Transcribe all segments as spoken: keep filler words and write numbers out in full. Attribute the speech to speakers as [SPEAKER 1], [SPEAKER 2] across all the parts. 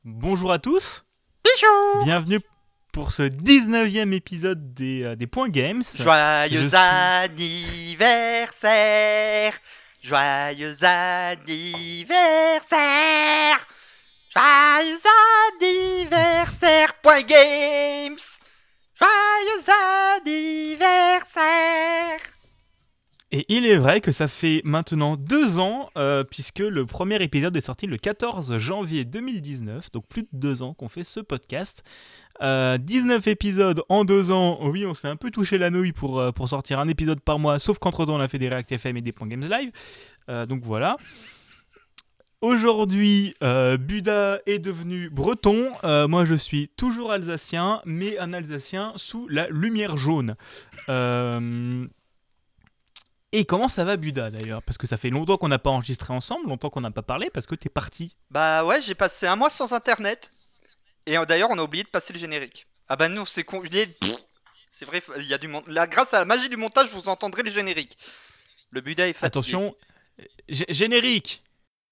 [SPEAKER 1] Bonjour à tous,
[SPEAKER 2] Pichou.
[SPEAKER 1] bienvenue pour ce dix-neuvième épisode des, euh, des Points Games.
[SPEAKER 2] Joyeux
[SPEAKER 1] suis...
[SPEAKER 2] anniversaire. Joyeux anniversaire. Joyeux anniversaire. Point Games. Joyeux anniversaire.
[SPEAKER 1] Et il est vrai que ça fait maintenant deux ans, euh, puisque le premier épisode est sorti le quatorze janvier deux mille dix-neuf, donc plus de deux ans qu'on fait ce podcast. Euh, dix-neuf épisodes en deux ans, oui, on s'est un peu touché la nouille pour, euh, pour sortir un épisode par mois, sauf qu'entre-temps on a fait des React F M et des Points Games Live. Euh, donc voilà. Aujourd'hui, euh, Buda est devenu breton. Euh, moi, je suis toujours alsacien, mais un alsacien sous la lumière jaune. Euh... Et comment ça va, Buda, d'ailleurs? Parce que ça fait longtemps qu'on n'a pas enregistré ensemble, longtemps qu'on n'a pas parlé, parce que t'es parti.
[SPEAKER 2] Bah ouais, j'ai passé un mois sans internet. Et euh, d'ailleurs, on a oublié de passer le générique. Ah bah non, c'est con. C'est vrai, il y a du mon... Là, grâce à la magie du montage, vous entendrez le générique. Le Buda est fatigué.
[SPEAKER 1] Attention, g- générique.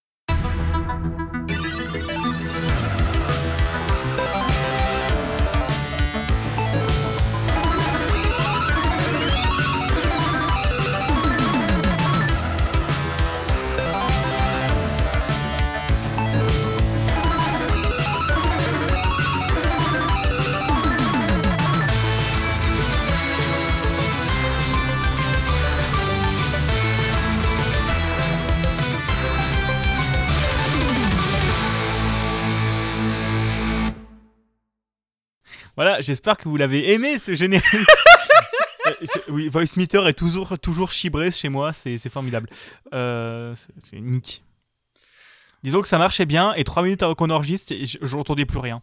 [SPEAKER 1] Voilà, j'espère que vous l'avez aimé, ce générique. Oui, VoiceMeter est toujours, toujours chibré chez moi, c'est, c'est formidable. Euh, c'est, c'est nick. Disons que ça marchait bien, et trois minutes avant qu'on enregistre, je n'entendais plus rien.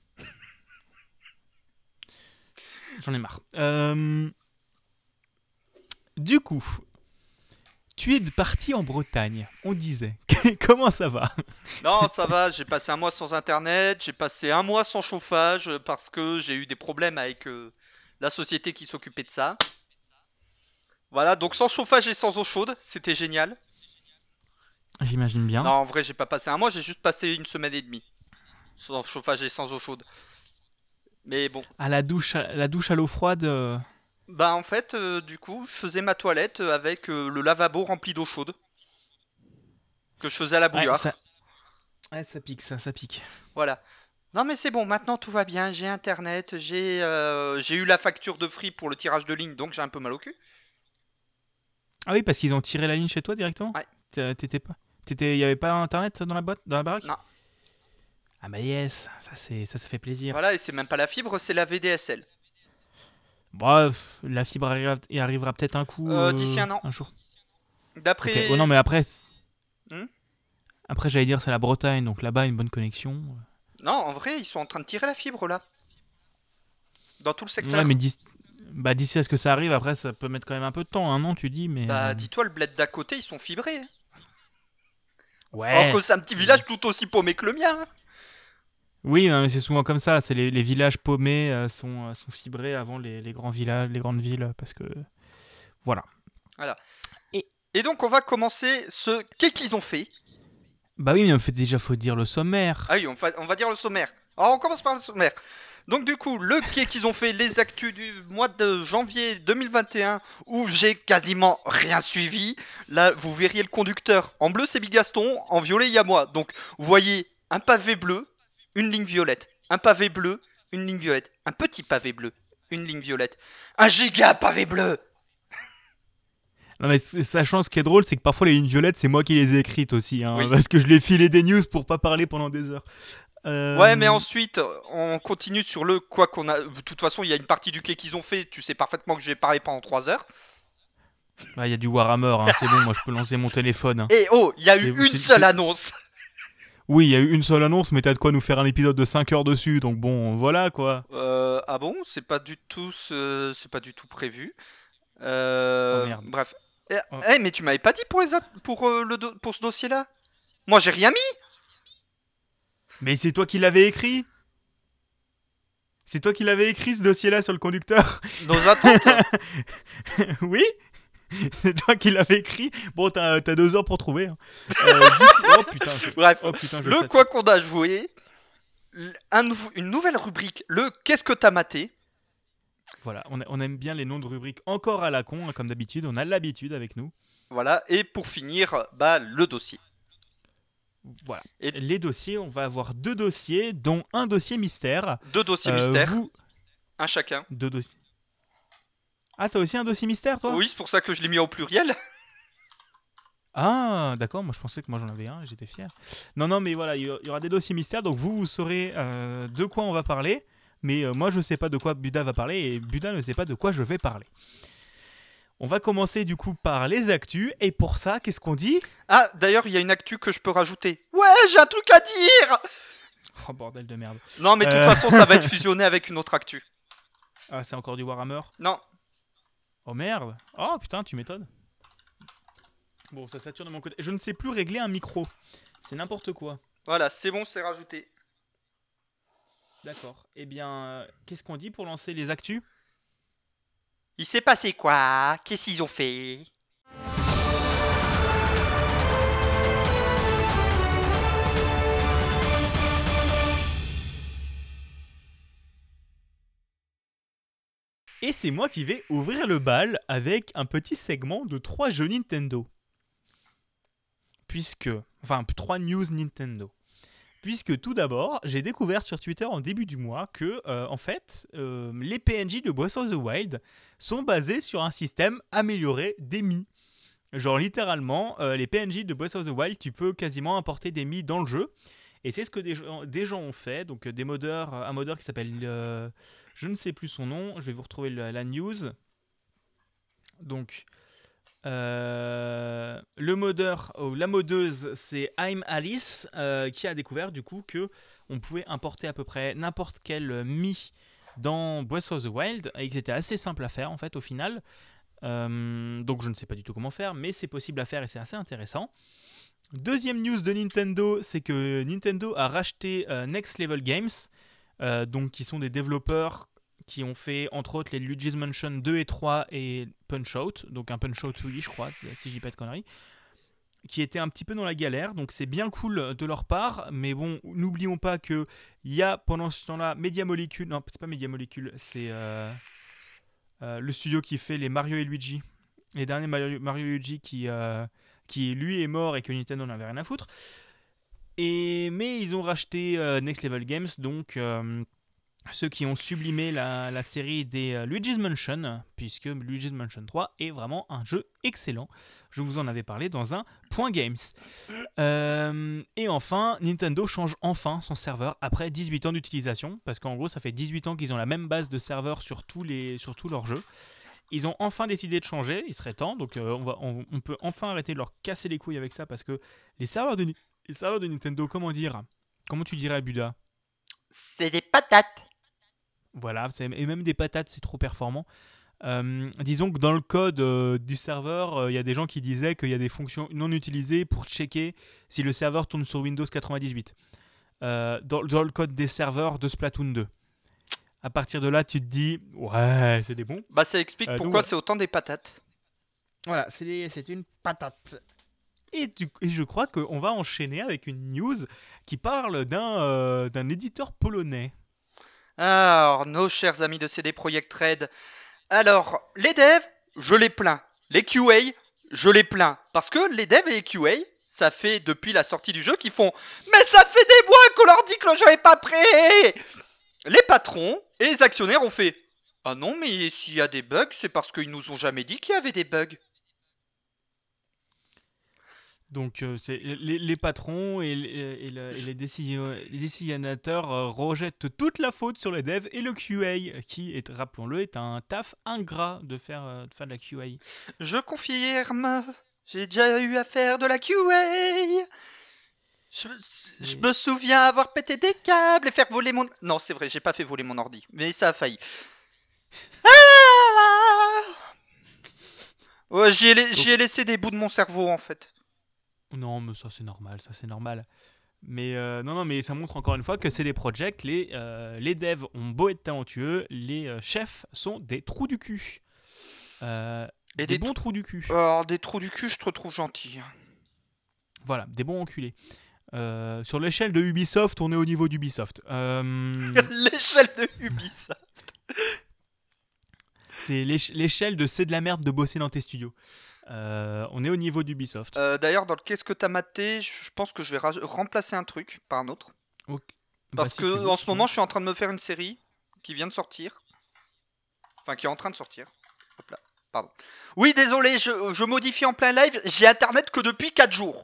[SPEAKER 1] J'en ai marre. Euh... Du coup, tu es parti en Bretagne, on disait. Comment ça va?
[SPEAKER 2] Non, ça va, j'ai passé un mois sans internet, j'ai passé un mois sans chauffage euh, parce que j'ai eu des problèmes avec euh, la société qui s'occupait de ça. Voilà, donc sans chauffage et sans eau chaude, c'était génial.
[SPEAKER 1] J'imagine bien.
[SPEAKER 2] Non, en vrai, j'ai pas passé un mois, j'ai juste passé une semaine et demie sans chauffage et sans eau chaude. Mais bon.
[SPEAKER 1] À la douche, à, la douche à l'eau froide. Euh...
[SPEAKER 2] Bah en fait, euh, du coup, je faisais ma toilette avec euh, le lavabo rempli d'eau chaude que je faisais à la
[SPEAKER 1] Ouais,
[SPEAKER 2] bouilloire.
[SPEAKER 1] ça... ouais, ça pique, ça, ça pique.
[SPEAKER 2] Voilà. Non mais c'est bon, maintenant tout va bien, j'ai internet, j'ai euh, j'ai eu la facture de Free pour le tirage de ligne, donc j'ai un peu mal au cul.
[SPEAKER 1] Ah oui, parce qu'ils ont tiré la ligne chez toi directement.
[SPEAKER 2] Ouais.
[SPEAKER 1] T'étais pas, t'étais, y avait pas internet dans la boîte, dans la baraque.
[SPEAKER 2] Non.
[SPEAKER 1] Ah bah yes, ça c'est, ça, ça fait plaisir.
[SPEAKER 2] Voilà, et c'est même pas la fibre, c'est la V D S L.
[SPEAKER 1] Bref, la fibre arrivera, y arrivera peut-être un coup.
[SPEAKER 2] Euh,
[SPEAKER 1] Euh,
[SPEAKER 2] d'ici un an.
[SPEAKER 1] un jour.
[SPEAKER 2] D'après...
[SPEAKER 1] Ok. Oh non, mais après.
[SPEAKER 2] Hmm
[SPEAKER 1] Après, j'allais dire c'est la Bretagne, donc là-bas une bonne connexion.
[SPEAKER 2] non, en vrai, ils sont en train de tirer la fibre là. Dans tout le secteur.
[SPEAKER 1] Ouais, mais d'ici, bah, d'ici à ce que ça arrive, après ça peut mettre quand même un peu de temps, un an, tu dis, mais.
[SPEAKER 2] Bah
[SPEAKER 1] euh,
[SPEAKER 2] dis-toi, le bled d'à côté, ils sont fibrés. Hein.
[SPEAKER 1] Ouais.
[SPEAKER 2] Alors que c'est un petit village tout aussi paumé que le mien. Hein.
[SPEAKER 1] Oui, mais c'est souvent comme ça. C'est les, les villages paumés euh, sont, euh, sont fibrés avant les, les grands villages, les grandes villes, parce que voilà.
[SPEAKER 2] Voilà.
[SPEAKER 1] Et,
[SPEAKER 2] Et donc on va commencer ce qu'est-ce qu'ils ont fait.
[SPEAKER 1] Bah oui, mais il faut déjà faut dire le sommaire.
[SPEAKER 2] Ah oui, on va, on va dire le sommaire. Alors on commence par le sommaire. Donc du coup, le qu'est-ce qu'ils ont fait, les actus du mois de janvier deux mille vingt et un, où j'ai quasiment rien suivi. Là, vous verriez le conducteur. En bleu, c'est Bigaston. En violet, il y a moi. Donc vous voyez un pavé bleu, une ligne violette. Un pavé bleu, une ligne violette. Un petit pavé bleu, une ligne violette. Un giga pavé bleu.
[SPEAKER 1] Non mais sachant ce qui est drôle, c'est que parfois les lignes violettes, c'est moi qui les ai écrites aussi, hein,
[SPEAKER 2] Oui.
[SPEAKER 1] parce que je les filé des news pour pas parler pendant des heures. Euh...
[SPEAKER 2] Ouais, mais ensuite, on continue sur le quoi qu'on a. De toute façon, il y a une partie du quai qu'ils ont fait. Tu sais parfaitement que j'ai parlé pendant trois heures.
[SPEAKER 1] Bah, il y a du Warhammer, hein, c'est bon, moi je peux lancer mon téléphone. Hein.
[SPEAKER 2] Et oh, il y a eu
[SPEAKER 1] C'est-
[SPEAKER 2] une
[SPEAKER 1] c'est-
[SPEAKER 2] seule
[SPEAKER 1] c'est-
[SPEAKER 2] annonce.
[SPEAKER 1] Oui, il y a eu une seule annonce, mais t'as de quoi nous faire un épisode de cinq heures dessus, donc bon, voilà quoi.
[SPEAKER 2] Euh, ah bon, c'est pas du tout, ce- c'est pas du tout prévu. Euh,
[SPEAKER 1] Oh, merde.
[SPEAKER 2] bref. Eh,
[SPEAKER 1] Oh.
[SPEAKER 2] eh, mais tu m'avais pas dit pour les autres- pour euh, le do- pour ce dossier-là. Moi, j'ai rien mis.
[SPEAKER 1] Mais c'est toi qui l'avais écrit. C'est toi qui l'avais écrit ce dossier-là sur le conducteur.
[SPEAKER 2] Nos attentes.
[SPEAKER 1] Oui. C'est toi qui l'avais écrit. Bon, t'as, t'as deux heures pour trouver. Hein. Euh, du coup- oh putain. Je...
[SPEAKER 2] Bref,
[SPEAKER 1] Oh putain, je
[SPEAKER 2] le
[SPEAKER 1] sature.
[SPEAKER 2] quoi qu'on a joué. un nouveau- une nouvelle rubrique, le Qu'est-ce que t'as maté?
[SPEAKER 1] Voilà, on, a- on aime bien les noms de rubriques encore à la con, hein, comme d'habitude, on a l'habitude avec nous.
[SPEAKER 2] Voilà, et pour finir, bah, le dossier.
[SPEAKER 1] Voilà.
[SPEAKER 2] Et-
[SPEAKER 1] Les dossiers, on va avoir deux dossiers, dont un dossier mystère.
[SPEAKER 2] Deux dossiers
[SPEAKER 1] Euh,
[SPEAKER 2] mystères,
[SPEAKER 1] Vous,
[SPEAKER 2] un chacun.
[SPEAKER 1] deux dossiers. Ah, t'as aussi un dossier mystère, toi?
[SPEAKER 2] Oui, c'est pour ça que je l'ai mis au pluriel.
[SPEAKER 1] Ah, d'accord, moi je pensais que moi j'en avais un et j'étais fier. Non, non, mais voilà, il y aura des dossiers mystères, donc vous, vous saurez euh, de quoi on va parler, mais euh, moi je sais pas de quoi Buda va parler et Buda ne sait pas de quoi je vais parler. On va commencer du coup par les actus, et pour ça, qu'est-ce qu'on dit?
[SPEAKER 2] Ah, d'ailleurs, il y a une actu que je peux rajouter. Ouais, j'ai un truc à dire.
[SPEAKER 1] Oh bordel de merde.
[SPEAKER 2] Non, mais de toute
[SPEAKER 1] Euh.
[SPEAKER 2] façon, ça va être fusionné avec une autre actu.
[SPEAKER 1] Ah, c'est encore du Warhammer?
[SPEAKER 2] Non,
[SPEAKER 1] Oh merde. Oh putain, tu m'étonnes. Bon, ça sature de mon côté. Je ne sais plus régler un micro. C'est n'importe quoi.
[SPEAKER 2] voilà, c'est bon, c'est rajouté.
[SPEAKER 1] D'accord. Eh bien, euh, qu'est-ce qu'on dit pour lancer les actus?
[SPEAKER 2] Il s'est passé quoi? Qu'est-ce qu'ils ont fait?
[SPEAKER 1] Et c'est moi qui vais ouvrir le bal avec un petit segment de trois jeux Nintendo. Puisque... Enfin, trois news Nintendo. Puisque tout d'abord, j'ai découvert sur Twitter en début du mois que, euh, en fait, euh, les P N J de Breath of the Wild sont basés sur un système amélioré des Mii. Genre littéralement, euh, les P N J de Breath of the Wild, tu peux quasiment importer des Mii dans le jeu. Et c'est ce que des gens, des gens ont fait. Donc euh, des modeurs, un modeur qui s'appelle, euh, je ne sais plus son nom, je vais vous retrouver la, la news. Donc, euh, le modeur, ou la modeuse, c'est I'm Alice, euh, qui a découvert du coup que on pouvait importer à peu près n'importe quel Mii dans Breath of the Wild et que c'était assez simple à faire en fait au final. Euh, donc je ne sais pas du tout comment faire, mais c'est possible à faire et c'est assez intéressant. Deuxième news de Nintendo, c'est que Nintendo a racheté euh, Next Level Games, euh, donc qui sont des développeurs qui ont fait entre autres les Luigi's Mansion deux et trois et Punch-Out, donc un Punch-Out Wii je crois, si je dis pas de conneries, qui étaient un petit peu dans la galère, donc c'est bien cool de leur part, mais bon, n'oublions pas qu'il y a pendant ce temps-là Media Molecule, non c'est pas Media Molecule, c'est euh, euh, le studio qui fait les Mario et Luigi, les derniers Mario, Mario et Luigi qui... Euh, qui lui est mort et que Nintendo n'avait rien à foutre. Et, mais ils ont racheté euh, Next Level Games, donc euh, ceux qui ont sublimé la, la série des euh, Luigi's Mansion, puisque Luigi's Mansion trois est vraiment un jeu excellent. Je vous en avais parlé dans un Point Games. Euh, et enfin, Nintendo change enfin son serveur après dix-huit ans d'utilisation, parce qu'en gros, ça fait dix-huit ans qu'ils ont la même base de serveurs sur tous, les, sur tous leurs jeux. Ils ont enfin décidé de changer, il serait temps, donc euh, on, va, on, on peut enfin arrêter de leur casser les couilles avec ça, parce que les serveurs de, les serveurs de Nintendo, comment dire, comment tu dirais Buda?
[SPEAKER 2] C'est des patates.
[SPEAKER 1] Voilà, c'est, et même des patates, c'est trop performant. Euh, disons que dans le code euh, du serveur, il euh, y a des gens qui disaient qu'il y a des fonctions non utilisées pour checker si le serveur tourne sur Windows quatre-vingt-dix-huit. Euh, dans, dans le code des serveurs de Splatoon deux. À partir de là, tu te dis, ouais, c'est des bons.
[SPEAKER 2] Bah, ça explique
[SPEAKER 1] Euh,
[SPEAKER 2] pourquoi
[SPEAKER 1] donc,
[SPEAKER 2] c'est autant des patates.
[SPEAKER 1] Voilà, c'est, des, c'est une patate. Et, du, et je crois qu'on va enchaîner avec une news qui parle d'un, euh, d'un éditeur polonais.
[SPEAKER 2] Alors, nos chers amis de C D Projekt Red. Alors, les devs, je les plains. Les Q A, je les plains. Parce que les devs et les Q A, ça fait depuis la sortie du jeu qu'ils font « Mais ça fait des mois qu'on leur dit que le jeu est pas prêt !» Les patrons et les actionnaires ont fait « Ah non, mais s'il y a des bugs, c'est parce qu'ils nous ont jamais dit qu'il y avait des bugs. »
[SPEAKER 1] Donc euh, c'est, les, les patrons et, et, et, le, et les, décision, les décisionateurs euh, rejettent toute la faute sur les devs et le Q A, qui, est, rappelons-le, est un taf ingrat de faire, euh, de faire de la Q A.
[SPEAKER 2] Je confirme, j'ai déjà eu à faire de la Q A. Je, je me souviens avoir pété des câbles et faire voler mon... Non, c'est vrai, j'ai pas fait voler mon ordi, mais ça a failli. Ah ouais, j'y ai, la... j'y ai laissé des bouts de mon cerveau, en fait.
[SPEAKER 1] Non, mais ça, c'est normal, ça, c'est normal. Mais euh, non, non, mais ça montre encore une fois que c'est des projects. Les, euh, les devs ont beau être talentueux, les euh, chefs sont des trous du cul. Euh,
[SPEAKER 2] et
[SPEAKER 1] des, des bons
[SPEAKER 2] tr-
[SPEAKER 1] trous du cul.
[SPEAKER 2] Alors, des trous du cul, je te trouve gentil.
[SPEAKER 1] Voilà, des bons enculés. Euh, sur l'échelle de Ubisoft, on est au niveau d'Ubisoft. Euh,
[SPEAKER 2] L'échelle de Ubisoft.
[SPEAKER 1] c'est l'éche- l'échelle de c'est de la merde de bosser dans tes studios. Euh, on est au niveau d'Ubisoft.
[SPEAKER 2] Euh, D'ailleurs, dans le qu'est-ce que t'as maté, je pense que je vais ra- remplacer un truc par un autre.
[SPEAKER 1] Ok. Bah,
[SPEAKER 2] Parce
[SPEAKER 1] si
[SPEAKER 2] que
[SPEAKER 1] tu veux,
[SPEAKER 2] en
[SPEAKER 1] si
[SPEAKER 2] ce
[SPEAKER 1] tu
[SPEAKER 2] moment,
[SPEAKER 1] veux.
[SPEAKER 2] je suis en train de me faire une série qui vient de sortir. Enfin, qui est en train de sortir. Hop là, pardon. Oui, désolé, je, je modifie en plein live. J'ai internet que depuis quatre jours.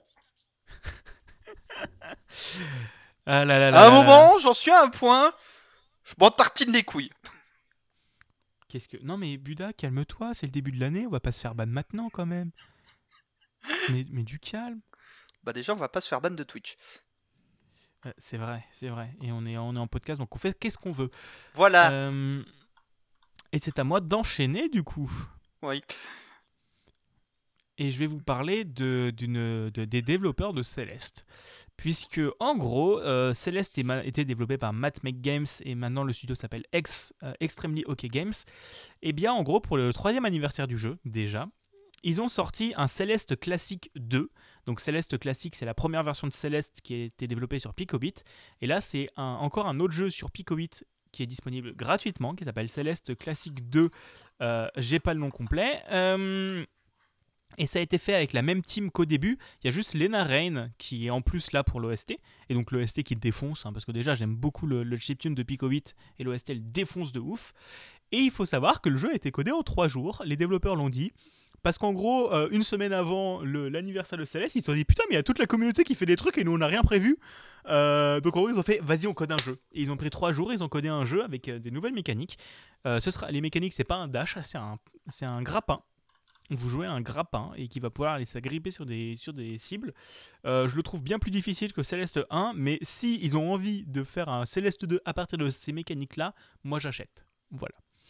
[SPEAKER 1] Ah là là là
[SPEAKER 2] À un
[SPEAKER 1] là là là.
[SPEAKER 2] moment, j'en suis à un point, je m'en tartine les couilles.
[SPEAKER 1] Qu'est-ce que. Non mais Buda, calme-toi, c'est le début de l'année, on va pas se faire ban maintenant quand même. Mais, mais du calme.
[SPEAKER 2] Bah déjà, on va pas se faire ban de Twitch.
[SPEAKER 1] Euh, c'est vrai, c'est vrai. Et on est, on est en podcast, donc on fait qu'est-ce qu'on veut.
[SPEAKER 2] Voilà.
[SPEAKER 1] Euh, Et c'est à moi d'enchaîner du coup.
[SPEAKER 2] Oui.
[SPEAKER 1] Et je vais vous parler de, d'une, de- des développeurs de Celeste. Puisque, en gros, euh, Celeste est ma- était développé par Matt Make Games et maintenant le studio s'appelle Ex, euh, Extremely OK Games. Et bien, en gros, pour le troisième anniversaire du jeu, déjà, ils ont sorti un Celeste Classic deux. Donc, Celeste Classic, c'est la première version de Celeste qui a été développée sur Picobit. Et là, c'est un- encore un autre jeu sur Picobit qui est disponible gratuitement, qui s'appelle Celeste Classic deux. Euh, j'ai pas le nom complet. Euh, et ça a été fait avec la même team qu'au début. Il y a juste Lena Rain qui est en plus là pour l'O S T. Et donc l'O S T qui défonce, hein, parce que déjà j'aime beaucoup le, le chiptune de Picobit et l'O S T elle défonce de ouf. Et il faut savoir que le jeu a été codé en trois jours. Les développeurs l'ont dit. Parce qu'en gros, euh, une semaine avant le- l'anniversaire de Céleste, ils se sont dit putain, mais il y a toute la communauté qui fait des trucs et nous on n'a rien prévu. Euh, donc en gros, ils ont fait vas-y, on code un jeu. Et ils ont pris trois jours, ils ont codé un jeu avec euh, des nouvelles mécaniques. Euh, ce sera, les mécaniques, c'est pas un dash, c'est un, c'est un grappin. Vous jouez un grappin et qui va pouvoir aller s'agripper sur des, sur des cibles. Euh, je le trouve bien plus difficile que Céleste un, mais si ils ont envie de faire un Céleste deux à partir de ces mécaniques-là, moi j'achète. Voilà.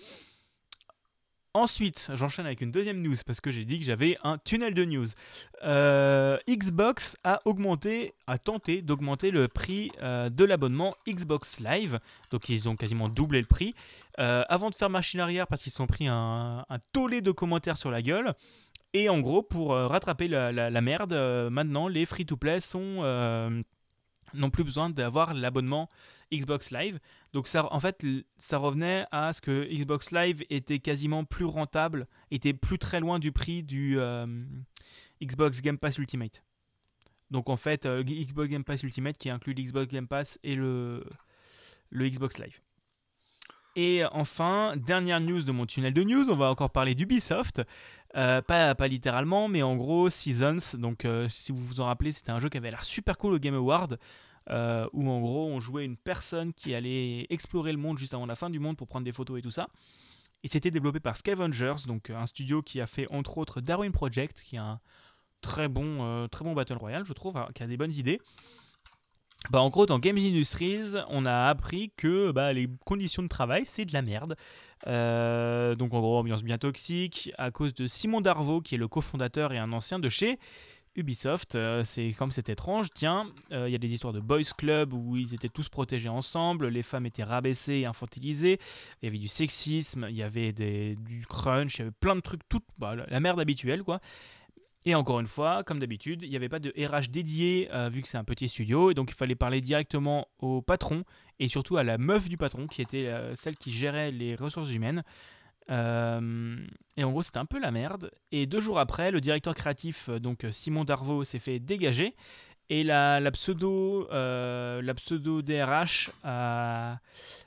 [SPEAKER 1] Ensuite, j'enchaîne avec une deuxième news parce que j'ai dit que j'avais un tunnel de news. Euh, Xbox a augmenté, a tenté d'augmenter le prix euh, de l'abonnement Xbox Live. Donc ils ont quasiment doublé le prix. Euh, avant de faire machine arrière parce qu'ils se sont pris un, un tollé de commentaires sur la gueule. Et en gros, pour euh, rattraper la, la, la merde, euh, maintenant les free-to-play sont... Euh, n'ont plus besoin d'avoir l'abonnement Xbox Live. Donc ça, en fait, ça revenait à ce que Xbox Live était quasiment plus rentable, était plus très loin du prix du euh, Xbox Game Pass Ultimate. Donc en fait, euh, Xbox Game Pass Ultimate qui inclut l'Xbox Game Pass et le, le Xbox Live. Et enfin, dernière news de mon tunnel de news, on va encore parler d'Ubisoft. Euh, pas, pas littéralement, mais en gros, Seasons. Donc, euh, si vous vous en rappelez, c'était un jeu qui avait l'air super cool au Game Award. Euh, où en gros, on jouait une personne qui allait explorer le monde juste avant la fin du monde pour prendre des photos et tout ça. Et c'était développé par Scavengers, donc un studio qui a fait entre autres Darwin Project, qui est un très bon, euh, très bon Battle Royale, je trouve, hein, qui a des bonnes idées. Bah, en gros, dans Games Industries, on a appris que bah, les conditions de travail, c'est de la merde. Euh, donc, en gros, ambiance bien toxique, à cause de Simon Darvaux, qui est le cofondateur et un ancien de chez Ubisoft. Euh, c'est comme c'est étrange. Tiens, il euh, y a des histoires de boys club où ils étaient tous protégés ensemble, les femmes étaient rabaissées et infantilisées, il y avait du sexisme, il y avait des, du crunch, il y avait plein de trucs, tout, bah, la merde habituelle, quoi. Et encore une fois, comme d'habitude, il n'y avait pas de R H dédié euh, vu que c'est un petit studio, et donc il fallait parler directement au patron et surtout à la meuf du patron qui était euh, celle qui gérait les ressources humaines. Euh, et en gros, c'était un peu la merde. Et deux jours après, le directeur créatif, donc Simon Darvaux, s'est fait dégager et la, la pseudo, euh, la pseudo D R H a,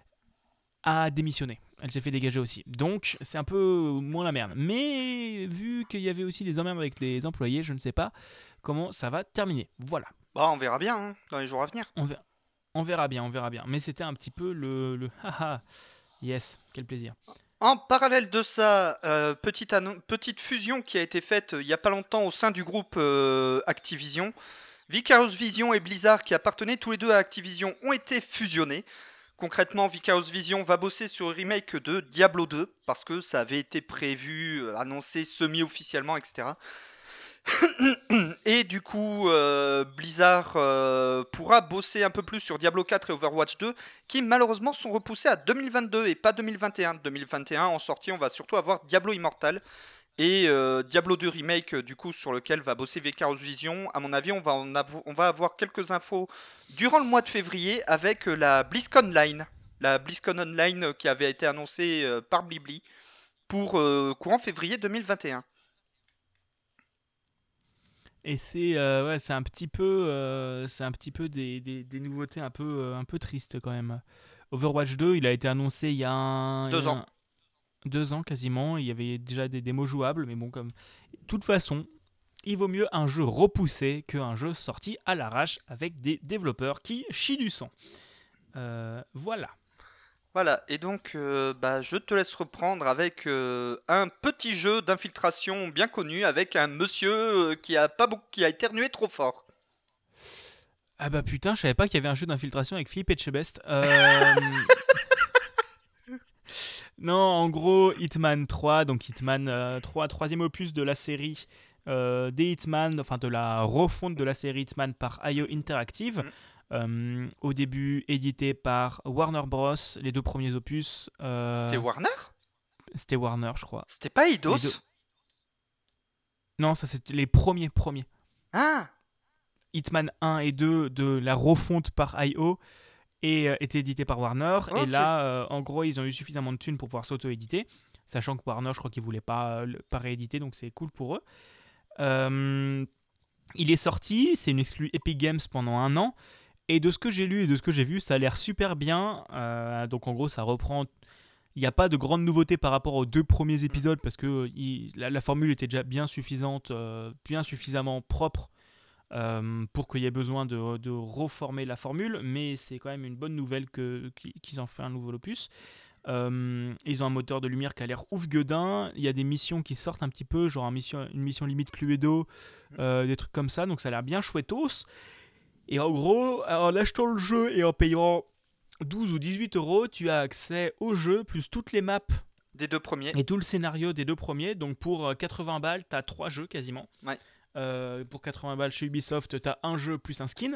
[SPEAKER 1] a démissionné. Elle s'est fait dégager aussi. Donc, c'est un peu moins la merde. Mais vu qu'il y avait aussi des emmerdes avec les employés, je ne sais pas comment ça va terminer. Voilà.
[SPEAKER 2] Bah, on verra bien hein, dans les jours à venir.
[SPEAKER 1] On verra, on verra bien, on verra bien. Mais c'était un petit peu le... le haha, yes, quel plaisir.
[SPEAKER 2] En parallèle de ça, euh, petite, annon- petite fusion qui a été faite euh, il n'y a pas longtemps au sein du groupe euh, Activision. Vicarious Vision et Blizzard, qui appartenaient tous les deux à Activision, ont été fusionnés. Concrètement, Vicarious Vision va bosser sur le remake de Diablo deux, parce que ça avait été prévu, euh, annoncé semi-officiellement, et cetera. Et du coup, euh, Blizzard euh, pourra bosser un peu plus sur Diablo quatre et Overwatch deux, qui malheureusement sont repoussés à deux mille vingt-deux et pas deux mille vingt et un. deux mille vingt et un, en sortie, on va surtout avoir Diablo Immortal. Et euh, Diablo deux Remake, euh, du coup, sur lequel va bosser Vicarious Vision. À mon avis, on va, en avo- on va avoir quelques infos durant le mois de février avec euh, la BlizzCon Online. La BlizzCon Online euh, qui avait été annoncée euh, par Blibli pour euh, courant février deux mille vingt et un.
[SPEAKER 1] Et c'est euh, ouais, c'est un petit peu, euh, c'est un petit peu des, des, des nouveautés un peu, euh, un peu tristes quand même. Overwatch deux, il a été annoncé il y a, un, il y a
[SPEAKER 2] Deux ans.
[SPEAKER 1] un- deux ans quasiment. Il y avait déjà des démos jouables, mais bon, comme de toute façon, il vaut mieux un jeu repoussé qu'un jeu sorti à l'arrache avec des développeurs qui chient du sang. Euh, voilà.
[SPEAKER 2] Voilà, et donc euh, bah, je te laisse reprendre avec euh, un petit jeu d'infiltration bien connu avec un monsieur euh, qui a pas beaucoup, qui a éternué trop fort.
[SPEAKER 1] Ah bah putain, je savais pas qu'il y avait un jeu d'infiltration avec Philippe Etchebest. Euh... non, en gros, Hitman trois, donc Hitman euh, trois, troisième opus de la série euh, des Hitman, enfin de la refonte de la série Hitman par I O Interactive.
[SPEAKER 2] Mm.
[SPEAKER 1] Euh, au début édité par Warner Bros, les deux premiers opus.
[SPEAKER 2] C'était
[SPEAKER 1] euh,
[SPEAKER 2] Warner?
[SPEAKER 1] C'était Warner, je crois.
[SPEAKER 2] C'était pas
[SPEAKER 1] Les
[SPEAKER 2] Eidos?
[SPEAKER 1] deux... Non, ça c'était les premiers, premiers.
[SPEAKER 2] Ah,
[SPEAKER 1] Hitman un et deux de la refonte par I O et euh, était édité par Warner. Et
[SPEAKER 2] ok.
[SPEAKER 1] là, euh, en gros, ils ont eu suffisamment de thunes pour pouvoir s'auto-éditer. Sachant que Warner, je crois qu'ils voulaient pas, euh, pas rééditer, donc c'est cool pour eux. Euh, il est sorti, c'est une exclue Epic Games pendant un an. Et de ce que j'ai lu et de ce que j'ai vu, ça a l'air super bien. Euh, donc en gros, ça reprend. Il n'y a pas de grandes nouveautés par rapport aux deux premiers épisodes parce que il, la, la formule était déjà bien suffisante, euh, bien suffisamment propre euh, pour qu'il y ait besoin de, de reformer la formule. Mais c'est quand même une bonne nouvelle que, qu'ils en fait un nouveau opus. Euh, ils ont un moteur de lumière qui a l'air ouf gueudin. Il y a des missions qui sortent un petit peu, genre un mission, une mission limite Cluedo, euh, des trucs comme ça. Donc ça a l'air bien chouettos. Et en gros, en achetant le jeu et en payant douze ou dix-huit euros, tu as accès au jeu, plus toutes les maps
[SPEAKER 2] Des deux premiers.
[SPEAKER 1] et tout le scénario des deux premiers. Donc pour quatre-vingts balles, tu as trois jeux quasiment.
[SPEAKER 2] Ouais.
[SPEAKER 1] Euh, pour quatre-vingts balles chez Ubisoft, tu as un jeu plus un skin.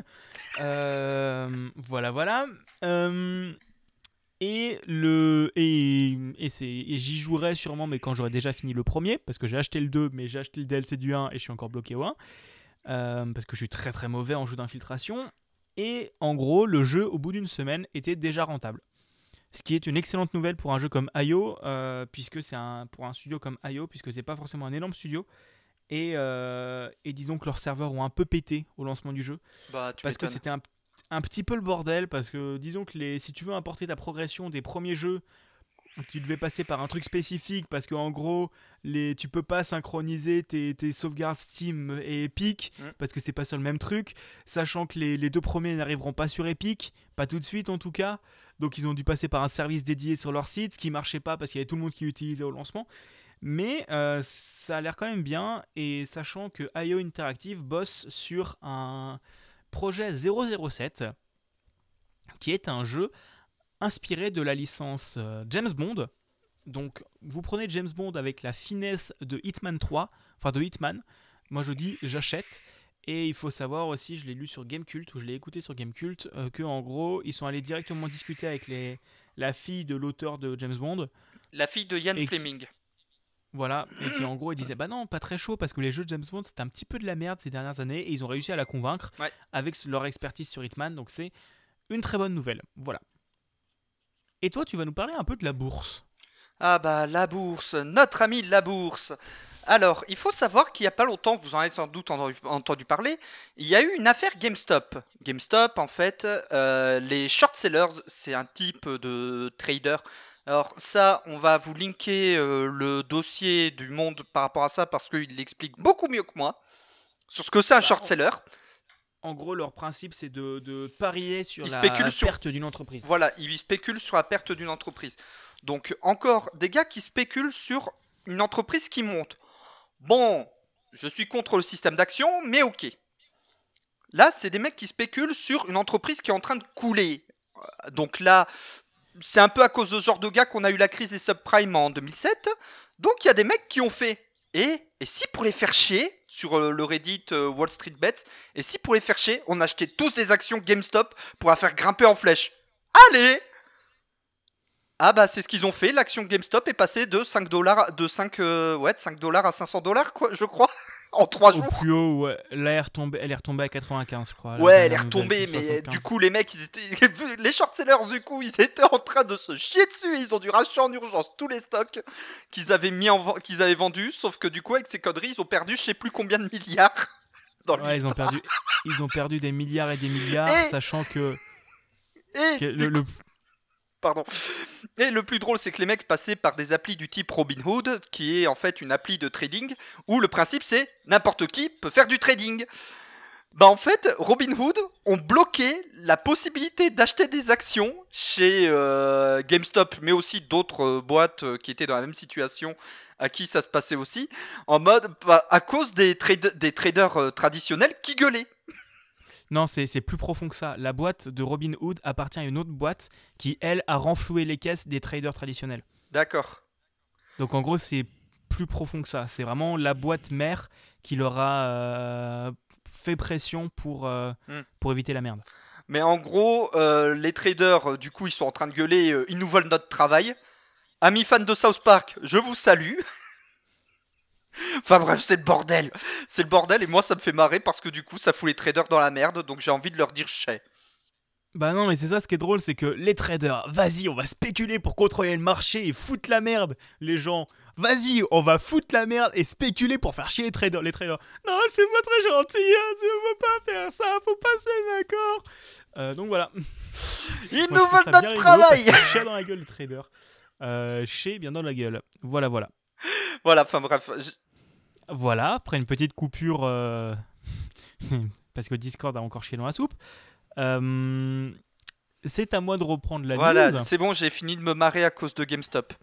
[SPEAKER 1] Euh, voilà, voilà. Euh, et le et, et, c'est, et j'y jouerai sûrement, mais quand j'aurai déjà fini le premier, parce que j'ai acheté le deux, mais j'ai acheté le D L C du un et je suis encore bloqué au un. Euh, parce que je suis très très mauvais en jeu d'infiltration. Et en gros, le jeu, au bout d'une semaine, était déjà rentable. Ce qui est une excellente nouvelle pour un jeu comme I O, euh, puisque c'est un, pour un studio comme I O, puisque c'est pas forcément un énorme studio. Et, euh, et disons que leurs serveurs ont un peu pété au lancement du jeu.
[SPEAKER 2] Bah, tu
[SPEAKER 1] Parce que
[SPEAKER 2] m'étonnes.
[SPEAKER 1] c'était un, un petit peu le bordel. Parce que disons que les, si tu veux importer ta progression des premiers jeux, tu devais passer par un truc spécifique parce qu'en gros, les, tu peux pas synchroniser tes, tes sauvegardes Steam et Epic
[SPEAKER 2] Mm.
[SPEAKER 1] parce que c'est pas sur le même truc, sachant que les, les deux premiers n'arriveront pas sur Epic, pas tout de suite en tout cas. Donc ils ont dû passer par un service dédié sur leur site, ce qui marchait pas parce qu'il y avait tout le monde qui l'utilisait au lancement. Mais euh, ça a l'air quand même bien, et sachant que I O Interactive bosse sur un projet zéro zéro sept qui est un jeu inspiré de la licence euh, James Bond. Donc vous prenez James Bond avec la finesse de Hitman trois, enfin de Hitman. Moi je dis j'achète. Et il faut savoir aussi, je l'ai lu sur Gamecult, ou je l'ai écouté sur Gamecult, euh, que en gros ils sont allés directement discuter avec les, la fille de l'auteur de James Bond.
[SPEAKER 2] La fille de Ian
[SPEAKER 1] Et qui,
[SPEAKER 2] Fleming.
[SPEAKER 1] voilà, et qui en gros ils disaient bah non, pas très chaud parce que les jeux de James Bond c'était un petit peu de la merde ces dernières années, et ils ont réussi à la convaincre
[SPEAKER 2] Ouais.
[SPEAKER 1] avec leur expertise sur Hitman. Donc c'est une très bonne nouvelle. Voilà. Et toi, tu vas nous parler un peu de la bourse.
[SPEAKER 2] Ah bah la bourse, notre ami la bourse. Alors, il faut savoir qu'il n'y a pas longtemps, vous en avez sans doute entendu, entendu parler, il y a eu une affaire GameStop. GameStop, en fait, euh, les short sellers, c'est un type de trader. Alors ça, on va vous linker euh, le dossier du Monde par rapport à ça parce qu'il l'explique beaucoup mieux que moi sur ce que c'est un
[SPEAKER 1] Bah,
[SPEAKER 2] short
[SPEAKER 1] en,
[SPEAKER 2] seller.
[SPEAKER 1] en gros, leur principe, c'est de, de parier sur
[SPEAKER 2] Ils
[SPEAKER 1] la
[SPEAKER 2] spéculent sur,
[SPEAKER 1] perte d'une entreprise.
[SPEAKER 2] voilà, ils spéculent sur la perte d'une entreprise. Donc encore des gars qui spéculent sur une entreprise qui monte. Bon, je suis contre le système d'action, mais ok. Là, c'est des mecs qui spéculent sur une entreprise qui est en train de couler. Euh, Donc là, c'est un peu à cause de ce genre de gars qu'on a eu la crise des subprimes en deux mille sept. Donc il y a des mecs qui ont fait. Et, et si pour les faire chier, sur euh, le Reddit euh, Wall Street Bets, et si pour les faire chier, on achetait tous des actions GameStop pour la faire grimper en flèche. Allez! Ah bah c'est ce qu'ils ont fait, l'action GameStop est passée de cinq dollars de cinq euh, ouais, de cinq dollars à cinq cents dollars quoi, je crois, en trois
[SPEAKER 1] Au
[SPEAKER 2] jours.
[SPEAKER 1] plus haut, ouais. Là, elle est retombée, elle est retombée à quatre-vingt-quinze, je crois. La
[SPEAKER 2] Ouais, elle est
[SPEAKER 1] dernière nouvelle,
[SPEAKER 2] retombée,
[SPEAKER 1] c'est
[SPEAKER 2] mais
[SPEAKER 1] soixante-quinze.
[SPEAKER 2] du coup les mecs, ils étaient les short sellers du coup, ils étaient en train de se chier dessus, et ils ont dû racheter en urgence tous les stocks qu'ils avaient mis en ven- qu'ils avaient vendus, sauf que du coup avec ces conneries, ils ont perdu je sais plus combien de milliards dans
[SPEAKER 1] Ouais, ils ont
[SPEAKER 2] l'histoire.
[SPEAKER 1] perdu, ils ont perdu des milliards et des milliards,
[SPEAKER 2] Et
[SPEAKER 1] sachant que,
[SPEAKER 2] et
[SPEAKER 1] que
[SPEAKER 2] du
[SPEAKER 1] le, le-
[SPEAKER 2] Pardon. Et le plus drôle, c'est que les mecs passaient par des applis du type Robinhood, qui est en fait une appli de trading, où le principe c'est n'importe qui peut faire du trading. Bah en fait, Robinhood ont bloqué la possibilité d'acheter des actions chez euh, GameStop, mais aussi d'autres euh, boîtes euh, qui étaient dans la même situation à qui ça se passait aussi, en mode bah, à cause des, trade- des traders euh, traditionnels qui gueulaient.
[SPEAKER 1] non, c'est c'est plus profond que ça. La boîte de Robinhood appartient à une autre boîte qui, elle, a renfloué les caisses des traders traditionnels.
[SPEAKER 2] D'accord.
[SPEAKER 1] Donc en gros, c'est plus profond que ça. C'est vraiment la boîte mère qui leur a euh, fait pression pour, euh,
[SPEAKER 2] Hmm.
[SPEAKER 1] pour éviter la merde.
[SPEAKER 2] Mais en gros, euh, les traders, euh, du coup, ils sont en train de gueuler, euh, ils nous volent notre travail. Amis fans de South Park, je vous salue. Enfin bref, c'est le bordel. C'est le bordel et moi ça me fait marrer parce que du coup ça fout les traders dans la merde, donc j'ai envie de leur dire chais.
[SPEAKER 1] Bah non, mais c'est ça ce qui est drôle, c'est que les traders, vas-y, on va spéculer pour contrôler le marché et foutre la merde. Les gens, vas-y, on va foutre la merde et spéculer pour faire chier les traders. Les traders, non, c'est pas très gentil, hein, faut pas faire ça, faut pas se mettre d'accord. Euh, donc voilà.
[SPEAKER 2] Ils
[SPEAKER 1] Moi,
[SPEAKER 2] nous
[SPEAKER 1] je trouve
[SPEAKER 2] volent
[SPEAKER 1] ça
[SPEAKER 2] notre
[SPEAKER 1] bien rigolo
[SPEAKER 2] travail.
[SPEAKER 1] parce que chien dans la gueule les traders. Euh, chien bien dans la gueule. Voilà, voilà.
[SPEAKER 2] Voilà, enfin bref. j-
[SPEAKER 1] Voilà, après une petite coupure, euh, parce que Discord a encore chié dans la soupe. Euh, c'est à moi de reprendre la
[SPEAKER 2] Voilà,
[SPEAKER 1] news.
[SPEAKER 2] c'est bon, j'ai fini de me marrer à cause de GameStop.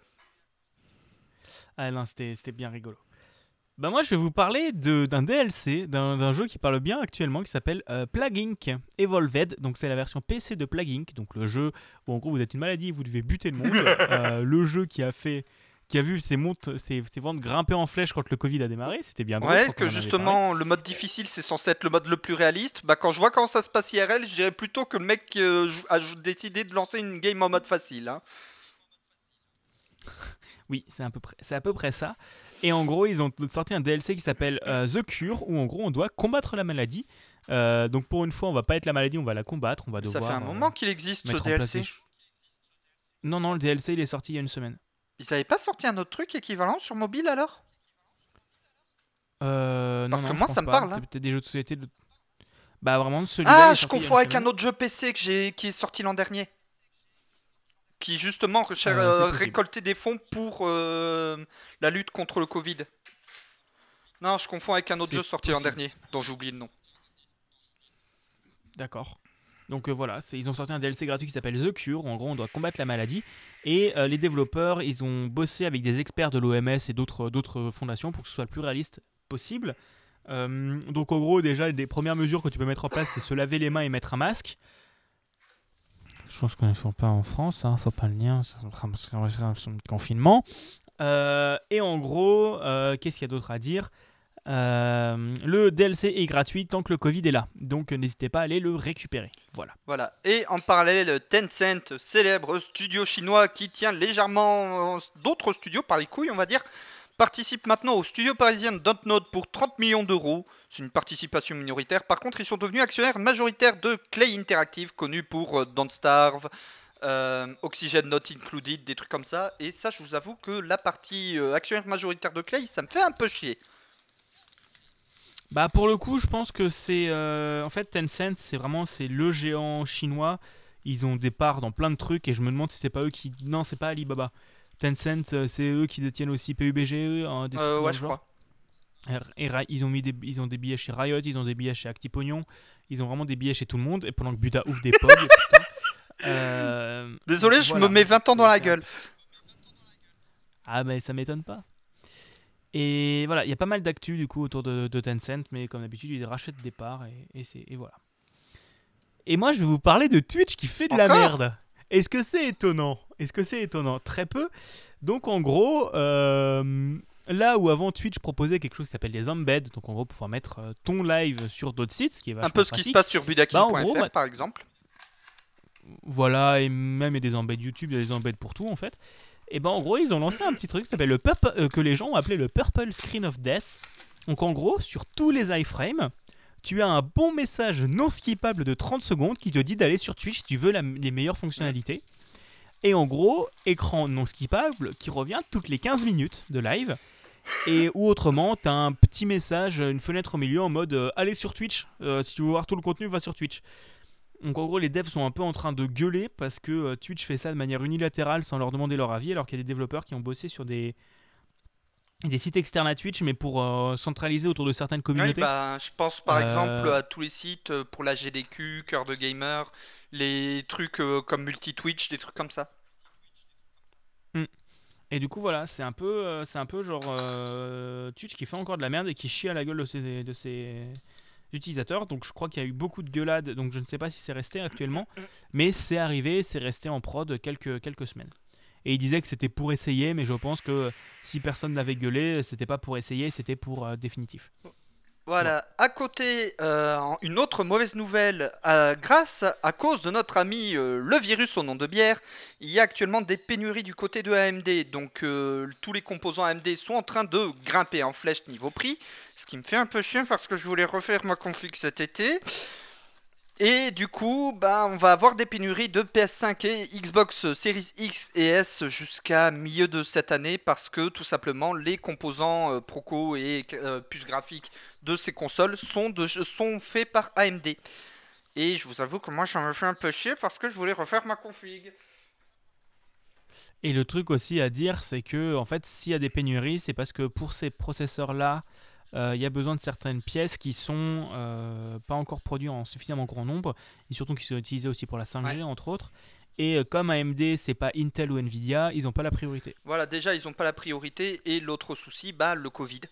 [SPEAKER 1] Ah non, c'était c'était bien rigolo. Bah moi, je vais vous parler de- d'un D L C, d'un d'un jeu qui parle bien actuellement, qui s'appelle euh, Plague Inc. Evolved. Donc c'est la version P C de Plague Inc. Donc le jeu où en gros vous êtes une maladie et vous devez buter le monde. Euh, le jeu qui a fait, qui a vu ses, montes, ses, ses ventes grimper en flèche quand le Covid a démarré. C'était bien drôle. je
[SPEAKER 2] Ouais,
[SPEAKER 1] crois qu'on
[SPEAKER 2] que
[SPEAKER 1] en avait parlé.
[SPEAKER 2] justement le mode difficile c'est censé être le mode le plus réaliste. Bah quand je vois comment ça se passe I R L, je dirais plutôt que le mec euh, jou- a jou- décidé de lancer une game en mode facile. Hein.
[SPEAKER 1] Oui, c'est à peu près, c'est à peu près ça. Et en gros, ils ont sorti un D L C qui s'appelle euh, The Cure, où en gros on doit combattre la maladie. Euh, donc pour une fois, on va pas être la maladie, on va la combattre, on va
[SPEAKER 2] Ça
[SPEAKER 1] devoir
[SPEAKER 2] fait un
[SPEAKER 1] euh,
[SPEAKER 2] moment qu'il existe ce
[SPEAKER 1] mettre en place
[SPEAKER 2] D L C.
[SPEAKER 1] des ch- Non, non, le D L C il est sorti il y a une semaine.
[SPEAKER 2] Ils avaient pas sorti un autre truc équivalent sur mobile alors?
[SPEAKER 1] Euh, non,
[SPEAKER 2] Parce
[SPEAKER 1] non,
[SPEAKER 2] que
[SPEAKER 1] je
[SPEAKER 2] moi,
[SPEAKER 1] pense
[SPEAKER 2] ça me
[SPEAKER 1] pas.
[SPEAKER 2] parle, hein.
[SPEAKER 1] C'est peut-être des jeux de société. De... Bah vraiment, celui-là. il
[SPEAKER 2] Ah,
[SPEAKER 1] est
[SPEAKER 2] je
[SPEAKER 1] sorti il y a
[SPEAKER 2] confonds
[SPEAKER 1] une
[SPEAKER 2] avec un
[SPEAKER 1] semaine.
[SPEAKER 2] autre jeu P C que j'ai qui est sorti l'an dernier. Qui justement recher-
[SPEAKER 1] Euh, c'est
[SPEAKER 2] euh,
[SPEAKER 1] possible.
[SPEAKER 2] récoltait des fonds pour euh, la lutte contre le Covid. Non, je confonds avec un autre
[SPEAKER 1] C'est
[SPEAKER 2] jeu sorti l'an
[SPEAKER 1] possible.
[SPEAKER 2] dernier, dont j'ai oublié le nom.
[SPEAKER 1] D'accord. Donc euh, voilà, c'est- ils ont sorti un D L C gratuit qui s'appelle The Cure. Où, en gros, on doit combattre la maladie. Et euh, les développeurs, ils ont bossé avec des experts de l'O M S et d'autres d'autres fondations pour que ce soit le plus réaliste possible. Euh, donc en gros, déjà, les premières mesures que tu peux mettre en place, c'est se laver les mains et mettre un masque. Je pense qu'ils ne font pas en France, hein, faut pas le nier, ça sera un confinement. Euh, et en gros, euh, qu'est-ce qu'il y a d'autre à dire? Euh, Le D L C est gratuit tant que le Covid est là, donc euh, n'hésitez pas à aller le récupérer. Voilà.
[SPEAKER 2] Voilà. Et en parallèle, Tencent, célèbre studio chinois qui tient légèrement euh, d'autres studios par les couilles, on va dire, participe maintenant au studio parisien Dontnod pour trente millions d'euros. C'est une participation minoritaire. Par contre, ils sont devenus actionnaires majoritaires de Clay Interactive, connu pour euh, Don't Starve, euh, Oxygen Not Included, des trucs comme ça. Et ça, je vous avoue que la partie euh, actionnaire majoritaire de Clay, ça me fait un peu chier.
[SPEAKER 1] Bah pour le coup, je pense que c'est euh, en fait Tencent, c'est vraiment c'est le géant chinois. Ils ont des parts dans plein de trucs et je me demande si c'est pas eux qui non, c'est pas Alibaba. Tencent, euh, c'est eux qui détiennent aussi P U B G, hein, des trucs
[SPEAKER 2] Euh,
[SPEAKER 1] dans
[SPEAKER 2] ouais,
[SPEAKER 1] le
[SPEAKER 2] je
[SPEAKER 1] genre.
[SPEAKER 2] crois.
[SPEAKER 1] Et Ra- ils ont mis des ils ont des billets chez Riot, ils ont des billets chez Actipognon, ils ont vraiment des billets chez tout le monde et pendant que Buda ouvre des pogs, putain. Euh,
[SPEAKER 2] Désolé,
[SPEAKER 1] donc
[SPEAKER 2] je
[SPEAKER 1] voilà.
[SPEAKER 2] me mets vingt ans dans
[SPEAKER 1] C'est-
[SPEAKER 2] la
[SPEAKER 1] c'est un-
[SPEAKER 2] gueule.
[SPEAKER 1] Ah mais ça m'étonne pas. Et voilà, il y a pas mal d'actu du coup autour de, de Tencent, mais comme d'habitude, ils rachètent des parts et, et, c'est, et voilà. Et moi, je vais vous parler de Twitch qui fait de la
[SPEAKER 2] Encore
[SPEAKER 1] merde. Est-ce que c'est étonnant? Est-ce que c'est étonnant? Très peu. Donc en gros, euh, là où avant Twitch proposait quelque chose qui s'appelle les embeds, donc en gros pouvoir mettre euh, ton live sur d'autres sites, ce qui est vachement
[SPEAKER 2] Un peu ce qui se
[SPEAKER 1] pratique.
[SPEAKER 2] passe sur budaking
[SPEAKER 1] Bah, en
[SPEAKER 2] point
[SPEAKER 1] gros,
[SPEAKER 2] F R
[SPEAKER 1] moi-
[SPEAKER 2] par exemple.
[SPEAKER 1] Voilà, et même il y a des embeds YouTube, il y a des embeds pour tout en fait. Et ben en gros, ils ont lancé un petit truc qui s'appelle le purple, euh, que les gens ont appelé le Purple Screen of Death. Donc en gros, sur tous les iframes, tu as un bon message non skippable de trente secondes qui te dit d'aller sur Twitch si tu veux la- les meilleures fonctionnalités. Et en gros, écran non skippable qui revient toutes les quinze minutes de live. Et ou autrement, tu as un petit message, une fenêtre au milieu en mode euh, allez sur Twitch. Euh, si tu veux voir tout le contenu, va sur Twitch. Donc en gros, les devs sont un peu en train de gueuler parce que euh, Twitch fait ça de manière unilatérale sans leur demander leur avis, alors qu'il y a des développeurs qui ont bossé sur des, des sites externes à Twitch, mais pour euh, centraliser autour de certaines
[SPEAKER 2] Oui,
[SPEAKER 1] communautés.
[SPEAKER 2] bah, je pense par exemple
[SPEAKER 1] Euh,
[SPEAKER 2] à tous les sites euh, pour la G D Q, Cœur de Gamer, les trucs euh, comme Multi-Twitch, des trucs comme ça.
[SPEAKER 1] hmm. Et du coup, voilà, c'est un peu, euh, c'est un peu genre euh, Twitch qui fait encore de la merde et qui chie à la gueule de ses, de ses utilisateurs. Donc je crois qu'il y a eu beaucoup de gueulades, donc je ne sais pas si c'est resté actuellement, mais c'est arrivé, c'est resté en prod quelques, quelques semaines. Et il disait que c'était pour essayer, mais je pense que si personne n'avait gueulé, c'était pas pour essayer, c'était pour euh, définitif. Voilà.
[SPEAKER 2] Voilà, à côté, euh, une autre mauvaise nouvelle, euh, grâce à, à cause de notre ami euh, le virus au nom de bière, il y a actuellement des pénuries du côté de A M D, donc euh, tous les composants A M D sont en train de grimper en flèche niveau prix, ce qui me fait un peu chier parce que je voulais refaire ma config cet été. Et du coup, bah, on va avoir des pénuries de P S cinq et Xbox Series X et S jusqu'à milieu de cette année parce que tout simplement les composants euh, Proco et euh, puces graphiques de ces consoles sont, de, sont faits par A M D. Et je vous avoue que moi j'en me fais un peu chier parce que je voulais refaire ma config.
[SPEAKER 1] Et le truc aussi à dire, c'est que en fait, s'il y a des pénuries, c'est parce que pour ces processeurs-là, euh, il y a besoin de certaines pièces qui sont euh, pas encore produites en suffisamment grand nombre, et surtout qui sont utilisées aussi pour la cinq
[SPEAKER 2] Ouais.
[SPEAKER 1] G entre autres. Et euh, comme A M D, c'est pas Intel ou Nvidia, ils n'ont pas la priorité.
[SPEAKER 2] Voilà, déjà ils n'ont pas la priorité et l'autre souci, bah le Covid.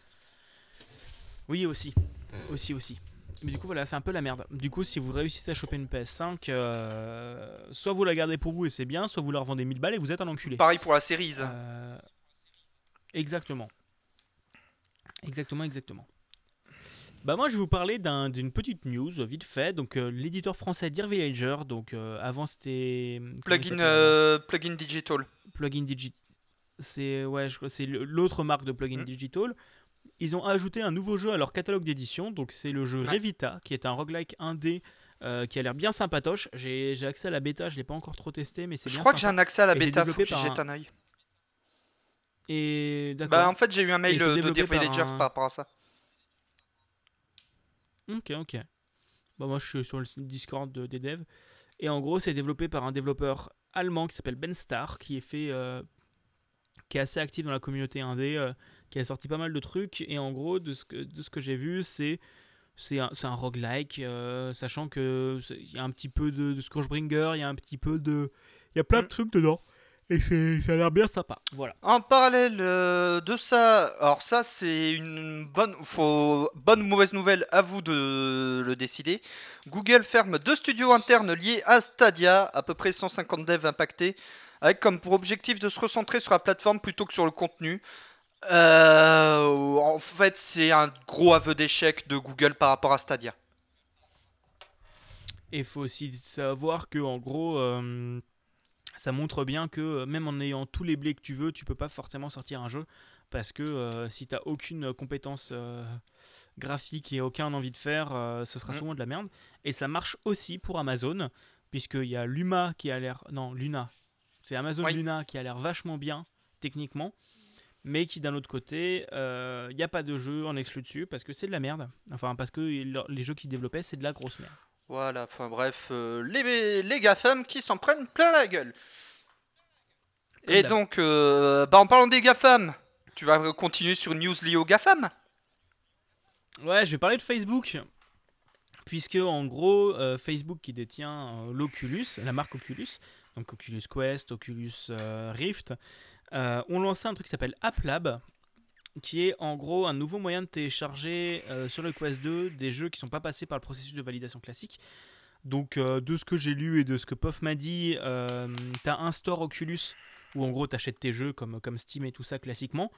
[SPEAKER 1] Oui, aussi. Aussi, aussi. Mais du coup, voilà, c'est un peu la merde. Du coup, si vous réussissez à choper une P S cinq, euh, soit vous la gardez pour vous et c'est bien, soit vous la revendez mille balles et vous êtes un enculé.
[SPEAKER 2] Pareil pour la Series.
[SPEAKER 1] Euh, exactement. Exactement, exactement. Bah moi, je vais vous parler d'un- d'une petite news, vite fait. Donc, euh, l'éditeur français Dear Villager, donc euh, avant c'était... Comment il
[SPEAKER 2] Plugin,
[SPEAKER 1] s'appelait déjà
[SPEAKER 2] euh, plugin digital.
[SPEAKER 1] Plugin Digital. C'est ouais, je crois que c'est le- l'autre marque de Plugin
[SPEAKER 2] Hmm.
[SPEAKER 1] Digital. Ils ont ajouté un nouveau jeu à leur catalogue d'édition. Donc, c'est le jeu
[SPEAKER 2] Ouais.
[SPEAKER 1] Revita, qui est un roguelike indé euh, qui a l'air bien sympatoche. J'ai j'ai accès à la bêta, je l'ai pas encore trop testé, mais c'est
[SPEAKER 2] Je
[SPEAKER 1] bien
[SPEAKER 2] crois que j'ai
[SPEAKER 1] sympa.
[SPEAKER 2] un accès à la
[SPEAKER 1] Et c'est
[SPEAKER 2] bêta, faut
[SPEAKER 1] développé
[SPEAKER 2] que j'y
[SPEAKER 1] par
[SPEAKER 2] jette
[SPEAKER 1] un.
[SPEAKER 2] un œil.
[SPEAKER 1] Et
[SPEAKER 2] Bah
[SPEAKER 1] d'accord.
[SPEAKER 2] en fait j'ai eu un
[SPEAKER 1] Et
[SPEAKER 2] mail
[SPEAKER 1] c'est
[SPEAKER 2] euh, de
[SPEAKER 1] développé
[SPEAKER 2] Dear
[SPEAKER 1] par
[SPEAKER 2] Villager
[SPEAKER 1] un.
[SPEAKER 2] par rapport à ça.
[SPEAKER 1] Ok, ok. Bah moi, je suis sur le Discord de- des devs. Et en gros, c'est développé par un développeur allemand qui s'appelle Ben Starr, qui est fait, euh, qui est assez actif dans la communauté indé, euh, qui a sorti pas mal de trucs. Et en gros, de ce que, de ce que j'ai vu, c'est c'est un, c'est un roguelike, euh, sachant que c'est- il y a un petit peu de, de Scourgebringer, il y a un petit peu de, il y a plein de
[SPEAKER 2] Hmm.
[SPEAKER 1] trucs dedans. Et c'est, ça a l'air bien sympa. Voilà.
[SPEAKER 2] En parallèle euh, de ça, alors ça c'est une bonne, faut, bonne ou mauvaise nouvelle, à vous de le décider. Google ferme deux studios internes liés à Stadia, à peu près cent cinquante devs impactés, avec comme pour objectif de se recentrer sur la plateforme plutôt que sur le contenu. Euh, en fait, c'est un gros aveu d'échec de Google par rapport à Stadia.
[SPEAKER 1] Et il faut aussi savoir que en gros, euh, ça montre bien que euh, même en ayant tous les blés que tu veux, tu peux pas forcément sortir un jeu parce que euh, si t'as aucune compétence euh, graphique et aucun envie de faire, euh, ce sera
[SPEAKER 2] Hmm.
[SPEAKER 1] souvent de la merde. Et ça marche aussi pour Amazon, puisqu'il y a Luma qui a l'air. Non, Luna. C'est Amazon
[SPEAKER 2] Oui.
[SPEAKER 1] Luna qui a l'air vachement bien techniquement, mais qui d'un autre côté, il n'y a pas de jeu en exclu dessus parce que c'est de la merde. Enfin, parce que les jeux qu'ils développaient, c'est de la grosse merde.
[SPEAKER 2] Voilà, enfin bref, euh, les, les GAFAM qui s'en prennent plein la gueule.
[SPEAKER 1] Comme
[SPEAKER 2] Et
[SPEAKER 1] d'hab.
[SPEAKER 2] donc, euh, bah en parlant des GAFAM, tu vas continuer sur une news liée aux GAFAM?
[SPEAKER 1] Ouais, je vais parler de Facebook. Puisque en gros, euh, Facebook qui détient euh, l'Oculus, la marque Oculus, donc Oculus Quest, Oculus euh, Rift, euh, ont lancé un truc qui s'appelle AppLab, qui est en gros un nouveau moyen de télécharger euh, sur le Quest deux des jeux qui ne sont pas passés par le processus de validation classique. Donc euh, de ce que j'ai lu et de ce que Pof m'a dit, euh, tu as un store Oculus où en gros tu achètes tes jeux comme, comme Steam et tout ça classiquement.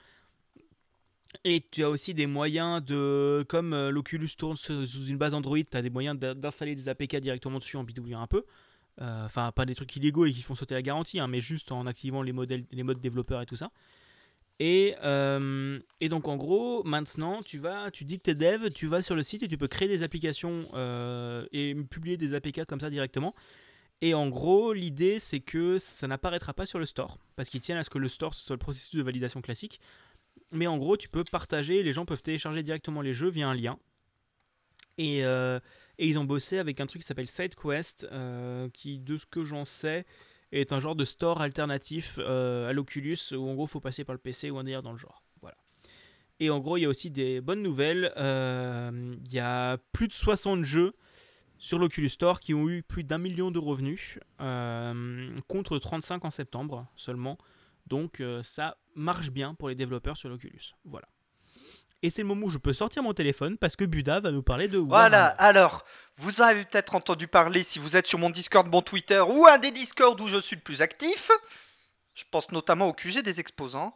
[SPEAKER 1] Et tu as aussi des moyens de, comme euh, l'Oculus tourne sous une base Android, tu as des moyens d'installer des A P K directement dessus en bidouillant un peu. Enfin, euh, pas des trucs illégaux et qui font sauter la garantie, hein, mais juste en activant les, modèles, les modes développeurs et tout ça. Et, euh, et donc en gros, maintenant, tu vas, tu dis que t'es dev, tu vas sur le site et tu peux créer des applications euh, et publier des A P K comme ça directement. Et en gros, l'idée, c'est que ça n'apparaîtra pas sur le store, parce qu'ils tiennent à ce que le store soit le processus de validation classique. Mais en gros, tu peux partager, les gens peuvent télécharger directement les jeux via un lien. Et, euh, et ils ont bossé avec un truc qui s'appelle SideQuest, euh, qui, de ce que j'en sais, est un genre de store alternatif euh, à l'Oculus, où en gros, il faut passer par le P C ou un délire dans le genre. Voilà. Et en gros, il y a aussi des bonnes nouvelles. Euh, il y a plus de soixante jeux sur l'Oculus Store qui ont eu plus d'un million de revenus, euh, contre trente-cinq en septembre seulement. Donc euh, ça marche bien pour les développeurs sur l'Oculus. Voilà. Et c'est le moment où je peux sortir mon téléphone parce que Buda va nous parler de Warhammer.
[SPEAKER 2] Voilà, alors, vous avez peut-être entendu parler si vous êtes sur mon Discord, mon Twitter ou un des Discords où je suis le plus actif. Je pense notamment au Q G des exposants.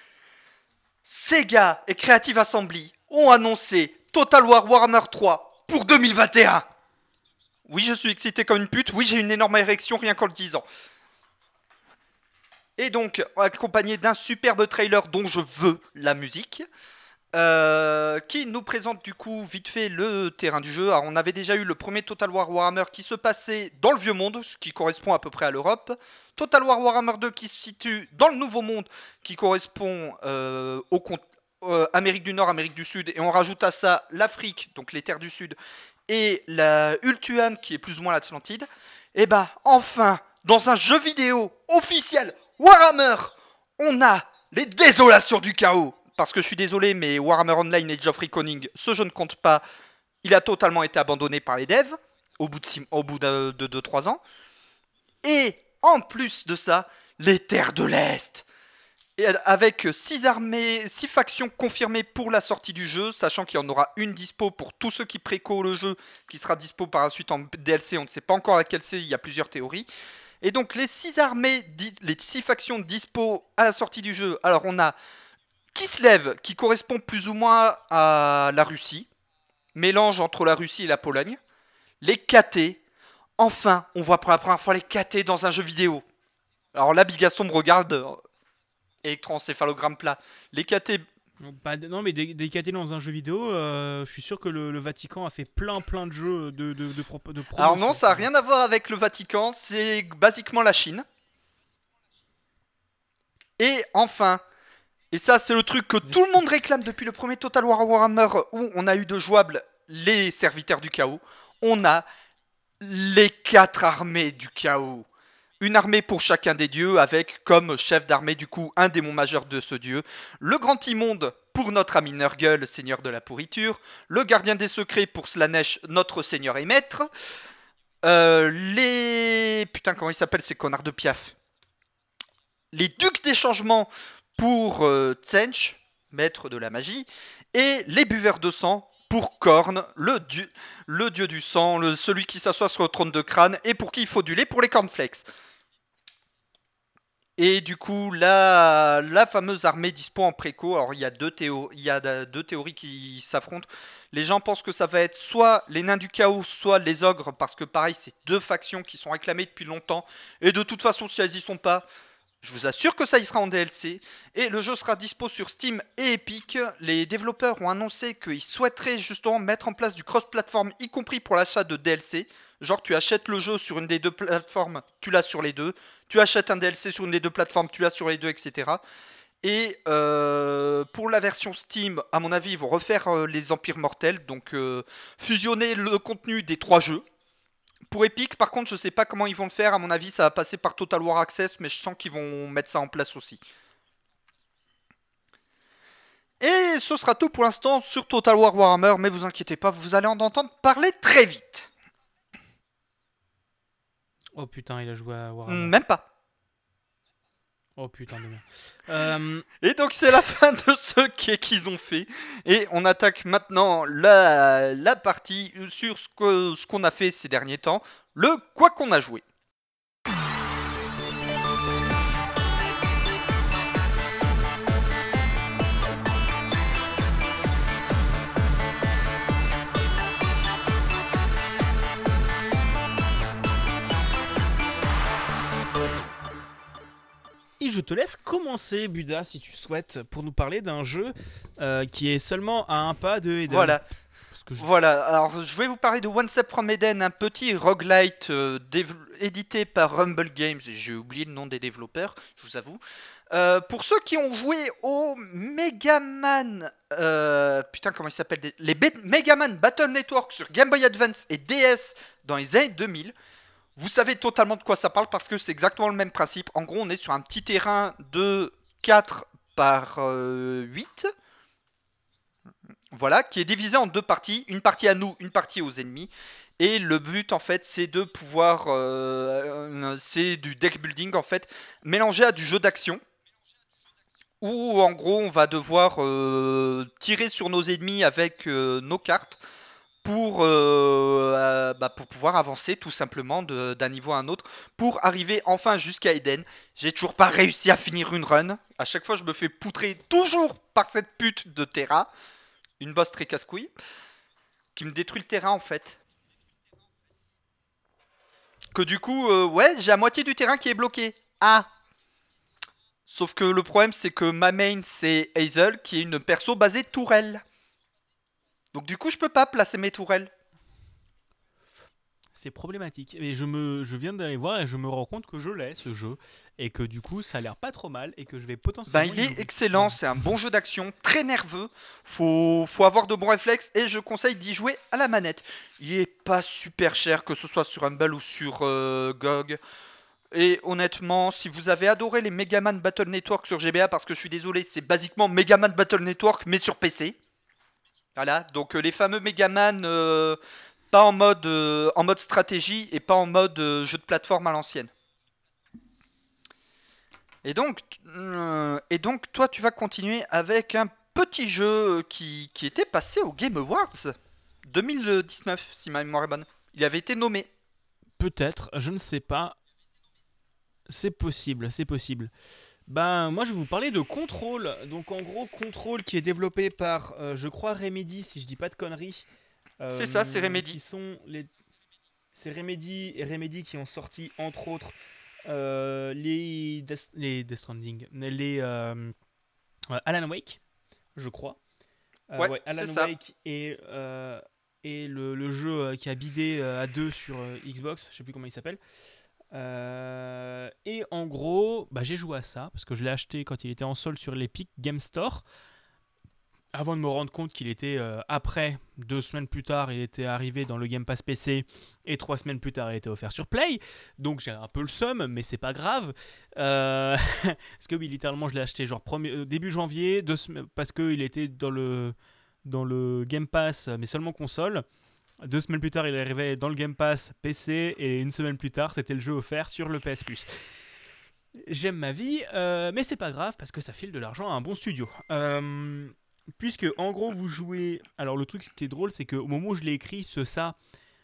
[SPEAKER 2] Sega et Creative Assembly ont annoncé Total War Warhammer trois pour deux mille vingt et un. Oui, je suis excité comme une pute. Oui, j'ai une énorme érection rien qu'en le disant. Et donc, accompagné d'un superbe trailer dont je veux la musique, euh, qui nous présente du coup vite fait le terrain du jeu. Alors, on avait déjà eu le premier Total War Warhammer qui se passait dans le Vieux Monde, ce qui correspond à peu près à l'Europe. Total War Warhammer deux qui se situe dans le Nouveau Monde, qui correspond euh, au continent. Euh, Amérique du Nord, Amérique du Sud, et on rajoute à ça l'Afrique, donc les terres du Sud, et la Ultuan qui est plus ou moins l'Atlantide. Et bah enfin, dans un jeu vidéo officiel Warhammer, on a les Désolations du Chaos. Parce que je suis désolé, mais Warhammer Online et Geoffrey Conning, ce je ne compte pas, il a totalement été abandonné par les devs au bout de, six, au bout de deux trois ans. Et en plus de ça, les terres de l'Est. Et avec six armées, six factions confirmées pour la sortie du jeu, sachant qu'il y en aura une dispo pour tous ceux qui préco le jeu, qui sera dispo par la suite en D L C, on ne sait pas encore laquelle c'est, il y a plusieurs théories. Et donc les six armées, les six factions dispo à la sortie du jeu, alors on a Kislev, qui correspond plus ou moins à la Russie, mélange entre la Russie et la Pologne, les K T, enfin on voit pour la première fois les K T dans un jeu vidéo. Alors là Bigasson me regarde... électroencéphalogramme plat. Les K T...
[SPEAKER 1] Bah, non, mais des, des K T dans un jeu vidéo, euh, je suis sûr que le, le Vatican a fait plein plein de jeux de, de, de, pro, de promotion.
[SPEAKER 2] Alors non, ça n'a rien à voir avec le Vatican, c'est basiquement la Chine. Et enfin, et ça c'est le truc que tout le monde réclame depuis le premier Total War Warhammer où on a eu de jouables les serviteurs du chaos, on a les quatre armées du chaos. Une armée pour chacun des dieux, avec comme chef d'armée du coup un démon majeur de ce dieu, le grand immonde pour notre ami Nurgle, seigneur de la pourriture, le gardien des secrets pour Slanesh, notre seigneur et maître, euh, les... Putain, comment ils s'appellent ces connards de Piaf? Les ducs des changements pour euh, Tsench, maître de la magie, et les buveurs de sang pour Korn, le dieu, le dieu du sang, le, celui qui s'assoit sur le trône de crâne, et pour qui il faut du lait pour les cornflakes. Et du coup, la, la fameuse armée dispo en préco, alors il y a deux, théo- il y a deux théories qui s'affrontent. Les gens pensent que ça va être soit les nains du chaos, soit les ogres, parce que pareil, c'est deux factions qui sont réclamées depuis longtemps. Et de toute façon, si elles y sont pas, je vous assure que ça y sera en D L C. Et le jeu sera dispo sur Steam et Epic. Les développeurs ont annoncé qu'ils souhaiteraient justement mettre en place du cross-platform, y compris pour l'achat de D L C. Genre tu achètes le jeu sur une des deux plateformes, tu l'as sur les deux. Tu achètes un D L C sur une des deux plateformes, tu l'as sur les deux, et cetera. Et euh, pour la version Steam, à mon avis, ils vont refaire euh, les Empires Mortels, donc euh, fusionner le contenu des trois jeux. Pour Epic, par contre, je sais pas comment ils vont le faire. À mon avis, ça va passer par Total War Access, mais je sens qu'ils vont mettre ça en place aussi. Et ce sera tout pour l'instant sur Total War Warhammer, mais vous inquiétez pas, vous allez en entendre parler très vite.
[SPEAKER 1] Oh putain, il a joué à Warhammer.
[SPEAKER 2] Même pas.
[SPEAKER 1] Oh putain de merde. Euh...
[SPEAKER 2] Et donc c'est la fin de ce qu'est qu'ils ont fait. Et on attaque maintenant la, la partie sur ce, que, ce qu'on a fait ces derniers temps. Le quoi qu'on a joué.
[SPEAKER 1] Et je te laisse commencer, Buda, si tu souhaites, pour nous parler d'un jeu euh, qui est seulement à un pas de Eden.
[SPEAKER 2] Voilà.
[SPEAKER 1] Parce que je...
[SPEAKER 2] Voilà, alors je vais vous parler de One Step from Eden, un petit roguelite euh, dév- édité par Rumble Games, et j'ai oublié le nom des développeurs, je vous avoue. Euh, pour ceux qui ont joué au Mega Man, euh, putain comment il s'appelle, des- les Be- Mega Man Battle Network sur Game Boy Advance et D S dans les années deux mille, vous savez totalement de quoi ça parle parce que c'est exactement le même principe. En gros, on est sur un petit terrain de quatre par euh, huit. Voilà, qui est divisé en deux parties, une partie à nous, une partie aux ennemis. Et le but en fait c'est de pouvoir, euh, c'est du deck building en fait, mélangé à du jeu d'action. Où en gros on va devoir euh, tirer sur nos ennemis avec euh, nos cartes pour, euh, euh, bah, pour pouvoir avancer tout simplement de- d'un niveau à un autre pour arriver enfin jusqu'à Eden. J'ai toujours pas réussi à finir une run. À chaque fois je me fais poutrer toujours par cette pute de Terra. Une boss très casse-couille qui me détruit le terrain en fait. Que du coup, euh, ouais, j'ai la moitié du terrain qui est bloqué. Ah. Sauf que le problème c'est que ma main c'est Hazel qui est une perso basée tourelle. Donc du coup je peux pas placer mes tourelles.
[SPEAKER 1] C'est problématique. Et je, me, je viens d'aller voir et je me rends compte que je l'ai, ce jeu. Et que du coup, ça a l'air pas trop mal et que je vais
[SPEAKER 2] Ben
[SPEAKER 1] potentiellement
[SPEAKER 2] il
[SPEAKER 1] y
[SPEAKER 2] est
[SPEAKER 1] jouer.
[SPEAKER 2] excellent,
[SPEAKER 1] Donc,
[SPEAKER 2] c'est un bon jeu d'action, très nerveux. Faut, faut avoir de bons réflexes et je conseille d'y jouer à la manette. Il est pas super cher que ce soit sur Humble ou sur euh, G O G. Et honnêtement, si vous avez adoré les Megaman Battle Network sur G B A, parce que je suis désolé, c'est basiquement Megaman Battle Network, mais sur P C. Voilà, donc euh, les fameux Megaman, euh, pas en mode, euh, en mode stratégie et pas en mode euh, jeu de plateforme à l'ancienne. Et donc, t- euh, et donc, toi, tu vas continuer avec un petit jeu qui, qui était passé au Game Awards deux mille dix-neuf, si ma mémoire est bonne. Il avait été nommé.
[SPEAKER 1] peut-être, je ne sais pas. C'est possible, c'est possible. Ben, moi, je vais vous parler de Control. Donc, en gros, Control qui est développé par, euh, je crois, Remedy, si je dis pas de conneries.
[SPEAKER 2] C'est ça, c'est
[SPEAKER 1] euh, qui
[SPEAKER 2] Remedy.
[SPEAKER 1] sont les. C'est Remedy et Remedy qui ont sorti, entre autres, euh, les, Death- les Death Stranding, les euh, euh, Alan Wake, je crois. Euh,
[SPEAKER 2] Ouais,
[SPEAKER 1] ouais,
[SPEAKER 2] c'est
[SPEAKER 1] Alan
[SPEAKER 2] ça.
[SPEAKER 1] Wake et, euh, et le, le jeu euh, qui a bidé euh, à deux sur euh, Xbox, je sais plus comment il s'appelle. Euh, et en gros, bah, j'ai joué à ça parce que je l'ai acheté quand il était en solde sur l'Epic Game Store. Avant de me rendre compte qu'il était euh, après, deux semaines plus tard, il était arrivé dans le Game Pass P C et trois semaines plus tard, il était offert sur Play. Donc j'ai un peu le seum, mais c'est pas grave. Euh, parce que oui, littéralement, je l'ai acheté genre premier, euh, début janvier, deux sem- parce qu'il était dans le, dans le Game Pass, mais seulement console. Deux semaines plus tard, il arrivait dans le Game Pass P C et une semaine plus tard, c'était le jeu offert sur le P S Plus. J'aime ma vie, euh, mais c'est pas grave parce que ça file de l'argent à un bon studio. Euh, puisque en gros vous jouez. Alors le truc ce qui est drôle, c'est qu'au moment où je l'ai écrit, ce ça,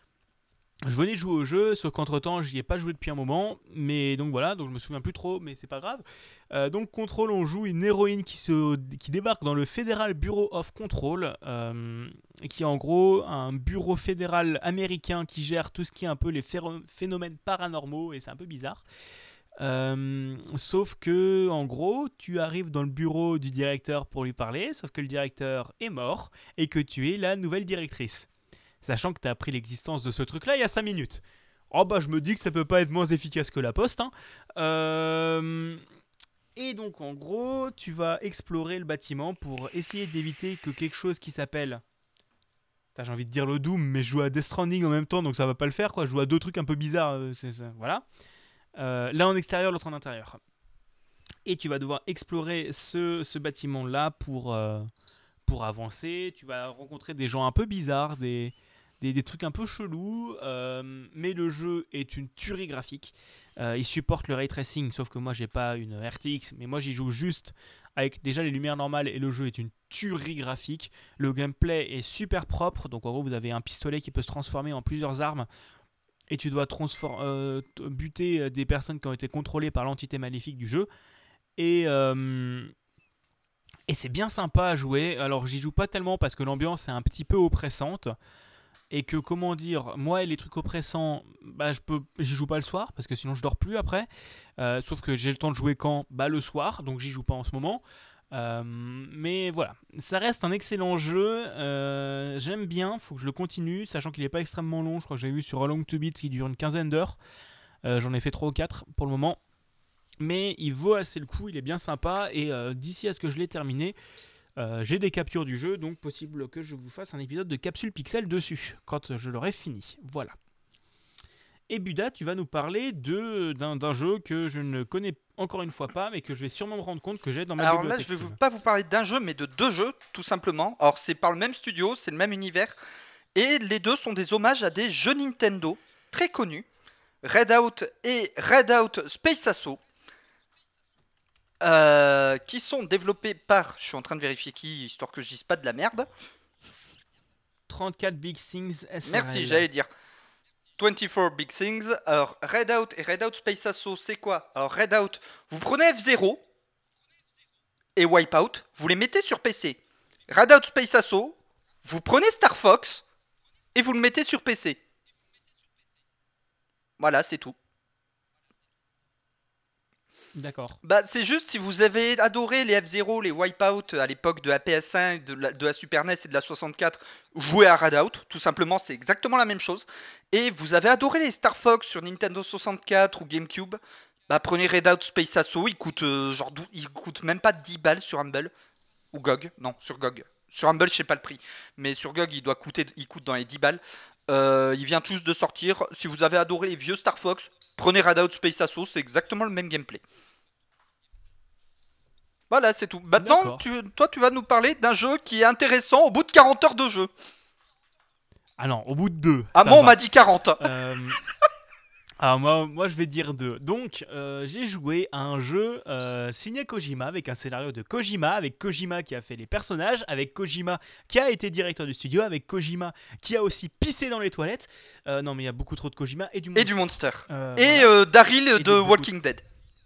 [SPEAKER 1] je venais de jouer au jeu, sauf qu'entre temps j'y ai pas joué depuis un moment, mais donc voilà, donc je me souviens plus trop, mais c'est pas grave. Euh, donc Control, on joue une héroïne qui, se, qui débarque dans le Federal Bureau of Control, euh, qui est en gros un bureau fédéral américain qui gère tout ce qui est un peu les phéro- phénomènes paranormaux, et c'est un peu bizarre. Euh, sauf que, en gros, tu arrives dans le bureau du directeur pour lui parler, sauf que le directeur est mort et que tu es la nouvelle directrice. Sachant que tu as appris l'existence de ce truc-là il y a cinq minutes. Oh bah, je me dis que ça peut pas être moins efficace que la poste. Hein. Euh, Et donc, en gros, tu vas explorer le bâtiment pour essayer d'éviter que quelque chose qui s'appelle. Putain, j'ai envie de dire le Doom, mais je joue à Death Stranding en même temps, donc ça va pas le faire, quoi. Je joue à deux trucs un peu bizarres. euh, c'est, c'est- voilà. Euh, l'un en extérieur, l'autre en intérieur. Et tu vas devoir explorer ce, ce bâtiment-là pour, euh, pour avancer. Tu vas rencontrer des gens un peu bizarres, des, des, des trucs un peu chelous. euh, mais le jeu est une tuerie graphique. Euh, il supporte le ray tracing, sauf que moi j'ai pas une R T X, mais moi j'y joue juste avec déjà les lumières normales et le jeu est une tuerie graphique. Le gameplay est super propre, donc en gros vous avez un pistolet qui peut se transformer en plusieurs armes et tu dois transfor- euh, buter des personnes qui ont été contrôlées par l'entité maléfique du jeu. Et, euh, et c'est bien sympa à jouer. Alors j'y joue pas tellement parce que l'ambiance est un petit peu oppressante. et que comment dire, moi et les trucs oppressants, bah je peux, j'y joue pas le soir parce que sinon je dors plus après. Euh, sauf que j'ai le temps de jouer quand, bah le soir, donc j'y joue pas en ce moment. Euh, mais voilà, ça reste un excellent jeu. Euh, j'aime bien, faut que je le continue, sachant qu'il est pas extrêmement long. Je crois que j'ai vu sur A Long To Beat qui dure une quinzaine d'heures. Euh, j'en ai fait trois ou quatre pour le moment. Mais il vaut assez le coup, il est bien sympa. Et euh, d'ici à ce que je l'ai terminé, euh, j'ai des captures du jeu, donc possible que je vous fasse un épisode de Capsule Pixel dessus, quand je l'aurai fini. Voilà. Et Buda, tu vas nous parler de, d'un, d'un jeu que je ne connais encore une fois pas, mais que je vais sûrement me rendre compte que j'ai dans ma
[SPEAKER 2] Alors là,
[SPEAKER 1] bibliothèque
[SPEAKER 2] je vais vous,
[SPEAKER 1] Steam.
[SPEAKER 2] pas vous parler d'un jeu, mais de deux jeux, tout simplement. Alors, c'est par le même studio, c'est le même univers. Et les deux sont des hommages à des jeux Nintendo très connus. Redout et Redout Space Assault. Euh, qui sont développés par... Je suis en train de vérifier qui, histoire que je dise pas de la merde.
[SPEAKER 1] trente-quatre Big Things S R L.
[SPEAKER 2] Merci, j'allais dire vingt-quatre Big Things. Alors, Redout et Redout Space Assault, c'est quoi? Alors, Redout, vous prenez F zéro et Wipeout, vous les mettez sur P C. Redout Space Assault, vous prenez Star Fox et vous le mettez sur P C. Voilà, c'est tout.
[SPEAKER 1] D'accord.
[SPEAKER 2] Bah, c'est juste si vous avez adoré les F zéro, les Wipeout à l'époque de la P S un, de la, de la Super N E S et de la soixante-quatre, jouez à Redout, tout simplement, c'est exactement la même chose. Et vous avez adoré les Star Fox sur Nintendo soixante-quatre ou GameCube, bah prenez Redout Space Assault, il coûte, euh, genre, dou- il coûte même pas dix balles sur Humble, ou G O G, non, sur G O G. Sur Humble, je sais pas le prix, mais sur G O G, il doit coûter, il coûte dans les dix balles. Euh, il vient tous de sortir. Si vous avez adoré les vieux Star Fox, prenez Redout Space Assault, c'est exactement le même gameplay. Voilà, c'est tout. Maintenant, tu, toi, tu vas nous parler d'un jeu qui est intéressant au bout de quarante heures de jeu.
[SPEAKER 1] Ah non, au bout de deux.
[SPEAKER 2] Ah, moi, on m'a dit quarante.
[SPEAKER 1] Euh... Alors moi, moi, je vais dire deux. Donc, euh, j'ai joué à un jeu euh, signé Kojima, avec un scénario de Kojima, avec Kojima qui a fait les personnages, avec Kojima qui a été directeur du studio, avec Kojima qui a aussi pissé dans les toilettes. Euh, non, mais il y a beaucoup trop de Kojima et du Monster.
[SPEAKER 2] Et du Monster.
[SPEAKER 1] Euh,
[SPEAKER 2] et
[SPEAKER 1] voilà.
[SPEAKER 2] euh, Daryl
[SPEAKER 1] Et
[SPEAKER 2] de,
[SPEAKER 1] de
[SPEAKER 2] Walking Dead.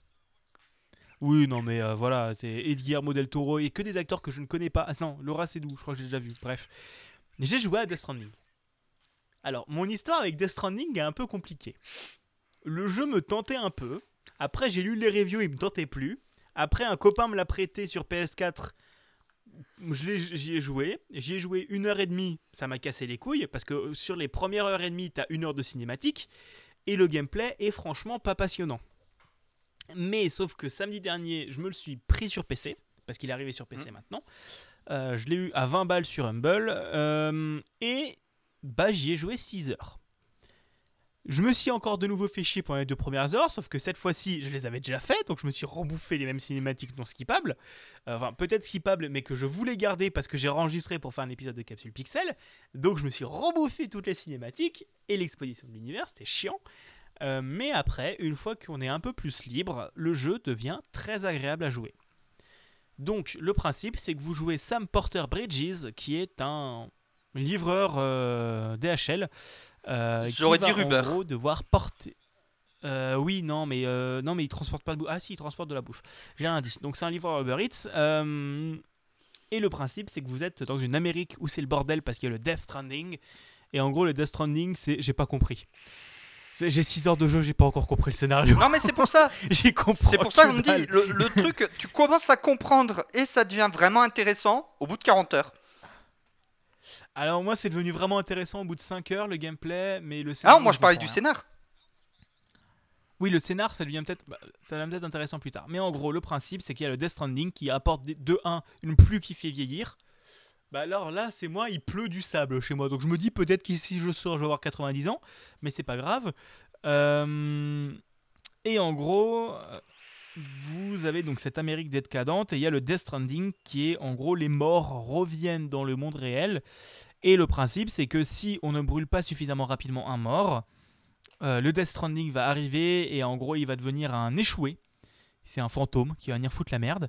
[SPEAKER 1] Oui, non, mais euh, voilà, c'est Guillermo del Toro et que des acteurs que je ne connais pas. Ah non, Laura Seydoux, je crois que j'ai déjà vu. Bref, j'ai joué à Death Stranding. Alors, mon histoire avec Death Stranding est un peu compliquée. Le jeu me tentait un peu. Après, j'ai lu les reviews, il me tentait plus. Après, un copain me l'a prêté sur P S quatre. Je l'ai, j'y ai joué. J'y ai joué une heure et demie. Ça m'a cassé les couilles parce que sur les premières heures et demie, t'as une heure de cinématique et le gameplay est franchement pas passionnant. Mais sauf que samedi dernier, je me le suis pris sur P C parce qu'il est arrivé sur P C mmh. maintenant. Euh, je l'ai eu à vingt balles sur Humble euh, et bah j'y ai joué six heures. Je me suis encore de nouveau fait chier pendant les deux premières heures, sauf que cette fois-ci, je les avais déjà faites, donc je me suis rebouffé les mêmes cinématiques non skippables. Euh, enfin, peut-être skippables, mais que je voulais garder parce que j'ai enregistré pour faire un épisode de Capsule Pixel. Donc je me suis rebouffé toutes les cinématiques et l'exposition de l'univers, c'était chiant. Euh, mais après, une fois qu'on est un peu plus libre, le jeu devient très agréable à jouer. Donc, le principe, c'est que vous jouez Sam Porter Bridges, qui est un livreur euh, D H L. Euh,
[SPEAKER 2] J'aurais
[SPEAKER 1] qui
[SPEAKER 2] dit
[SPEAKER 1] va
[SPEAKER 2] Uber.
[SPEAKER 1] En gros devoir porter. Euh, oui, non, mais euh, non, mais il transporte pas de bouffe. Ah si, il transporte de la bouffe. J'ai un indice. Donc c'est un livreur Uber Eats. Euh, et le principe, c'est que vous êtes dans une Amérique où c'est le bordel parce qu'il y a le Death Stranding. Et en gros, le Death Stranding, c'est j'ai pas compris. J'ai six heures de jeu, j'ai pas encore compris le scénario.
[SPEAKER 2] Non mais c'est pour ça.
[SPEAKER 1] J'y comprends.
[SPEAKER 2] C'est pour ça qu'on me dit le, le truc, tu commences à comprendre et ça devient vraiment intéressant au bout de quarante heures.
[SPEAKER 1] Alors moi c'est devenu vraiment intéressant au bout de cinq heures le gameplay, mais le scénario...
[SPEAKER 2] Ah moi je parlais du rien. Scénar.
[SPEAKER 1] Oui, le scénar ça devient peut-être bah, ça devient peut-être intéressant plus tard. Mais en gros le principe c'est qu'il y a le Death Stranding qui apporte de un une pluie qui fait vieillir. Bah alors là c'est moi, il pleut du sable chez moi, donc je me dis peut-être qu'ici je sors je vais avoir quatre-vingt-dix ans, mais c'est pas grave. Euh... Et en gros... Vous avez donc cette Amérique décadente et il y a le Death Stranding qui est en gros les morts reviennent dans le monde réel. Et le principe c'est que si on ne brûle pas suffisamment rapidement un mort, euh, le Death Stranding va arriver et en gros il va devenir un échoué. C'est un fantôme qui va venir foutre la merde.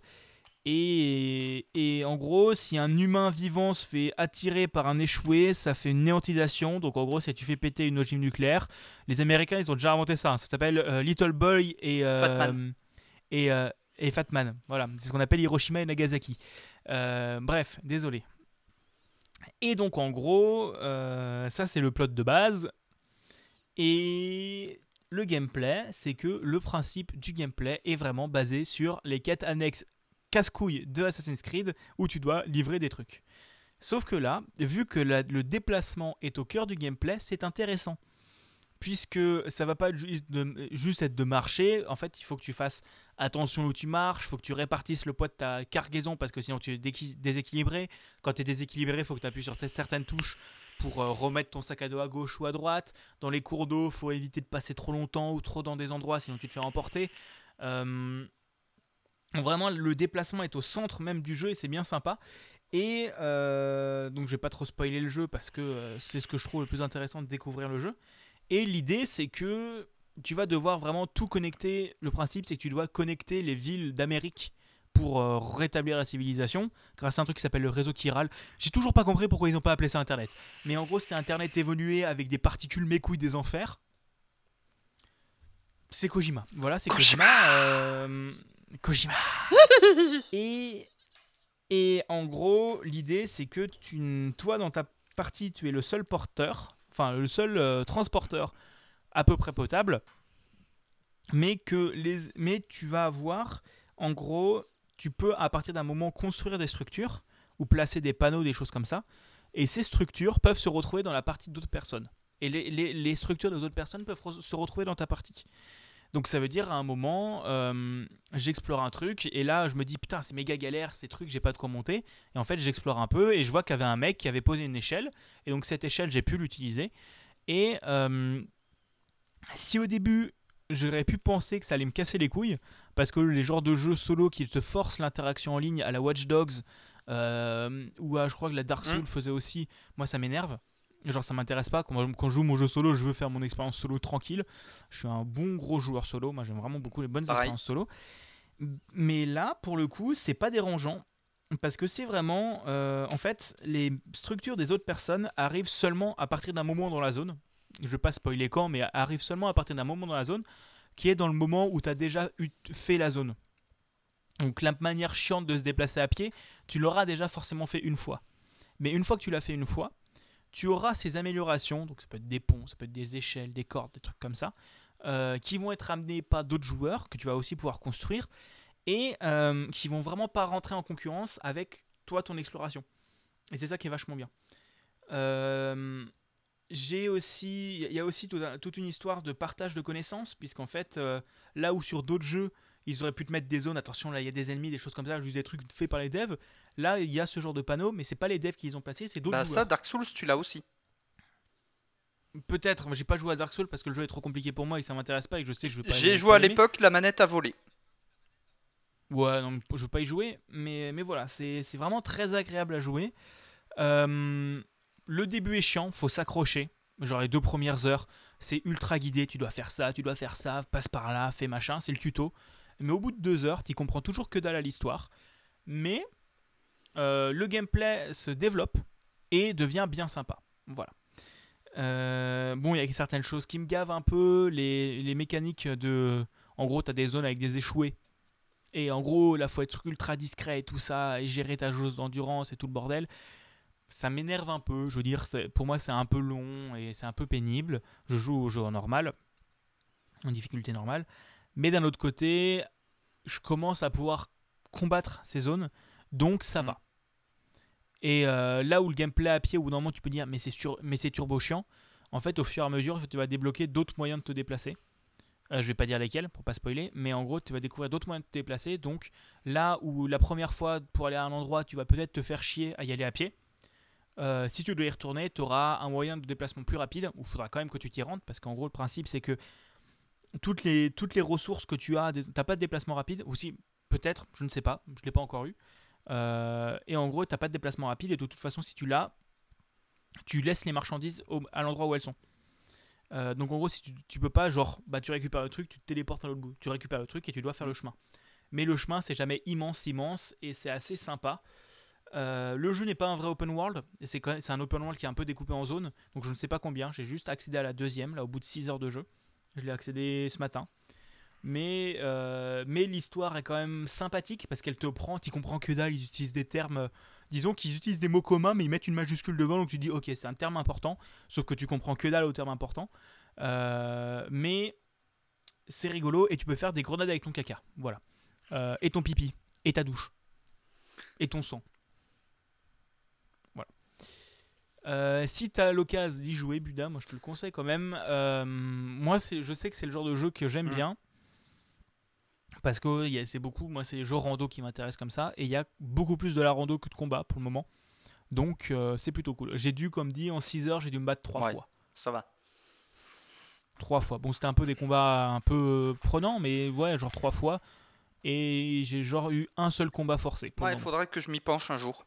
[SPEAKER 1] Et, et en gros si un humain vivant se fait attirer par un échoué, ça fait une néantisation. Donc en gros si tu fais péter une ogive nucléaire, les Américains ils ont déjà inventé ça. Ça s'appelle euh, Little Boy et... Euh,
[SPEAKER 2] Fatman.
[SPEAKER 1] Et, euh, et Fatman, voilà, c'est ce qu'on appelle Hiroshima et Nagasaki. Euh, bref, désolé. Et donc en gros, euh, ça c'est le plot de base. Et le gameplay, c'est que le principe du gameplay est vraiment basé sur les quêtes annexes casse-couilles de Assassin's Creed où tu dois livrer des trucs. Sauf que là, vu que la, le déplacement est au cœur du gameplay, c'est intéressant. Puisque ça va pas être juste, de, juste être de marcher, en fait il faut que tu fasses attention où tu marches, il faut que tu répartisses le poids de ta cargaison parce que sinon tu es déséquilibré. Quand tu es déséquilibré, il faut que tu appuies sur certaines touches pour euh, remettre ton sac à dos à gauche ou à droite. Dans les cours d'eau, il faut éviter de passer trop longtemps ou trop dans des endroits sinon tu te fais emporter. Euh, vraiment le déplacement est au centre même du jeu et c'est bien sympa. Et euh, donc je vais pas trop spoiler le jeu parce que euh, c'est ce que je trouve le plus intéressant de découvrir le jeu. Et l'idée, c'est que tu vas devoir vraiment tout connecter. Le principe, c'est que tu dois connecter les villes d'Amérique pour euh, rétablir la civilisation grâce à un truc qui s'appelle le réseau chiral. J'ai toujours pas compris pourquoi ils ont pas appelé ça Internet. Mais en gros, c'est Internet évolué avec des particules mécouilles des enfers. C'est Kojima. Voilà, c'est Kojima. Kojima. Euh... Kojima. et, et en gros, l'idée, c'est que tu, toi, dans ta partie, tu es le seul porteur, enfin le seul euh, transporteur à peu près potable, mais que les, mais tu vas avoir, en gros, tu peux à partir d'un moment construire des structures ou placer des panneaux, des choses comme ça, et ces structures peuvent se retrouver dans la partie d'autres personnes. Et les, les, les structures des autres personnes peuvent re- se retrouver dans ta partie. Donc ça veut dire à un moment, euh, j'explore un truc et là je me dis putain c'est méga galère ces trucs, j'ai pas de quoi monter. Et en fait j'explore un peu et je vois qu'il y avait un mec qui avait posé une échelle et donc cette échelle j'ai pu l'utiliser. Et euh, si au début j'aurais pu penser que ça allait me casser les couilles parce que les genres de jeux solo qui te forcent l'interaction en ligne à la Watch Dogs euh, ou à je crois que la Dark Souls mmh. faisait aussi, moi ça m'énerve. Genre ça m'intéresse pas, quand, quand je joue mon jeu solo, je veux faire mon expérience solo tranquille. Je suis un bon gros joueur solo, moi j'aime vraiment beaucoup les bonnes Pareil. expériences solo. Mais là, pour le coup, c'est pas dérangeant, parce que c'est vraiment, euh, en fait, les structures des autres personnes arrivent seulement à partir d'un moment dans la zone. Je vais pas spoiler quand, mais arrivent seulement à partir d'un moment dans la zone, qui est dans le moment où tu as déjà eu, fait la zone. Donc la manière chiante de se déplacer à pied, tu l'auras déjà forcément fait une fois. Mais une fois que tu l'as fait une fois, tu auras ces améliorations, donc ça peut être des ponts, ça peut être des échelles, des cordes, des trucs comme ça, euh, qui vont être amenés par d'autres joueurs, que tu vas aussi pouvoir construire, et euh, qui vont vraiment pas rentrer en concurrence avec toi, ton exploration. Et c'est ça qui est vachement bien. Euh, j'ai aussi, il y a aussi tout un, toute une histoire de partage de connaissances, puisqu'en fait, euh, là où sur d'autres jeux, ils auraient pu te mettre des zones, attention là il y a des ennemis, des choses comme ça, juste des trucs faits par les devs. Là il y a ce genre de panneaux, mais c'est pas les devs qui les ont placés, c'est d'autres bah joueurs.
[SPEAKER 2] Ça, Dark Souls, tu l'as aussi.
[SPEAKER 1] Peut-être, mais j'ai pas joué à Dark Souls parce que le jeu est trop compliqué pour moi et que ça m'intéresse pas et que je sais que je vais pas.
[SPEAKER 2] J'ai joué à l'époque, la manette a volé.
[SPEAKER 1] Ouais, non, je veux pas y jouer, mais, mais voilà, c'est, c'est vraiment très agréable à jouer. Euh, le début est chiant, faut s'accrocher. Genre les deux premières heures, c'est ultra guidé, tu dois faire ça, tu dois faire ça, passe par là, fais machin, c'est le tuto. Mais au bout de deux heures, tu comprends toujours que dalle à l'histoire. Mais euh, le gameplay se développe et devient bien sympa. Voilà. Euh, bon, il y a certaines choses qui me gavent un peu. Les, les mécaniques de... En gros, tu as des zones avec des échoués. Et en gros, là, faut être ultra discret et tout ça, et gérer ta jauge d'endurance et tout le bordel. Ça m'énerve un peu. Je veux dire, c'est, pour moi, c'est un peu long et c'est un peu pénible. Je joue au jeu en normal, en difficulté normale. Mais d'un autre côté, je commence à pouvoir combattre ces zones, donc ça va. Et euh, là où le gameplay à pied, au bout d'un moment, tu peux dire mais c'est, sur, mais c'est turbo chiant. En fait, au fur et à mesure, tu vas débloquer d'autres moyens de te déplacer. Euh, je vais pas dire lesquels pour pas spoiler, mais en gros, tu vas découvrir d'autres moyens de te déplacer. Donc là où la première fois, pour aller à un endroit, tu vas peut-être te faire chier à y aller à pied. Euh, si tu dois y retourner, tu auras un moyen de déplacement plus rapide, où il faudra quand même que tu t'y rendes, parce qu'en gros, le principe, c'est que toutes les, toutes les ressources que tu as, tu n'as pas de déplacement rapide, ou si, peut-être, je ne sais pas, je ne l'ai pas encore eu. Euh, et en gros, tu n'as pas de déplacement rapide, et de toute façon, si tu l'as, tu laisses les marchandises au, à l'endroit où elles sont. Euh, donc en gros, si tu, tu peux pas, genre, bah, tu récupères le truc, tu te téléportes à l'autre bout, tu récupères le truc et tu dois faire le chemin. Mais le chemin, c'est jamais immense, immense, et c'est assez sympa. Euh, le jeu n'est pas un vrai open world, et c'est, quand même, c'est un open world qui est un peu découpé en zones, donc je ne sais pas combien, j'ai juste accédé à la deuxième, là au bout de six heures de jeu. Je l'ai accédé ce matin. Mais, euh, mais l'histoire est quand même sympathique, parce qu'elle te prend, tu comprends que dalle, ils utilisent des termes disons qu'ils utilisent des mots communs, mais ils mettent une majuscule devant, donc tu dis ok, c'est un terme important, sauf que tu comprends que dalle au terme important. Euh, mais c'est rigolo et tu peux faire des grenades avec ton caca. Voilà. Euh, et ton pipi. Et ta douche. Et ton sang. Voilà. Euh, si t'as l'occasion d'y jouer, Buda, moi je te le conseille quand même. Euh, moi, c'est, je sais que c'est le genre de jeu que j'aime
[SPEAKER 2] Mm.
[SPEAKER 1] bien. Parce que y a, c'est beaucoup, moi c'est les jeux rando qui m'intéressent comme ça. Et il y a beaucoup plus de la rando que de combat pour le moment. Donc euh, c'est plutôt cool. J'ai dû, comme dit, en six heures, j'ai dû me battre trois
[SPEAKER 2] Ouais.
[SPEAKER 1] fois.
[SPEAKER 2] Ça va.
[SPEAKER 1] Trois fois. Bon, c'était un peu des combats un peu prenants, mais ouais, genre trois fois. Et j'ai genre eu un seul combat forcé pour
[SPEAKER 2] Ouais,
[SPEAKER 1] le
[SPEAKER 2] il
[SPEAKER 1] moment.
[SPEAKER 2] faudrait que je m'y penche un jour.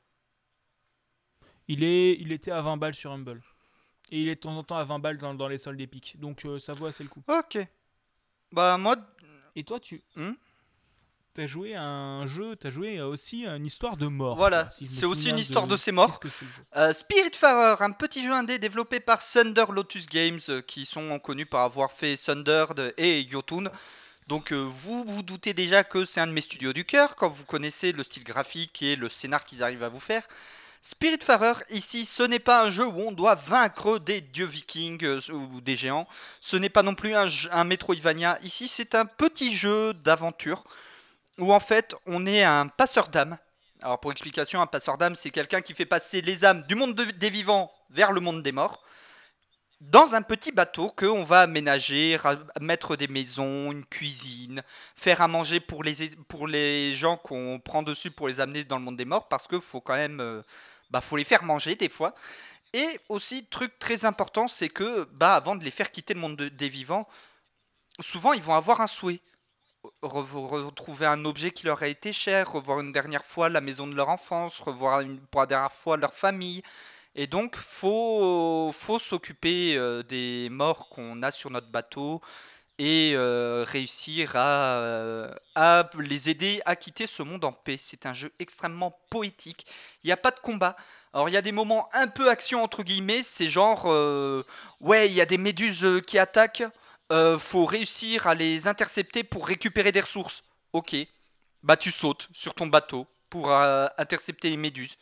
[SPEAKER 1] Il, est, il était à vingt balles sur Humble. Et il est de temps en temps à vingt balles dans, dans les soldes épiques. Donc euh, ça vaut assez le coup.
[SPEAKER 2] Ok. Bah, moi.
[SPEAKER 1] Et toi, tu
[SPEAKER 2] Hmm
[SPEAKER 1] as joué à un jeu, tu as joué aussi à une histoire de mort.
[SPEAKER 2] Voilà,
[SPEAKER 1] Toi, si je me
[SPEAKER 2] c'est aussi une
[SPEAKER 1] souviens
[SPEAKER 2] histoire de,
[SPEAKER 1] de...
[SPEAKER 2] ces morts.
[SPEAKER 1] Qu'est-ce que c'est le jeu
[SPEAKER 2] Euh, Spiritfarer, un petit jeu indé développé par Thunder Lotus Games, euh, qui sont connus par avoir fait Thundered et Yotun. Donc euh, vous vous doutez déjà que c'est un de mes studios du cœur, quand vous connaissez le style graphique et le scénar qu'ils arrivent à vous faire. Spiritfarer, ici, ce n'est pas un jeu où on doit vaincre des dieux vikings euh, ou des géants. Ce n'est pas non plus un, jeu- un Metroidvania. Ici, c'est un petit jeu d'aventure où en fait, on est un passeur d'âme. Alors pour explication, un passeur d'âme, c'est quelqu'un qui fait passer les âmes du monde de- des vivants vers le monde des morts dans un petit bateau que on va aménager, ra- mettre des maisons, une cuisine, faire à manger pour les, pour les gens qu'on prend dessus pour les amener dans le monde des morts, parce que faut quand même, euh, bah, faut les faire manger des fois. Et aussi, truc très important, c'est que bah, avant de les faire quitter le monde de- des vivants, souvent ils vont avoir un souhait. Re- retrouver un objet qui leur a été cher, revoir une dernière fois la maison de leur enfance, revoir une, pour la dernière fois leur famille. Et donc, faut, faut s'occuper euh, des morts qu'on a sur notre bateau et euh, réussir à, euh, à les aider à quitter ce monde en paix. C'est un jeu extrêmement poétique. Il n'y a pas de combat. Alors, il y a des moments un peu action entre guillemets. C'est genre, euh, ouais, il y a des méduses euh, qui attaquent. Euh, faut réussir à les intercepter pour récupérer des ressources. Ok. Bah, tu sautes sur ton bateau pour euh, intercepter les méduses.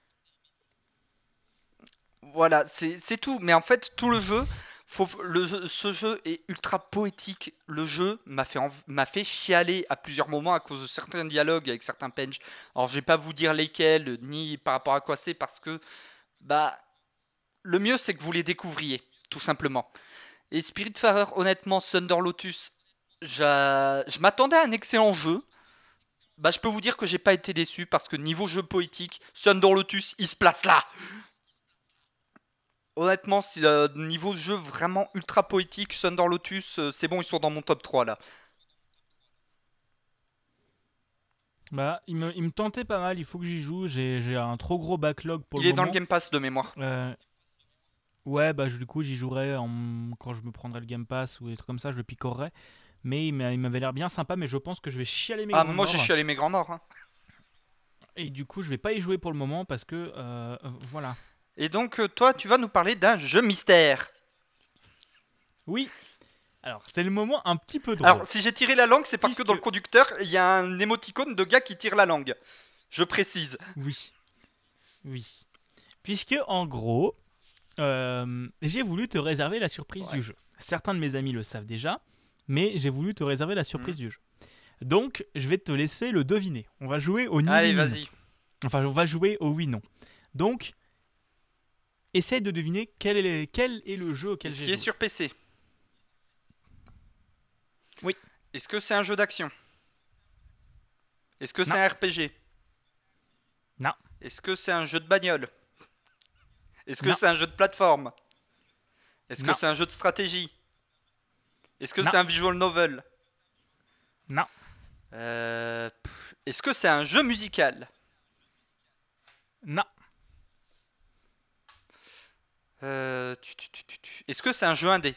[SPEAKER 2] Voilà, c'est c'est tout. Mais en fait, tout le jeu, faut, le, jeu- ce jeu est ultra poétique. Le jeu m'a fait, env- m'a fait chialer à plusieurs moments à cause de certains dialogues avec certains pench. Alors, je vais pas vous dire lesquels, ni par rapport à quoi c'est, parce que bah, le mieux, c'est que vous les découvriez, tout simplement. Et Spiritfarer, honnêtement, Thunder Lotus, j'a- je m'attendais à un excellent jeu. Bah, je peux vous dire que j'ai pas été déçu parce que niveau jeu poétique, Thunder Lotus, il se place là. Honnêtement, si, euh, niveau jeu vraiment ultra poétique, Thunder Lotus, euh, c'est bon, ils sont dans mon top trois là.
[SPEAKER 1] Bah, il me, il me tentait pas mal, il faut que j'y joue. J'ai, j'ai un trop gros backlog pour
[SPEAKER 2] Il
[SPEAKER 1] le
[SPEAKER 2] est dans le
[SPEAKER 1] moment.
[SPEAKER 2] Game Pass de mémoire.
[SPEAKER 1] Euh, ouais, bah je- du coup, j'y jouerai en- quand je me prendrai le Game Pass ou des trucs comme ça, je le picorerai. Mais il m'a- il m'avait l'air bien sympa, mais je pense que je vais chialer mes
[SPEAKER 2] Ah,
[SPEAKER 1] grands
[SPEAKER 2] moi j'ai
[SPEAKER 1] morts.
[SPEAKER 2] chialé mes grands morts. Hein.
[SPEAKER 1] Et du coup, je vais pas y jouer pour le moment parce que, euh, euh, voilà.
[SPEAKER 2] Et donc, euh, toi, tu vas nous parler d'un jeu mystère.
[SPEAKER 1] Oui, alors c'est le moment un petit peu drôle.
[SPEAKER 2] Alors, si j'ai tiré la langue, c'est parce que
[SPEAKER 1] Puisque-
[SPEAKER 2] dans le conducteur, il y a un émoticône de gars qui tire la langue. Je précise.
[SPEAKER 1] Oui, oui. Puisque, en gros, euh, j'ai voulu te réserver la surprise
[SPEAKER 2] Ouais.
[SPEAKER 1] du jeu. Certains de mes amis le savent déjà, mais j'ai voulu te réserver la surprise
[SPEAKER 2] Mhm.
[SPEAKER 1] du jeu. Donc, je vais te laisser le deviner. On va jouer au ni
[SPEAKER 2] Allez,
[SPEAKER 1] oui, ni non.
[SPEAKER 2] vas-y.
[SPEAKER 1] Enfin, on va jouer au oui-non. Donc, essaye de deviner quel est, quel est le jeu auquel
[SPEAKER 2] Est-ce
[SPEAKER 1] j'ai
[SPEAKER 2] qu'il est
[SPEAKER 1] joué.
[SPEAKER 2] sur P C?
[SPEAKER 1] Oui.
[SPEAKER 2] Est-ce que c'est un jeu d'action? Est-ce que c'est
[SPEAKER 1] Non.
[SPEAKER 2] un R P G?
[SPEAKER 1] Non.
[SPEAKER 2] Est-ce que c'est un jeu de bagnole? Est-ce que
[SPEAKER 1] Non.
[SPEAKER 2] c'est un jeu de plateforme? Est-ce que
[SPEAKER 1] Non.
[SPEAKER 2] c'est un jeu de stratégie? Est-ce que
[SPEAKER 1] Non.
[SPEAKER 2] c'est un visual novel?
[SPEAKER 1] Non.
[SPEAKER 2] Euh, pff, Est-ce que c'est un jeu musical?
[SPEAKER 1] Non.
[SPEAKER 2] Euh, tu- tu- tu- tu- tu- Est-ce que c'est un jeu indé?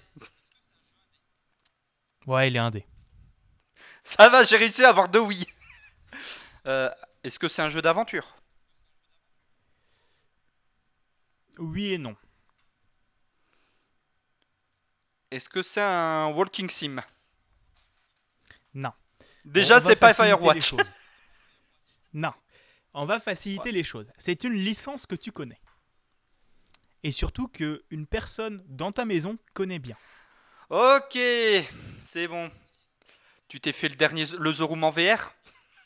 [SPEAKER 1] Ouais, il est indé.
[SPEAKER 2] Ça va, j'ai réussi à avoir deux oui. Euh, Est-ce que c'est un jeu d'aventure?
[SPEAKER 1] Oui et non.
[SPEAKER 2] Est-ce que c'est un walking sim?
[SPEAKER 1] Non.
[SPEAKER 2] Déjà,
[SPEAKER 1] On va
[SPEAKER 2] c'est pas
[SPEAKER 1] faciliter les
[SPEAKER 2] Firewatch.
[SPEAKER 1] choses. Non. On va faciliter
[SPEAKER 2] Ouais.
[SPEAKER 1] les choses. C'est une licence que tu connais. Et surtout qu'une personne dans ta maison connaît bien.
[SPEAKER 2] Ok, c'est bon. Tu t'es fait le dernier le The Room en V R?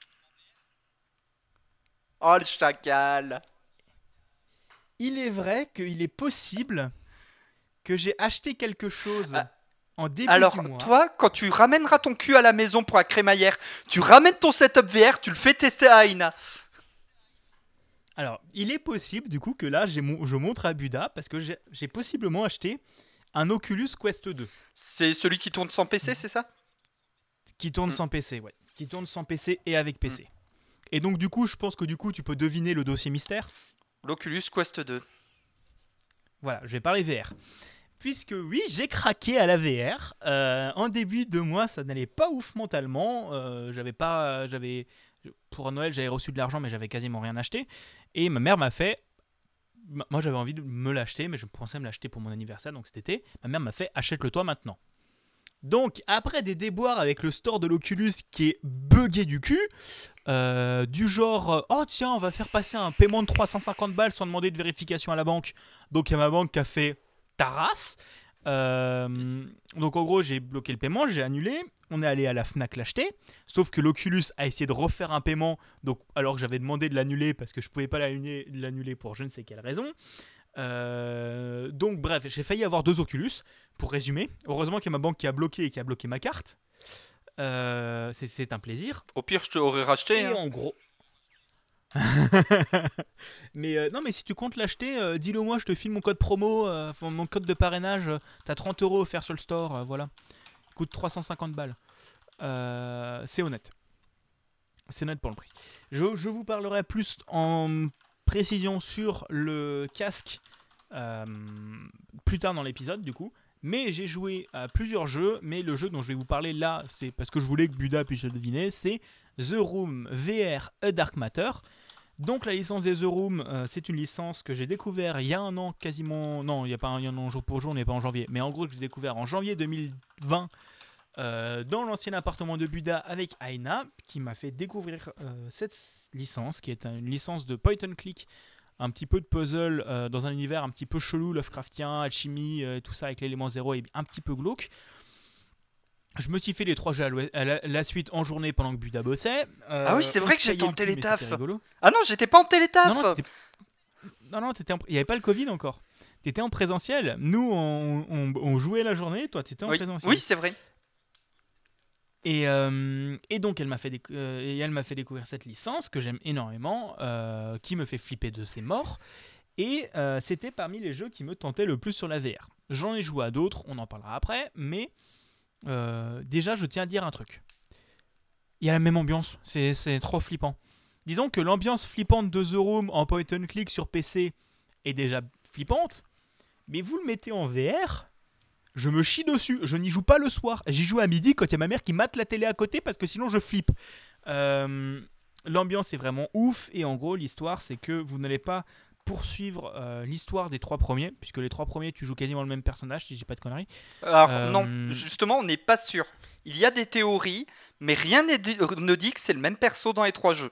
[SPEAKER 2] Oh le chacal.
[SPEAKER 1] Il est vrai qu'il est possible que j'ai acheté quelque chose
[SPEAKER 2] Ah,
[SPEAKER 1] en début
[SPEAKER 2] Alors,
[SPEAKER 1] du mois.
[SPEAKER 2] toi, quand tu ramèneras ton cul à la maison pour la crémaillère, tu ramènes ton setup V R, tu le fais tester à Aina.
[SPEAKER 1] Alors, il est possible du coup que là, j'ai mon- je montre à Buda parce que j'ai j'ai possiblement acheté un Oculus Quest deux
[SPEAKER 2] C'est celui qui tourne sans P C, c'est ça?
[SPEAKER 1] qui tourne
[SPEAKER 2] Mm,
[SPEAKER 1] sans P C, ouais. Qui tourne sans P C et avec
[SPEAKER 2] mm.
[SPEAKER 1] P C. Et donc, du coup, je pense que du coup, tu peux deviner le dossier mystère.
[SPEAKER 2] L'Oculus Quest deux.
[SPEAKER 1] Voilà, je vais parler V R. Puisque oui, j'ai craqué à la V R. Euh, en début de mois, ça n'allait pas ouf mentalement. Euh, j'avais pas, j'avais pour Noël, j'avais reçu de l'argent, mais j'avais quasiment rien acheté. Et ma mère m'a fait, moi j'avais envie de me l'acheter, mais je pensais me l'acheter pour mon anniversaire, donc cet été. Ma mère m'a fait, achète-le toi maintenant. Donc après des déboires avec le store de l'Oculus qui est buggé du cul, euh, du genre euh, oh tiens on va faire passer un paiement de trois cent cinquante balles sans demander de vérification à la banque. Donc il y a ma banque qui a fait ta race. Euh, donc en gros j'ai bloqué le paiement, j'ai annulé. On est allé à la Fnac l'acheter. Sauf que l'Oculus a essayé de refaire un paiement, donc alors que j'avais demandé de l'annuler parce que je pouvais pas l'annuler, l'annuler pour je ne sais quelle raison. Euh, donc bref, j'ai failli avoir deux Oculus. Pour résumer, heureusement qu'il y a ma banque qui a bloqué et qui a bloqué ma carte. Euh, c'est, c'est un plaisir.
[SPEAKER 2] Au pire, je te l'aurais racheté.
[SPEAKER 1] Et
[SPEAKER 2] Hein.
[SPEAKER 1] en gros. mais euh, non, mais si tu comptes l'acheter, euh, dis-le moi, je te file mon code promo, euh, enfin, mon code de parrainage. euh, T'as trente euros offerts sur le store, euh, voilà. Il coûte trois cent cinquante balles. Euh, c'est honnête. C'est honnête pour le prix. Je, je vous parlerai plus en précision sur le casque euh, plus tard dans l'épisode, du coup. Mais j'ai joué à plusieurs jeux, mais le jeu dont je vais vous parler là, c'est parce que je voulais que Buda puisse le deviner, c'est The Room V R A Dark Matter. Donc la licence des The Room, euh, c'est une licence que j'ai découvert il y a un an quasiment, non il n'y a pas un, il y a un an jour pour jour, on n'est pas en janvier, mais en gros que j'ai découvert en janvier deux mille vingt euh, dans l'ancien appartement de Buda avec Aina, qui m'a fait découvrir euh, cette licence, qui est une licence de point and click, un petit peu de puzzle euh, dans un univers un petit peu chelou, Lovecraftien, alchimie, euh, tout ça avec l'élément zéro et un petit peu glauque. Je me suis fait les trois jeux à, à la, la suite en journée pendant que Buda bossait. Euh,
[SPEAKER 2] Ah oui, c'est vrai
[SPEAKER 1] on
[SPEAKER 2] que
[SPEAKER 1] se
[SPEAKER 2] j'étais
[SPEAKER 1] payait
[SPEAKER 2] en
[SPEAKER 1] le cul, mais
[SPEAKER 2] télétaf.
[SPEAKER 1] c'était rigolo.
[SPEAKER 2] Ah non, j'étais pas en télétaf.
[SPEAKER 1] Non, non, t'étais... non, non t'étais en... il n'y avait pas le Covid encore. T'étais en présentiel. Nous, on, on, on jouait la journée, toi, t'étais en
[SPEAKER 2] oui.
[SPEAKER 1] présentiel.
[SPEAKER 2] Oui, c'est vrai.
[SPEAKER 1] Et, euh, et donc, elle m'a, fait déc- euh, et elle m'a fait découvrir cette licence que j'aime énormément, euh, qui me fait flipper de ses morts. Et euh, c'était parmi les jeux qui me tentaient le plus sur la V R. J'en ai joué à d'autres, on en parlera après, mais euh, déjà, je tiens à dire un truc. Il y a la même ambiance, c'est, c'est trop flippant. Disons que l'ambiance flippante de The Room en point and click sur P C est déjà flippante, mais vous le mettez en V R, je me chie dessus. Je n'y joue pas le soir. J'y joue à midi quand il y a ma mère qui mate la télé à côté parce que sinon je flippe. Euh, l'ambiance est vraiment ouf et en gros l'histoire c'est que vous n'allez pas poursuivre euh, l'histoire des trois premiers, puisque les trois premiers tu joues quasiment le même personnage si je dis pas de conneries.
[SPEAKER 2] Alors
[SPEAKER 1] Euh,
[SPEAKER 2] non, justement, on n'est pas sûr. Il y a des théories, mais rien n'est dit- ne dit que c'est le même perso dans les trois jeux.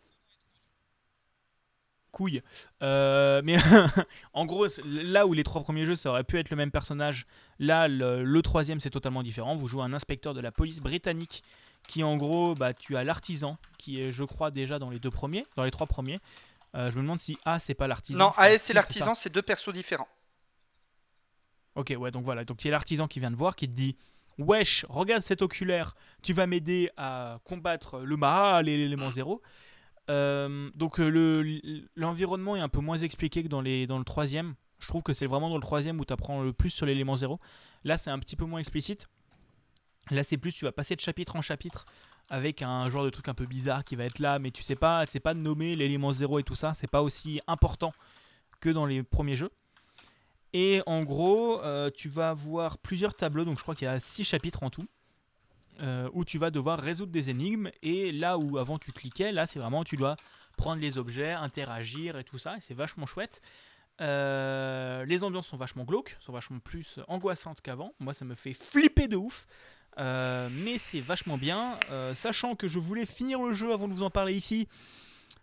[SPEAKER 1] couille. Euh, mais en gros, c'est- là où les trois premiers jeux, ça aurait pu être le même personnage, là, le, le troisième, c'est totalement différent. Vous jouez un inspecteur de la police britannique qui, en gros, bah, tu as l'artisan, qui est, je crois, déjà dans les deux premiers, dans les trois premiers. Euh, je me demande si A, c'est pas l'artisan.
[SPEAKER 2] Non,
[SPEAKER 1] Je crois.
[SPEAKER 2] A S et
[SPEAKER 1] Si, c'est
[SPEAKER 2] l'artisan,
[SPEAKER 1] ça.
[SPEAKER 2] c'est deux persos différents.
[SPEAKER 1] Ok, ouais, donc voilà. Donc il y a l'artisan qui vient te voir, qui te dit wesh, regarde cet oculaire, tu vas m'aider à combattre le mal et l'élément zéro. Euh, donc euh, le, l'environnement est un peu moins expliqué que dans, les, dans le troisième. Je trouve que c'est vraiment dans le troisième où tu apprends le plus sur l'élément zéro. Là, c'est un petit peu moins explicite. Là, c'est plus, tu vas passer de chapitre en chapitre avec un genre de truc un peu bizarre qui va être là, mais tu sais pas, tu sais pas nommer l'élément zéro et tout ça. C'est pas aussi important que dans les premiers jeux. Et en gros, euh, tu vas avoir plusieurs tableaux, donc je crois qu'il y a six chapitres en tout. Euh, où tu vas devoir résoudre des énigmes, et là où avant tu cliquais, là c'est vraiment tu dois prendre les objets, interagir et tout ça, et c'est vachement chouette. Euh, les ambiances sont vachement glauques, sont vachement plus angoissantes qu'avant. Moi ça me fait flipper de ouf, euh, mais c'est vachement bien. Euh, sachant que je voulais finir le jeu avant de vous en parler ici,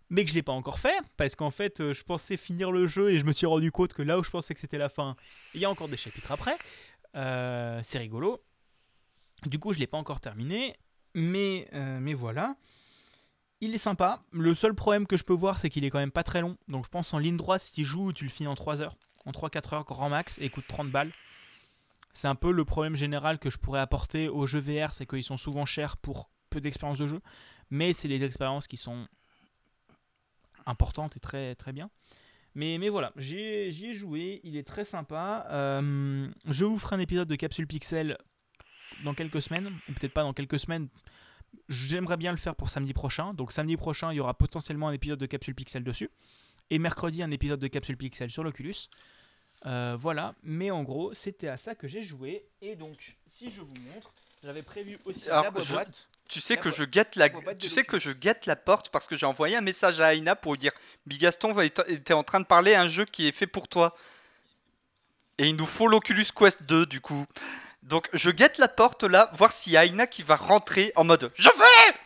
[SPEAKER 1] mais que je l'ai pas encore fait, parce qu'en fait, euh, je pensais finir le jeu et je me suis rendu compte que là où je pensais que c'était la fin, il y a encore des chapitres après. Euh, c'est rigolo. Du coup, je l'ai pas encore terminé, mais, euh, mais voilà. Il est sympa. Le seul problème que je peux voir, c'est qu'il est quand même pas très long. Donc je pense en ligne droite, si tu joues, tu le finis en trois heures. En trois quatre heures, grand max, et il coûte trente balles. C'est un peu le problème général que je pourrais apporter aux jeux V R, c'est qu'ils sont souvent chers pour peu d'expérience de jeu. Mais c'est les expériences qui sont importantes et très, très bien. Mais, mais voilà, j'y ai, j'y ai joué, il est très sympa. Euh, je vous ferai un épisode de Capsule Pixel dans quelques semaines, ou peut-être pas dans quelques semaines. J'aimerais bien le faire pour samedi prochain. Donc samedi prochain, il y aura potentiellement un épisode de Capsule Pixel dessus. Et mercredi, un épisode de Capsule Pixel sur l'Oculus. Euh, voilà, mais en gros, c'était à ça que j'ai joué. Et donc, si je vous montre, j'avais prévu aussi
[SPEAKER 2] Alors,
[SPEAKER 1] la
[SPEAKER 2] je-
[SPEAKER 1] boîte.
[SPEAKER 2] Tu sais
[SPEAKER 1] La
[SPEAKER 2] que
[SPEAKER 1] bo-
[SPEAKER 2] je guette la,
[SPEAKER 1] la boîte de
[SPEAKER 2] tu sais que
[SPEAKER 1] l'Oculus.
[SPEAKER 2] je guette la porte parce que j'ai envoyé un message à Aina pour lui dire Bigaston va être- était en train de parler à un jeu qui est fait pour toi. Et il nous faut l'Oculus Quest deux du coup. Donc je guette la porte là, voir s'il y a Aina qui va rentrer en mode je vais.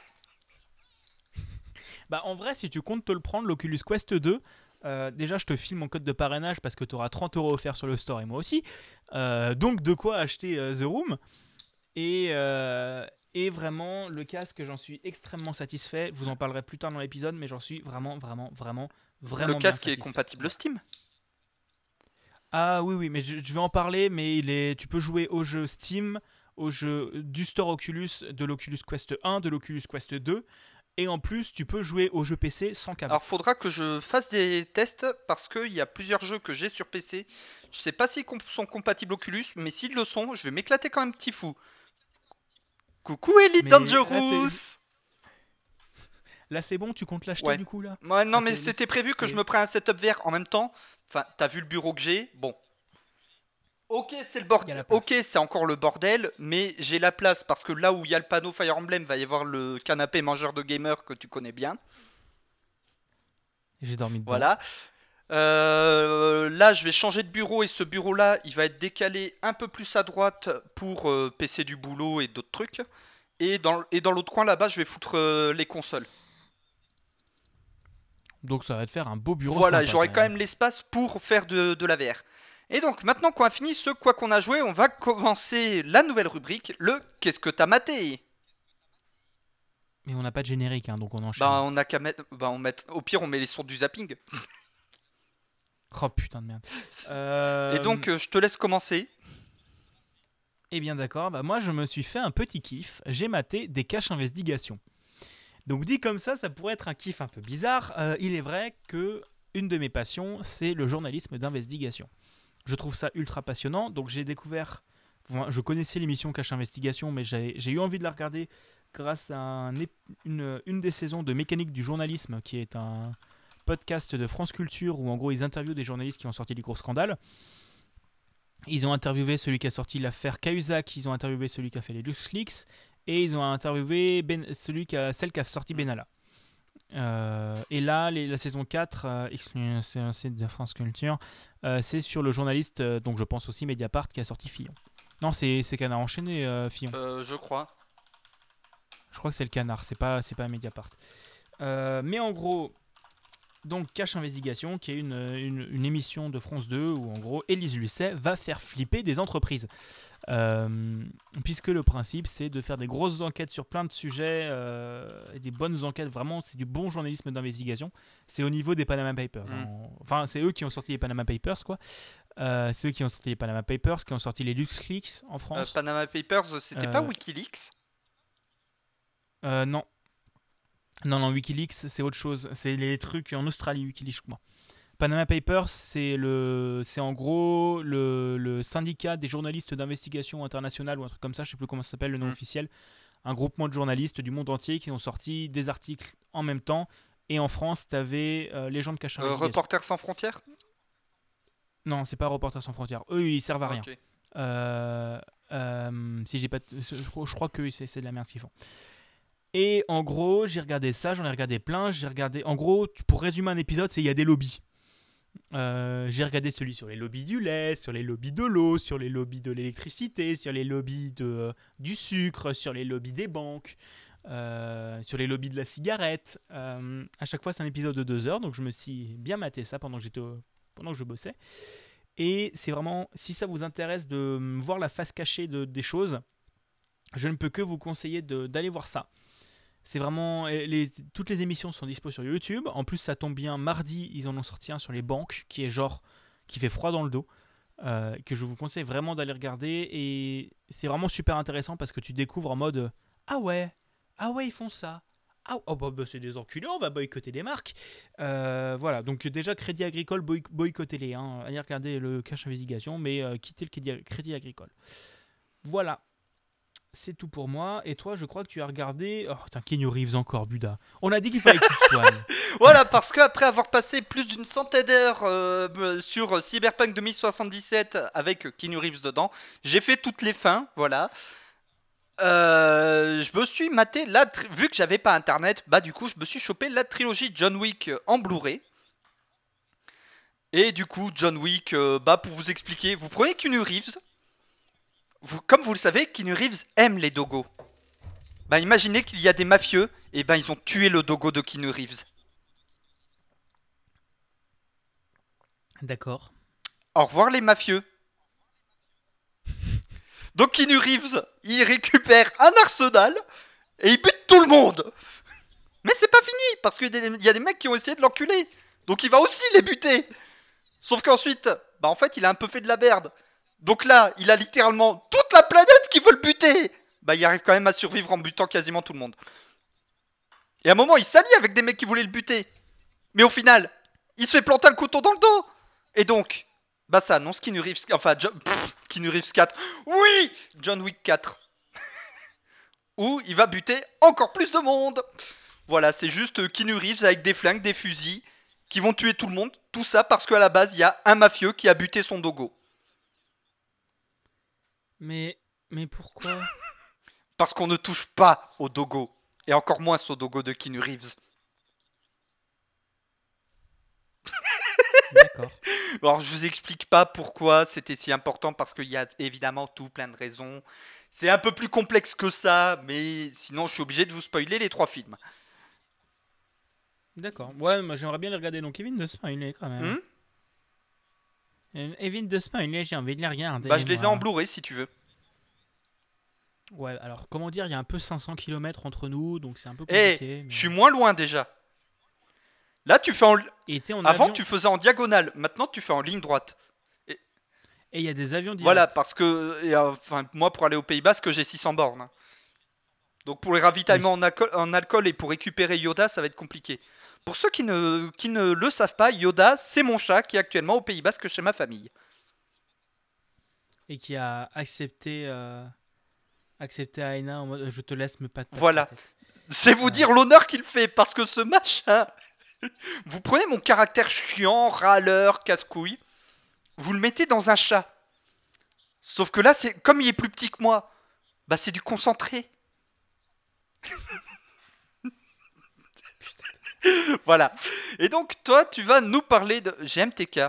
[SPEAKER 1] Bah, en vrai, si tu comptes te le prendre, l'Oculus Quest deux, euh, déjà, je te file mon code de parrainage parce que tu auras trente euros offerts sur le store et moi aussi. Euh, donc, de quoi acheter euh, The Room. Et, euh, et vraiment, le casque, j'en suis extrêmement satisfait. Je vous en parlerai plus tard dans l'épisode, mais j'en suis vraiment, vraiment, vraiment, vraiment
[SPEAKER 2] Le
[SPEAKER 1] bien
[SPEAKER 2] casque est
[SPEAKER 1] satisfait.
[SPEAKER 2] compatible Steam.
[SPEAKER 1] Ah oui, oui, mais je, je vais en parler, mais il est, tu peux jouer au jeu Steam, au jeu du store Oculus, de l'Oculus Quest un, de l'Oculus Quest deux, et en plus, tu peux jouer au jeu P C sans câble.
[SPEAKER 2] Alors faudra que je fasse des tests parce qu'il y a plusieurs jeux que j'ai sur P C. Je sais pas s'ils comp- sont compatibles Oculus, mais s'ils le sont, je vais m'éclater comme un petit fou. Coucou Elite
[SPEAKER 1] Mais là,
[SPEAKER 2] Dangerous.
[SPEAKER 1] Là, c'est bon, tu comptes l'acheter
[SPEAKER 2] Ouais.
[SPEAKER 1] du coup là
[SPEAKER 2] Ouais, non,
[SPEAKER 1] Ça,
[SPEAKER 2] mais
[SPEAKER 1] c'est-
[SPEAKER 2] c'était prévu que
[SPEAKER 1] c'est-
[SPEAKER 2] je me prenne un setup V R en même temps. Enfin, t'as vu le bureau que j'ai. Bon. Ok, c'est le
[SPEAKER 1] Il y a
[SPEAKER 2] bordel.
[SPEAKER 1] la place.
[SPEAKER 2] Ok, c'est encore le bordel, mais j'ai la place parce que là où il y a le panneau Fire Emblem, va y avoir le canapé mangeur de gamer que tu connais bien.
[SPEAKER 1] J'ai dormi dedans.
[SPEAKER 2] Voilà. Euh, là, je vais changer de bureau et ce bureau-là, il va être décalé un peu plus à droite pour euh, P C du boulot et d'autres trucs. Et dans, et dans l'autre coin là-bas, je vais foutre euh, les consoles.
[SPEAKER 1] Donc ça va te faire un beau bureau.
[SPEAKER 2] Voilà,
[SPEAKER 1] sympa,
[SPEAKER 2] j'aurai quand même l'espace pour faire de, de la V R. Et donc, maintenant qu'on a fini ce quoi qu'on a joué, on va commencer la nouvelle rubrique, le Qu'est-ce que t'as maté?
[SPEAKER 1] Mais on n'a pas de générique, hein, donc on enchaîne.
[SPEAKER 2] Bah, on a qu'à mettre, bah, on met, au pire, on met les sons du zapping.
[SPEAKER 1] Oh putain de merde. Euh,
[SPEAKER 2] Et donc, euh, je te laisse commencer.
[SPEAKER 1] Eh bien d'accord, bah moi je me suis fait un petit kiff. J'ai maté des caches investigations. Donc dit comme ça, ça pourrait être un kiff un peu bizarre. Euh, il est vrai que une de mes passions, c'est le journalisme d'investigation. Je trouve ça ultra passionnant. Donc j'ai découvert, enfin, je connaissais l'émission Cache Investigation, mais j'ai j'ai eu envie de la regarder grâce à un ép- une, une des saisons de Mécanique du journalisme, qui est un podcast de France Culture où en gros ils interviewent des journalistes qui ont sorti des gros scandales. Ils ont interviewé celui qui a sorti l'affaire Cahuzac, ils ont interviewé celui qui a fait les LuxLeaks, et ils ont interviewé ben, celui qui a, celle qui a sorti Benalla. Euh, et là, les- la saison quatre, euh, exclu- c'est un site de France Culture, euh, c'est sur le journaliste, euh, donc je pense aussi Mediapart, qui a sorti Fillon. Non, c'est, c'est Canard enchaîné, euh, Fillon.
[SPEAKER 2] Euh, je crois.
[SPEAKER 1] Je crois que c'est le Canard, c'est pas, c'est pas Mediapart. Euh, mais en gros, donc Cache Investigation, qui est une, une, une émission de France deux où en gros Élise Lucet va faire flipper des entreprises. Euh, puisque le principe c'est de faire des grosses enquêtes sur plein de sujets, euh, et des bonnes enquêtes, vraiment c'est du bon journalisme d'investigation. C'est au niveau des Panama Papers.
[SPEAKER 2] Mm.
[SPEAKER 1] hein. Enfin, c'est eux qui ont sorti les Panama Papers, quoi. Euh, c'est eux qui ont sorti les Panama Papers, qui ont sorti les LuxLeaks en
[SPEAKER 2] Euh,
[SPEAKER 1] France.
[SPEAKER 2] Panama Papers, c'était
[SPEAKER 1] Euh,
[SPEAKER 2] pas Wikileaks?
[SPEAKER 1] Euh, non. Non, non, Wikileaks, c'est autre chose. C'est les trucs en Australie, Wikileaks, je crois. Panama Papers, c'est le, c'est en gros le, le syndicat des journalistes d'investigation internationale ou un truc comme ça, je sais plus comment ça s'appelle le nom
[SPEAKER 2] Mm.
[SPEAKER 1] officiel. Un groupement de journalistes du monde entier qui ont sorti des articles en même temps. Et en France, t'avais euh, les gens de Cache
[SPEAKER 2] Euh,
[SPEAKER 1] Investigation.
[SPEAKER 2] Reporters sans frontières?
[SPEAKER 1] Non, c'est pas Reporters sans frontières. Eux, ils servent à rien.
[SPEAKER 2] Ok.
[SPEAKER 1] Euh, euh, si j'ai pas, t- je, crois- je crois que c'est, c'est de la merde ce qu'ils font. Et en gros, j'ai regardé ça, j'en ai regardé plein. J'ai regardé, en gros, tu- pour résumer un épisode, c'est il y a des lobbies. Euh, j'ai regardé celui sur les lobbies du lait, sur les lobbies de l'eau, sur les lobbies de l'électricité, sur les lobbies de, euh, du sucre, sur les lobbies des banques. euh, sur les lobbies de la cigarette. Euh, à chaque fois, c'est un épisode de deux heures, donc je me suis bien maté ça pendant que, j'étais au- pendant que je bossais. Et c'est vraiment, si ça vous intéresse de voir la face cachée de, des choses, je ne peux que vous conseiller de, d'aller voir ça. C'est vraiment. Les, toutes les émissions sont dispo sur YouTube. En plus, ça tombe bien, mardi, ils en ont sorti un sur les banques, qui est genre. Qui fait froid dans le dos. Euh, que je vous conseille vraiment d'aller regarder. Et c'est vraiment super intéressant parce que tu découvres en mode ah ouais, ah ouais, ils font ça. Ah oh bah, bah, c'est des enculés, on va boycotter des marques. Euh, voilà, donc déjà Crédit Agricole, boy- boycottez-les. Hein. Allez regarder le cash investigation, mais euh, quittez le crédit, crédit Agricole. Voilà, c'est tout pour moi. Et toi, je crois que tu as regardé. Oh putain, Keanu Reeves encore, Buda. On a dit qu'il fallait que tu te soignes.
[SPEAKER 2] Voilà, parce qu'après avoir passé plus d'une centaine d'heures euh, sur Cyberpunk deux mille soixante-dix-sept avec Keanu Reeves dedans, j'ai fait toutes les fins, voilà. Euh, je me suis maté la tri- vu que j'avais pas internet, bah du coup je me suis chopé la trilogie John Wick en Blu-ray. Et du coup John Wick, euh, bah pour vous expliquer, vous prenez Keanu Reeves, vous, comme vous le savez, Keanu Reeves aime les dogos. Bah imaginez qu'il y a des mafieux, et ben ils ont tué le dogo de Keanu Reeves.
[SPEAKER 1] D'accord.
[SPEAKER 2] Au revoir les mafieux. Donc Keanu Reeves, il récupère un arsenal et il bute tout le monde. Mais c'est pas fini, parce qu'il y a des mecs qui ont essayé de l'enculer. Donc il va aussi les buter. Sauf qu'ensuite, bah en fait, il a un peu fait de la merde. Donc là, il a littéralement toute la planète qui veut le buter. Bah il arrive quand même à survivre en butant quasiment tout le monde. Et à un moment, il s'allie avec des mecs qui voulaient le buter. Mais au final, il se fait planter le couteau dans le dos. Et donc, bah ça annonce Keanu Reeves... Enfin, jo- pff, Keanu Reeves quatre. Oui, John Wick quatre. Où il va buter encore plus de monde. Voilà, c'est juste Keanu Reeves avec des flingues, des fusils, qui vont tuer tout le monde. Tout ça parce qu'à la base, il y a un mafieux qui a buté son dogo.
[SPEAKER 1] Mais, mais pourquoi?
[SPEAKER 2] Parce qu'on ne touche pas au dogo. Et encore moins au dogo de Keanu Reeves.
[SPEAKER 1] D'accord.
[SPEAKER 2] Alors, je vous explique pas pourquoi c'était si important, parce qu'il y a évidemment tout plein de raisons. C'est un peu plus complexe que ça, mais sinon, je suis obligé de vous spoiler les trois films.
[SPEAKER 1] D'accord. Ouais, moi j'aimerais bien les regarder. Donc, Evin de Smiley quand même.
[SPEAKER 2] Hmm
[SPEAKER 1] Euh, Evin de Smiley, j'ai envie de les regarder.
[SPEAKER 2] bah, je les ai en
[SPEAKER 1] moi.
[SPEAKER 2] Blu-ray si tu veux.
[SPEAKER 1] Ouais, alors comment dire, il y a un peu cinq cents kilomètres entre nous, donc c'est un peu
[SPEAKER 2] Eh,
[SPEAKER 1] compliqué.
[SPEAKER 2] je suis
[SPEAKER 1] Mais...
[SPEAKER 2] moins loin déjà. Là, tu fais en.
[SPEAKER 1] Et t'es en
[SPEAKER 2] Avant,
[SPEAKER 1] avion.
[SPEAKER 2] tu faisais en diagonale. Maintenant, tu fais en ligne droite. Et
[SPEAKER 1] Et il y a des avions
[SPEAKER 2] voilà,
[SPEAKER 1] directs.
[SPEAKER 2] parce que. et, euh, Enfin, moi, pour aller au Pays Basque, j'ai six cents bornes. Donc, pour les ravitaillements
[SPEAKER 1] Oui.
[SPEAKER 2] en, alcool, en alcool et pour récupérer Yoda, ça va être compliqué. Pour ceux qui ne, qui ne le savent pas, Yoda, c'est mon chat qui est actuellement au Pays Basque chez ma famille.
[SPEAKER 1] Et qui a accepté, euh, accepté Aina en mode je te laisse me pas te passer la
[SPEAKER 2] Voilà.
[SPEAKER 1] tête.
[SPEAKER 2] C'est vous
[SPEAKER 1] Ouais.
[SPEAKER 2] dire l'honneur qu'il fait, parce que ce machin. Vous prenez mon caractère chiant, râleur, casse-couille, vous le mettez dans un chat. Sauf que là, c'est comme il est plus petit que moi, bah c'est du concentré. Voilà. Et donc, toi, tu vas nous parler de G M T K.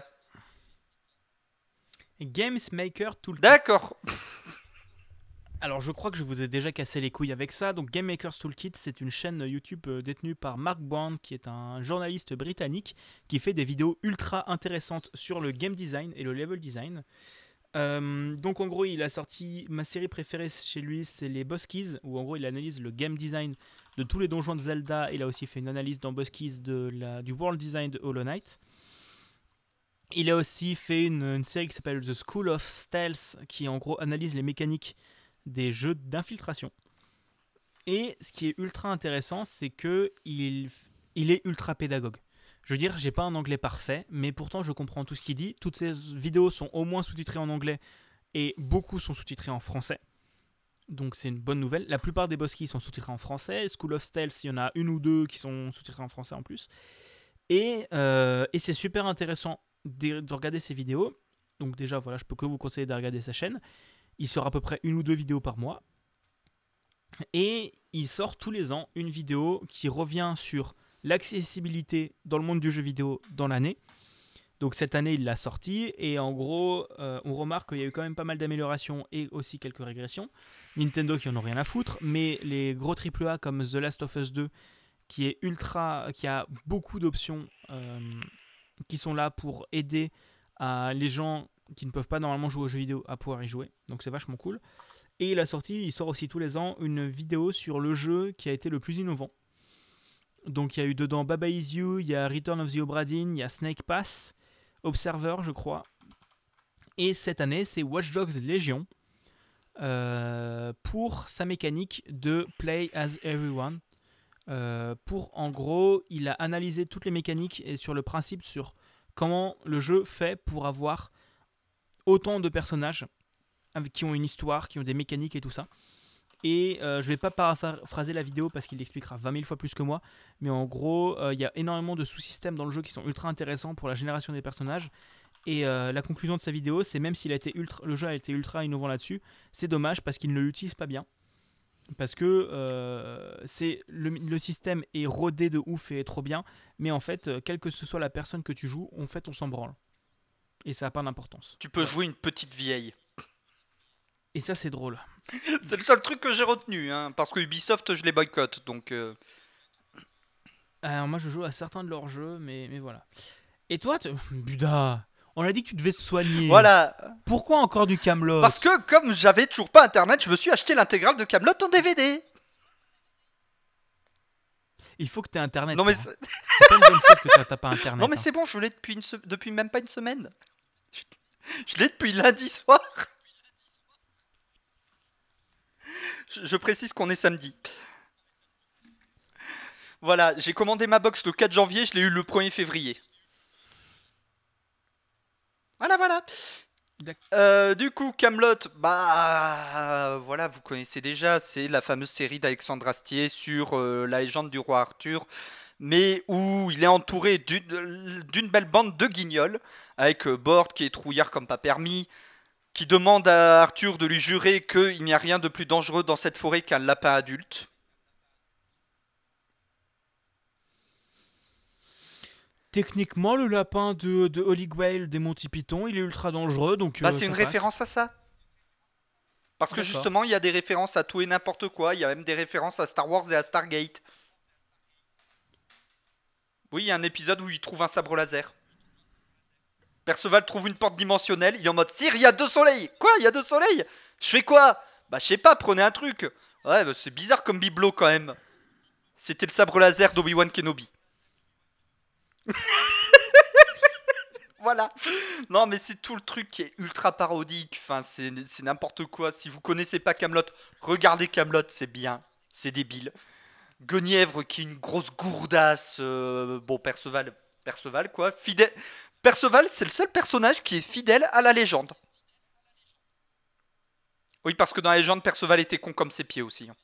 [SPEAKER 1] Games Maker Toolkit.
[SPEAKER 2] D'accord.
[SPEAKER 1] Alors je crois que je vous ai déjà cassé les couilles avec ça. Donc Game Maker's Toolkit, c'est une chaîne YouTube euh, détenue par Mark Brown, qui est un journaliste britannique qui fait des vidéos ultra intéressantes sur le game design et le level design. Euh, donc en gros, il a sorti ma série préférée chez lui, c'est les Boss Keys, où en gros il analyse le game design de tous les donjons de Zelda. Il a aussi fait une analyse dans Boss Keys de la, du world design de Hollow Knight. Il a aussi fait une, une série qui s'appelle The School of Stealth, qui en gros analyse les mécaniques des jeux d'infiltration. Et ce qui est ultra intéressant, c'est que il, il est ultra pédagogue. Je veux dire, j'ai pas un anglais parfait, mais pourtant je comprends tout ce qu'il dit. Toutes ces vidéos sont au moins sous-titrées en anglais et beaucoup sont sous-titrées en français. Donc c'est une bonne nouvelle. La plupart des boss keys sont sous-titrés en français. School of Stealth, il y en a une ou deux qui sont sous-titrés en français en plus. Et, euh, et c'est super intéressant de, de regarder ces vidéos. Donc déjà, voilà, je peux que vous conseiller de regarder sa chaîne. Il sort à peu près une ou deux vidéos par mois. Et il sort tous les ans une vidéo qui revient sur l'accessibilité dans le monde du jeu vidéo dans l'année. Donc cette année, il l'a sorti, et en gros, euh, on remarque qu'il y a eu quand même pas mal d'améliorations et aussi quelques régressions. Nintendo qui en ont rien à foutre, mais les gros triple A comme The Last of Us deux, qui est ultra, qui a beaucoup d'options euh, qui sont là pour aider à les gens qui ne peuvent pas normalement jouer aux jeux vidéo à pouvoir y jouer. Donc c'est vachement cool. Et il a sorti, il sort aussi tous les ans une vidéo sur le jeu qui a été le plus innovant. Donc il y a eu dedans Baba Is You, il y a Return of the Obra Dinn, il y a Snake Pass, Observer je crois. Et cette année c'est Watch Dogs Legion euh, pour sa mécanique de Play as Everyone. Euh, pour en gros, il a analysé toutes les mécaniques et sur le principe sur comment le jeu fait pour avoir autant de personnages avec, qui ont une histoire, qui ont des mécaniques et tout ça. Et euh, je vais pas paraphraser la vidéo parce qu'il l'expliquera vingt mille fois plus que moi, mais en gros, il euh, y a énormément de sous-systèmes dans le jeu qui sont ultra intéressants pour la génération des personnages. Et euh, la conclusion de sa vidéo, c'est même si le jeu a été ultra innovant là-dessus, c'est dommage parce qu'il ne l'utilise pas bien. Parce que euh, c'est, le, le système est rodé de ouf et est trop bien, mais en fait, euh, quelle que ce soit la personne que tu joues, en fait, on s'en branle. Et ça n'a pas d'importance.
[SPEAKER 2] Tu peux
[SPEAKER 1] voilà.
[SPEAKER 2] jouer une petite vieille.
[SPEAKER 1] Et ça, c'est drôle.
[SPEAKER 2] C'est le seul truc que j'ai retenu, hein, parce que Ubisoft, je les boycotte, donc... Euh...
[SPEAKER 1] Alors moi, je joue à certains de leurs jeux, mais, mais voilà. Et toi, te... Buda, on a dit que tu devais te soigner.
[SPEAKER 2] Voilà.
[SPEAKER 1] Pourquoi encore du Camelot ?
[SPEAKER 2] Parce que comme j'avais toujours pas internet, je me suis acheté l'intégrale de Camelot en D V D.
[SPEAKER 1] Il faut que tu aies internet.
[SPEAKER 2] Non mais
[SPEAKER 1] c'est... c'est pas une bonne chose que tu n'as pas internet.
[SPEAKER 2] Non mais
[SPEAKER 1] hein.
[SPEAKER 2] c'est bon, je l'ai depuis, une se... depuis même pas une semaine. Je, je l'ai depuis lundi soir. Je, je précise qu'on est samedi. Voilà, j'ai commandé ma box le quatre janvier, je l'ai eu le premier février. Voilà, voilà. Euh, du coup, Camelot, bah voilà, vous connaissez déjà, c'est la fameuse série d'Alexandre Astier sur euh, la légende du roi Arthur, mais où il est entouré d'une, d'une belle bande de guignols, avec euh, Bord qui est trouillard comme pas permis, qui demande à Arthur de lui jurer qu'il n'y a rien de plus dangereux dans cette forêt qu'un lapin adulte.
[SPEAKER 1] Techniquement, le lapin de, de Holy Grail des Monty Python, il est ultra dangereux, donc
[SPEAKER 2] Bah
[SPEAKER 1] euh,
[SPEAKER 2] c'est
[SPEAKER 1] ça
[SPEAKER 2] une
[SPEAKER 1] passe.
[SPEAKER 2] référence à ça. Parce que
[SPEAKER 1] D'accord.
[SPEAKER 2] justement, il y a des références à tout et n'importe quoi. Il y a même des références à Star Wars et à Stargate. Oui, il y a un épisode où il trouve un sabre laser. Perceval trouve une porte dimensionnelle. Il est en mode Sire, il y a deux soleils. Quoi, il y a deux soleils? Je fais quoi? Bah, je sais pas, prenez un truc. Ouais, bah, c'est bizarre comme bibelot quand même. C'était le sabre laser d'Obi-Wan Kenobi. Voilà. Non, mais c'est tout le truc qui est ultra parodique. Enfin, c'est, c'est n'importe quoi. Si vous connaissez pas Camelot, regardez Camelot, c'est bien. C'est débile. Guenièvre qui est une grosse gourdasse. Euh, bon, Perceval, Perceval quoi. Fidèle. Perceval, c'est le seul personnage qui est fidèle à la légende. Oui, parce que dans la légende, Perceval était con comme ses pieds aussi.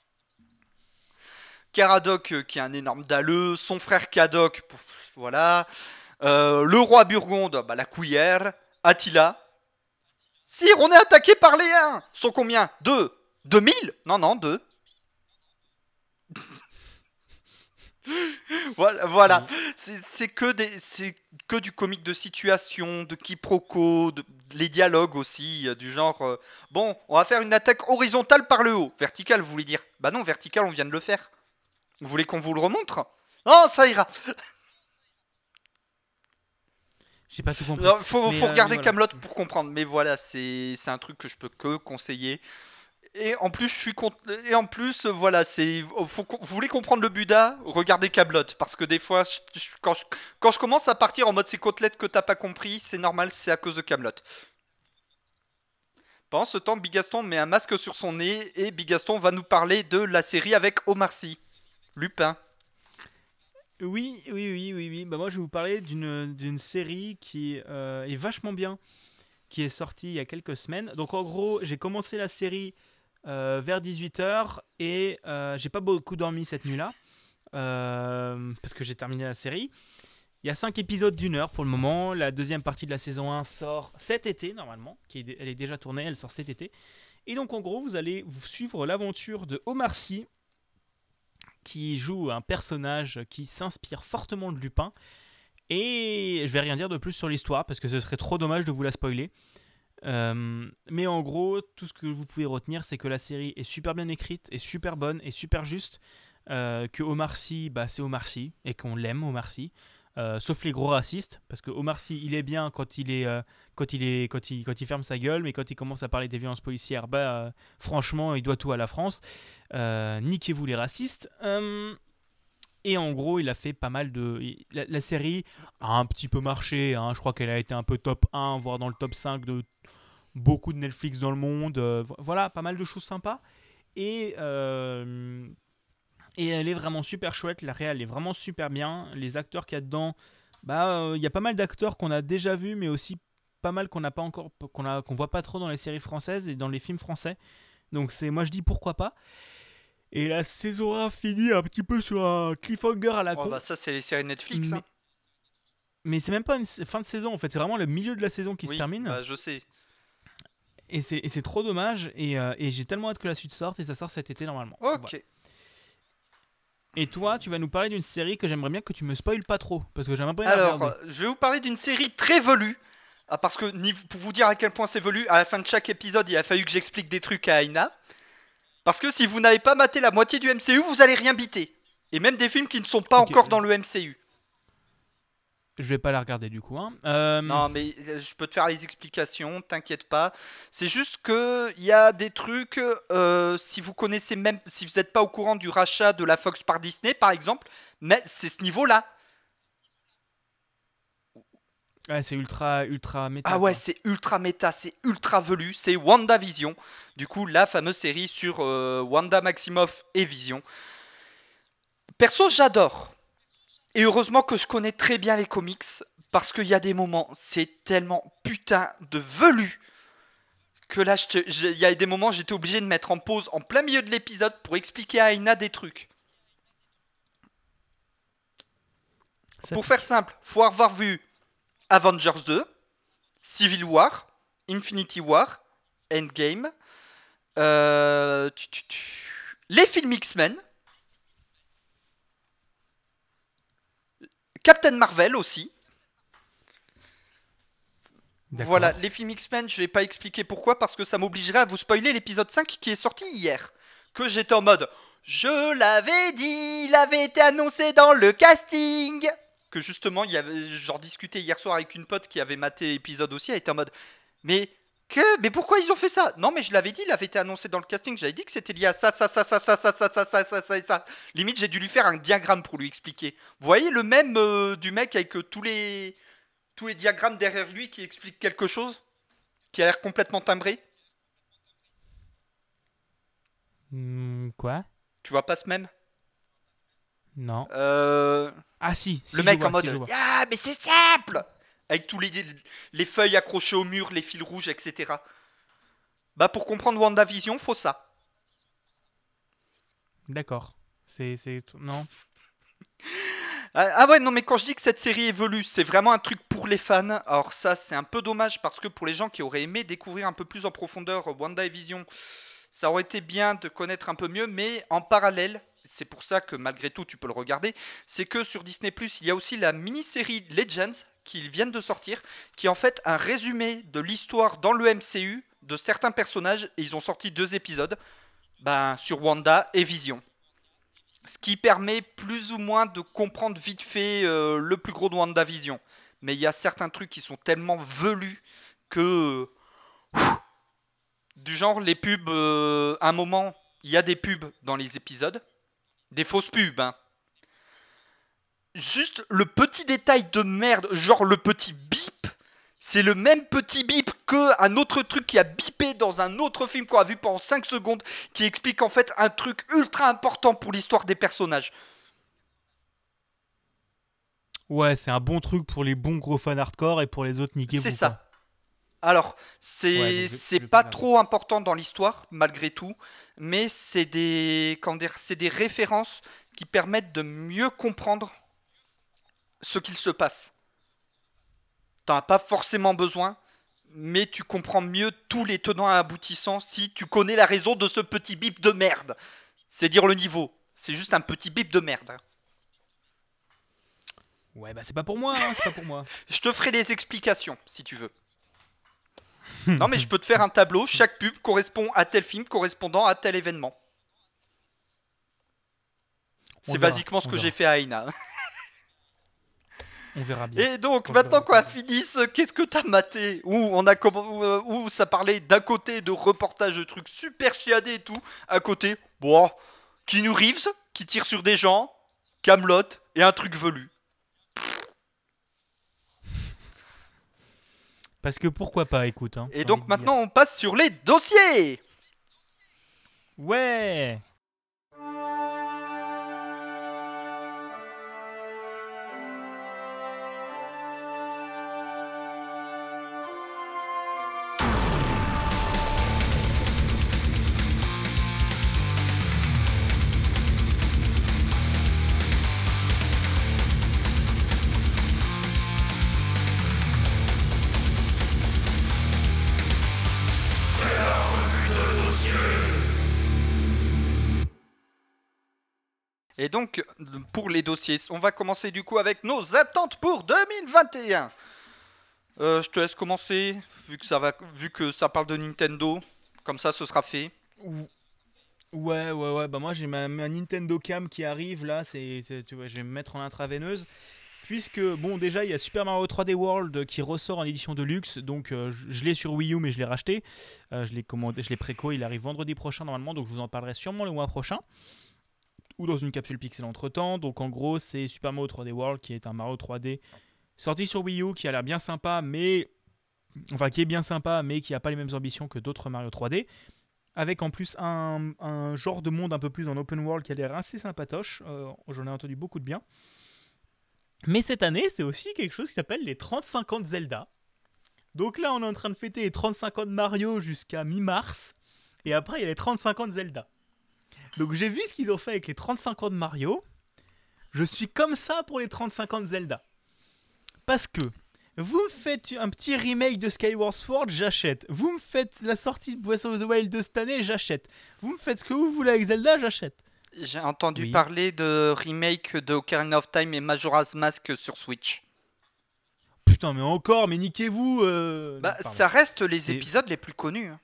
[SPEAKER 2] Caradoc, euh, qui est un énorme dalleux. Son frère Cadoc, pff, voilà. Euh, le roi Burgonde, bah, la couillère. Attila. Sire, on est attaqué par les uns. Sont combien? Deux. Deux mille? Non, non, deux. Voilà, voilà. C'est, c'est, que des, c'est que du comique de situation, de quiproquo, de, les dialogues aussi, euh, du genre euh, bon, on va faire une attaque horizontale par le haut. Verticale, vous voulez dire? Bah non, verticale, on vient de le faire. Vous voulez qu'on vous le remontre? Non, ça ira.
[SPEAKER 1] J'ai pas tout compris.
[SPEAKER 2] Non, faut,
[SPEAKER 1] Mais,
[SPEAKER 2] faut
[SPEAKER 1] euh,
[SPEAKER 2] regarder
[SPEAKER 1] mais voilà.
[SPEAKER 2] Camelot pour comprendre. Mais voilà, c'est, c'est un truc que je peux que conseiller. Et en plus, je suis cont... et en plus, voilà, c'est, faut... vous voulez comprendre le Buddha, regardez Camelot, parce que des fois, je... Je... Quand, je... quand je commence à partir en mode c'est côtelette que t'as pas compris, c'est normal, c'est à cause de Camelot. Pendant ce temps, Bigaston met un masque sur son nez et Bigaston va nous parler de la série avec Omar Sy, Lupin.
[SPEAKER 1] Oui, oui, oui, oui, oui. Bah moi, je vais vous parler d'une, d'une série qui euh, est vachement bien, qui est sortie il y a quelques semaines. Donc en gros, j'ai commencé la série euh, vers dix-huit heures et euh, j'ai pas beaucoup dormi cette nuit-là euh, parce que j'ai terminé la série. Il y a cinq épisodes d'une heure pour le moment. La deuxième partie de la saison un sort cet été normalement, qui est, elle est déjà tournée, elle sort cet été. Et donc en gros, vous allez vous suivre l'aventure de Omar Sy, qui joue un personnage qui s'inspire fortement de Lupin. Et je vais rien dire de plus sur l'histoire parce que ce serait trop dommage de vous la spoiler. Euh, mais en gros, tout ce que vous pouvez retenir, c'est que la série est super bien écrite, est super bonne, est super juste. Euh, que Omar Sy, bah, c'est Omar Sy et qu'on l'aime Omar Sy. Euh, sauf les gros racistes, parce que Omar Sy, il est bien quand il est, euh, quand il est, quand il, quand il ferme sa gueule, mais quand il commence à parler des violences policières, bah, euh, franchement, il doit tout à la France. Euh, niquez-vous les racistes. Euh, et en gros, il a fait pas mal de. La, la série a un petit peu marché. Hein, je crois qu'elle a été un peu top un, voire dans le top cinq de beaucoup de Netflix dans le monde. Euh, voilà, pas mal de choses sympas. Et, euh, et elle est vraiment super chouette. La réal est vraiment super bien. Les acteurs qu'il y a dedans, bah, euh, il y a pas mal d'acteurs qu'on a déjà vus, mais aussi pas mal qu'on n'a pas encore, qu'on a, qu'on voit pas trop dans les séries françaises et dans les films français. Donc c'est, moi je dis pourquoi pas. Et la saison un finit un petit peu sur un cliffhanger à la
[SPEAKER 2] Oh
[SPEAKER 1] con.
[SPEAKER 2] bah ça c'est les séries Netflix.
[SPEAKER 1] Mais,
[SPEAKER 2] Hein.
[SPEAKER 1] mais c'est même pas une fin de saison en fait, c'est vraiment le milieu de la saison qui se
[SPEAKER 2] Oui,
[SPEAKER 1] termine.
[SPEAKER 2] bah je sais.
[SPEAKER 1] Et c'est, et c'est trop dommage. Et, euh, et j'ai tellement hâte que la suite sorte et ça sort cet été normalement.
[SPEAKER 2] Ok.
[SPEAKER 1] Voilà. Et toi, tu vas nous parler d'une série que j'aimerais bien que tu me spoiles pas trop. Parce que j'aimerais bien la
[SPEAKER 2] Alors,
[SPEAKER 1] regarder.
[SPEAKER 2] euh, je vais vous parler d'une série très velue. Ah, parce que niv- pour vous dire à quel point c'est velu, à la fin de chaque épisode, il a fallu que j'explique des trucs à Aina. Parce que si vous n'avez pas maté la moitié du M C U, vous allez rien biter. Et même des films qui ne sont pas
[SPEAKER 1] Ok,
[SPEAKER 2] encore dans le M C U.
[SPEAKER 1] je vais pas la regarder du coup. Hein. Euh,
[SPEAKER 2] Non, mais euh, je peux te faire les explications, t'inquiète pas. C'est juste que il y a des trucs, euh, si vous connaissez même, si vous n'êtes pas au courant du rachat de la Fox par Disney, par exemple, mais c'est ce niveau-là.
[SPEAKER 1] ouais, c'est ultra, ultra méta.
[SPEAKER 2] Ah ouais,
[SPEAKER 1] Quoi.
[SPEAKER 2] c'est ultra méta, c'est ultra velu, c'est WandaVision. Du coup, la fameuse série sur euh, Wanda Maximoff et Vision. Perso, j'adore. Et heureusement que je connais très bien les comics, parce qu'il y a des moments, c'est tellement putain de velu que là, il y a des moments, j'étais obligé de mettre en pause en plein milieu de l'épisode pour expliquer à Aina des trucs.
[SPEAKER 1] Ça
[SPEAKER 2] Pour
[SPEAKER 1] pique.
[SPEAKER 2] faire simple, faut avoir vu Avengers deux, Civil War, Infinity War, Endgame, euh, tu, tu, tu, les films X-Men, Captain Marvel aussi.
[SPEAKER 1] D'accord.
[SPEAKER 2] Voilà, les films X-Men, je vais pas expliquer pourquoi, parce que ça m'obligerait à vous spoiler l'épisode cinq qui est sorti hier. Que j'étais en mode, je l'avais dit, il avait été annoncé dans le casting. Que justement, il y avait, j'en discutais hier soir avec une pote qui avait maté l'épisode aussi, elle était en mode, mais que, mais pourquoi ils ont fait ça? Non, mais je l'avais dit, il avait été annoncé dans le casting, j'avais dit que c'était lié à ça, ça, ça, ça, ça, ça, ça, ça, ça, ça, ça, et ça. Limite, j'ai dû lui faire un diagramme pour lui expliquer. Vous voyez le même euh, du mec avec euh, tous les tous les diagrammes derrière lui qui expliquent quelque chose, qui a l'air complètement timbré.
[SPEAKER 1] Hmm, quoi?
[SPEAKER 2] Tu vois pas ce même?
[SPEAKER 1] Non.
[SPEAKER 2] euh,
[SPEAKER 1] Ah si, si
[SPEAKER 2] Le
[SPEAKER 1] je
[SPEAKER 2] mec
[SPEAKER 1] vois,
[SPEAKER 2] en mode,
[SPEAKER 1] si je vois.
[SPEAKER 2] ah mais c'est simple, avec tous les les feuilles accrochées au mur, les fils rouges, et cetera. Bah pour comprendre WandaVision, faut ça.
[SPEAKER 1] D'accord. C'est, c'est, non.
[SPEAKER 2] Ah, ah ouais, non, mais quand je dis que cette série évolue, c'est vraiment un truc pour les fans. Alors ça, c'est un peu dommage parce que pour les gens qui auraient aimé découvrir un peu plus en profondeur WandaVision, ça aurait été bien de connaître un peu mieux, mais en parallèle, c'est pour ça que malgré tout tu peux le regarder, c'est que sur Disney+, il y a aussi la mini-série Legends qui viennent de sortir, qui est en fait un résumé de l'histoire dans le M C U de certains personnages, et ils ont sorti deux épisodes ben, sur Wanda et Vision. Ce qui permet plus ou moins de comprendre vite fait euh, le plus gros de WandaVision. Mais il y a certains trucs qui sont tellement velus que... Du genre, les pubs, euh, à un moment, il y a des pubs dans les épisodes. Des fausses pubs, hein. Juste le petit détail de merde, genre le petit bip, c'est le même petit bip qu'un autre truc qui a bipé dans un autre film qu'on a vu pendant cinq secondes, qui explique en fait un truc ultra important pour l'histoire des personnages.
[SPEAKER 1] Ouais, c'est un bon truc pour les bons gros fans hardcore et pour les autres, niquez-vous.
[SPEAKER 2] C'est
[SPEAKER 1] Quoi.
[SPEAKER 2] ça. Alors,
[SPEAKER 1] Ouais,
[SPEAKER 2] c'est
[SPEAKER 1] donc je,
[SPEAKER 2] c'est
[SPEAKER 1] je vais
[SPEAKER 2] pas
[SPEAKER 1] pas
[SPEAKER 2] trop important dans l'histoire, malgré tout, mais c'est des, comment dire, c'est des références qui permettent de mieux comprendre ce qu'il se passe. T'en as pas forcément besoin, mais tu comprends mieux tous les tenants et aboutissants si tu connais la raison de ce petit bip de merde. C'est dire le niveau. C'est juste un petit bip de merde.
[SPEAKER 1] Ouais, bah c'est pas pour moi, hein, c'est pas pour moi.
[SPEAKER 2] Je te ferai des explications, si tu veux. Non, mais je peux te faire un tableau. Chaque pub correspond à tel film correspondant à tel événement.
[SPEAKER 1] On
[SPEAKER 2] C'est
[SPEAKER 1] verra,
[SPEAKER 2] basiquement ce
[SPEAKER 1] on
[SPEAKER 2] que
[SPEAKER 1] verra.
[SPEAKER 2] j'ai fait à Aina.
[SPEAKER 1] On verra bien.
[SPEAKER 2] Et donc,
[SPEAKER 1] Quand je
[SPEAKER 2] maintenant
[SPEAKER 1] verrai.
[SPEAKER 2] qu'on a fini ce qu'est-ce que t'as maté, où, on a comm- où, euh, où ça parlait d'un côté de reportages de trucs super chiadés et tout, à côté, bon, Keanu Reeves qui tire sur des gens, Camelot et un truc velu.
[SPEAKER 1] Parce que pourquoi pas, écoute. Hein,
[SPEAKER 2] Et
[SPEAKER 1] j'ai
[SPEAKER 2] donc
[SPEAKER 1] envie de dire.
[SPEAKER 2] maintenant on passe sur les dossiers.
[SPEAKER 1] Ouais.
[SPEAKER 2] Et donc pour les dossiers, on va commencer du coup avec nos attentes pour deux mille vingt et un. Euh, je te laisse commencer vu que ça va, vu que ça parle de Nintendo. Comme ça, ce sera fait.
[SPEAKER 1] Ou- Ouais, ouais, ouais. Bah moi j'ai ma, ma Nintendo Cam qui arrive là. C'est, c'est- tu vois, je vais me mettre en intraveineuse. Puisque, bon, déjà, il y a Super Mario trois D World qui ressort en édition de luxe. Donc, euh, je, je l'ai sur Wii U, mais je l'ai racheté. Euh, je l'ai commandé, je l'ai préco. Il arrive vendredi prochain normalement. Donc, je vous en parlerai sûrement le mois prochain. Ou dans une capsule pixel entre temps. Donc, en gros, c'est Super Mario trois D World qui est un Mario trois D sorti sur Wii U qui a l'air bien sympa, mais. Enfin, qui est bien sympa, mais qui n'a pas les mêmes ambitions que d'autres Mario trois D. Avec en plus un, un genre de monde un peu plus en open world qui a l'air assez sympatoche. Euh, J'en ai entendu beaucoup de bien. Mais cette année, c'est aussi quelque chose qui s'appelle les trente-cinq ans de Zelda. Donc là, on est en train de fêter les trente-cinq ans de Mario jusqu'à mi-mars. Et après, il y a les trente-cinq ans de Zelda. Donc j'ai vu ce qu'ils ont fait avec les trente-cinq ans de Mario. Je suis comme ça pour les trente-cinq ans de Zelda. Parce que vous me faites un petit remake de Skyward Sword, j'achète. Vous me faites la sortie de Breath of the Wild de cette année, j'achète. Vous me faites ce que vous voulez avec Zelda, j'achète.
[SPEAKER 2] J'ai entendu
[SPEAKER 1] Oui.
[SPEAKER 2] parler de remake de Ocarina of Time et Majora's Mask sur Switch.
[SPEAKER 1] Putain, mais encore, mais niquez-vous. Euh...
[SPEAKER 2] Bah,
[SPEAKER 1] non, pardon.
[SPEAKER 2] ça reste les
[SPEAKER 1] C'est-
[SPEAKER 2] épisodes les plus connus. hein.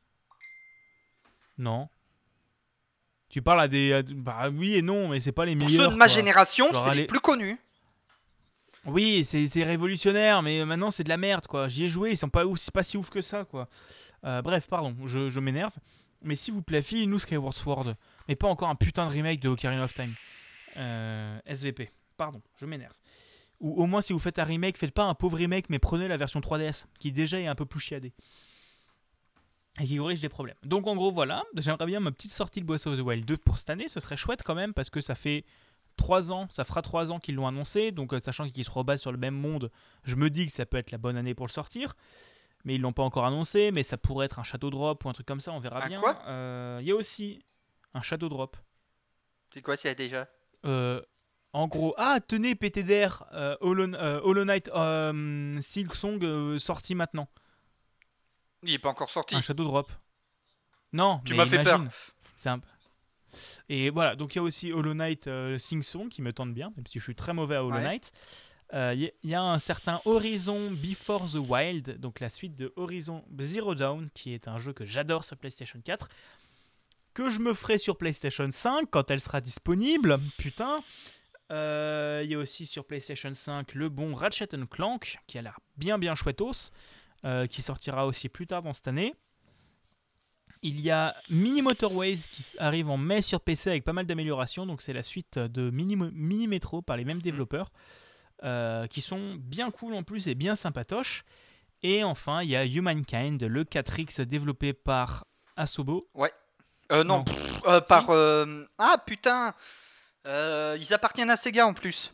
[SPEAKER 1] Non. Tu parles à des. à- Bah oui et non, mais c'est pas les
[SPEAKER 2] Pour
[SPEAKER 1] meilleurs.
[SPEAKER 2] ceux de ma
[SPEAKER 1] quoi.
[SPEAKER 2] génération,
[SPEAKER 1] Genre,
[SPEAKER 2] c'est les
[SPEAKER 1] allez-
[SPEAKER 2] plus connus.
[SPEAKER 1] Oui, c'est c'est révolutionnaire, mais maintenant c'est de la merde, quoi. J'y ai joué, ils sont pas, ouf, c'est pas si ouf que ça, quoi. Euh, bref, pardon, je, je m'énerve. Mais s'il vous plaît, filez-nous Skyward Sword. Mais pas encore un putain de remake de Ocarina of Time. Euh, S V P. Pardon, je m'énerve. Ou au moins, si vous faites un remake, faites pas un pauvre remake, mais prenez la version trois D S, qui déjà est un peu plus chiadée. Et qui corrige des problèmes. Donc en gros, voilà. J'aimerais bien ma petite sortie de Breath of the Wild deux pour cette année. Ce serait chouette quand même, parce que ça fait trois ans, ça fera trois ans qu'ils l'ont annoncé. Donc euh, sachant qu'ils se rebasent sur le même monde, je me dis que ça peut être la bonne année pour le sortir. Mais ils l'ont pas encore annoncé, mais ça pourrait être un Shadow Drop ou un truc comme ça, on verra
[SPEAKER 2] Un
[SPEAKER 1] bien.
[SPEAKER 2] quoi
[SPEAKER 1] Euh, Il y a aussi un Shadow Drop.
[SPEAKER 2] C'est quoi, c'est déjà
[SPEAKER 1] Euh, en gros, ah tenez P T D R, euh, Hollow, euh, Hollow Knight euh, Silksong euh, sorti maintenant.
[SPEAKER 2] Il est pas encore sorti.
[SPEAKER 1] Un Shadow Drop. Non,
[SPEAKER 2] Tu
[SPEAKER 1] mais
[SPEAKER 2] m'as fait peur.
[SPEAKER 1] imagine, c'est un... Et voilà, donc il y a aussi Hollow Knight euh, Silksong qui me tente bien, même si je suis très mauvais à Hollow
[SPEAKER 2] Ouais.
[SPEAKER 1] Knight. Il euh, y, y a un certain Horizon Before the Wild, donc la suite de Horizon Zero Dawn, qui est un jeu que j'adore sur PlayStation quatre, que je me ferai sur PlayStation cinq quand elle sera disponible. Putain. Il euh, y a aussi sur PlayStation cinq le bon Ratchet and Clank, qui a l'air bien bien chouettos, euh, qui sortira aussi plus tard dans cette année. Il y a Mini Motorways qui arrive en mai sur P C avec pas mal d'améliorations, donc c'est la suite de Mini, Mini Metro par les mêmes développeurs. Euh, qui sont bien cool en plus et bien sympatoches. Et enfin, il y a Humankind, le quatre X développé par Asobo.
[SPEAKER 2] Ouais. Euh, non,
[SPEAKER 1] Non.
[SPEAKER 2] pff, euh, par. euh, Ah putain Euh, Ils appartiennent à Sega en plus.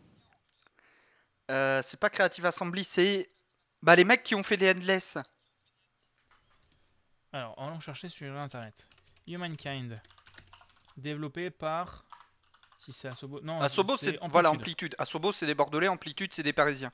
[SPEAKER 2] Euh, c'est pas Creative Assembly, c'est. Bah, les mecs qui ont fait les Endless.
[SPEAKER 1] Alors, allons chercher sur internet. Humankind, développé par. Si c'est Asobo. Non,
[SPEAKER 2] Asobo, c'est.
[SPEAKER 1] Amplitude.
[SPEAKER 2] Voilà, Amplitude. Asobo, c'est des Bordelais. Amplitude, c'est des Parisiens.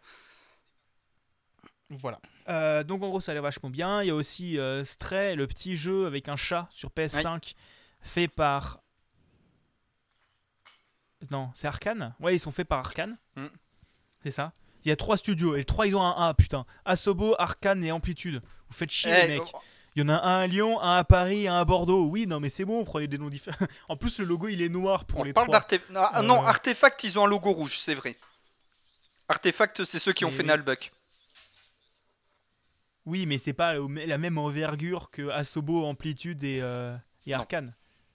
[SPEAKER 1] Voilà. Euh, donc en gros, ça a l'air vachement bien. Il y a aussi euh, Stray, le petit jeu avec un chat sur P S cinq, fait par. Non, c'est Arkane. Ouais, ils sont faits par Arkane.
[SPEAKER 2] Mm.
[SPEAKER 1] C'est ça. Il y a trois studios et les trois ils ont un A, putain. Asobo, Arcane et Amplitude. Vous faites chier
[SPEAKER 2] Eh,
[SPEAKER 1] les mecs.
[SPEAKER 2] oh,
[SPEAKER 1] Il y en a un à Lyon, un à Paris, un à Bordeaux. Oui, non mais c'est bon, prenez des noms différents. En plus le logo il est noir pour
[SPEAKER 2] on
[SPEAKER 1] les
[SPEAKER 2] parle
[SPEAKER 1] trois.
[SPEAKER 2] d'Artefact. Non,
[SPEAKER 1] Euh,
[SPEAKER 2] non, Artefact, ils ont un logo rouge, c'est vrai. Artefact, c'est ceux qui ont
[SPEAKER 1] mais
[SPEAKER 2] fait
[SPEAKER 1] oui.
[SPEAKER 2] Nullbuck.
[SPEAKER 1] Oui, mais c'est pas au- la même envergure que Asobo, Amplitude et, euh, et
[SPEAKER 2] Non.
[SPEAKER 1] Arcane.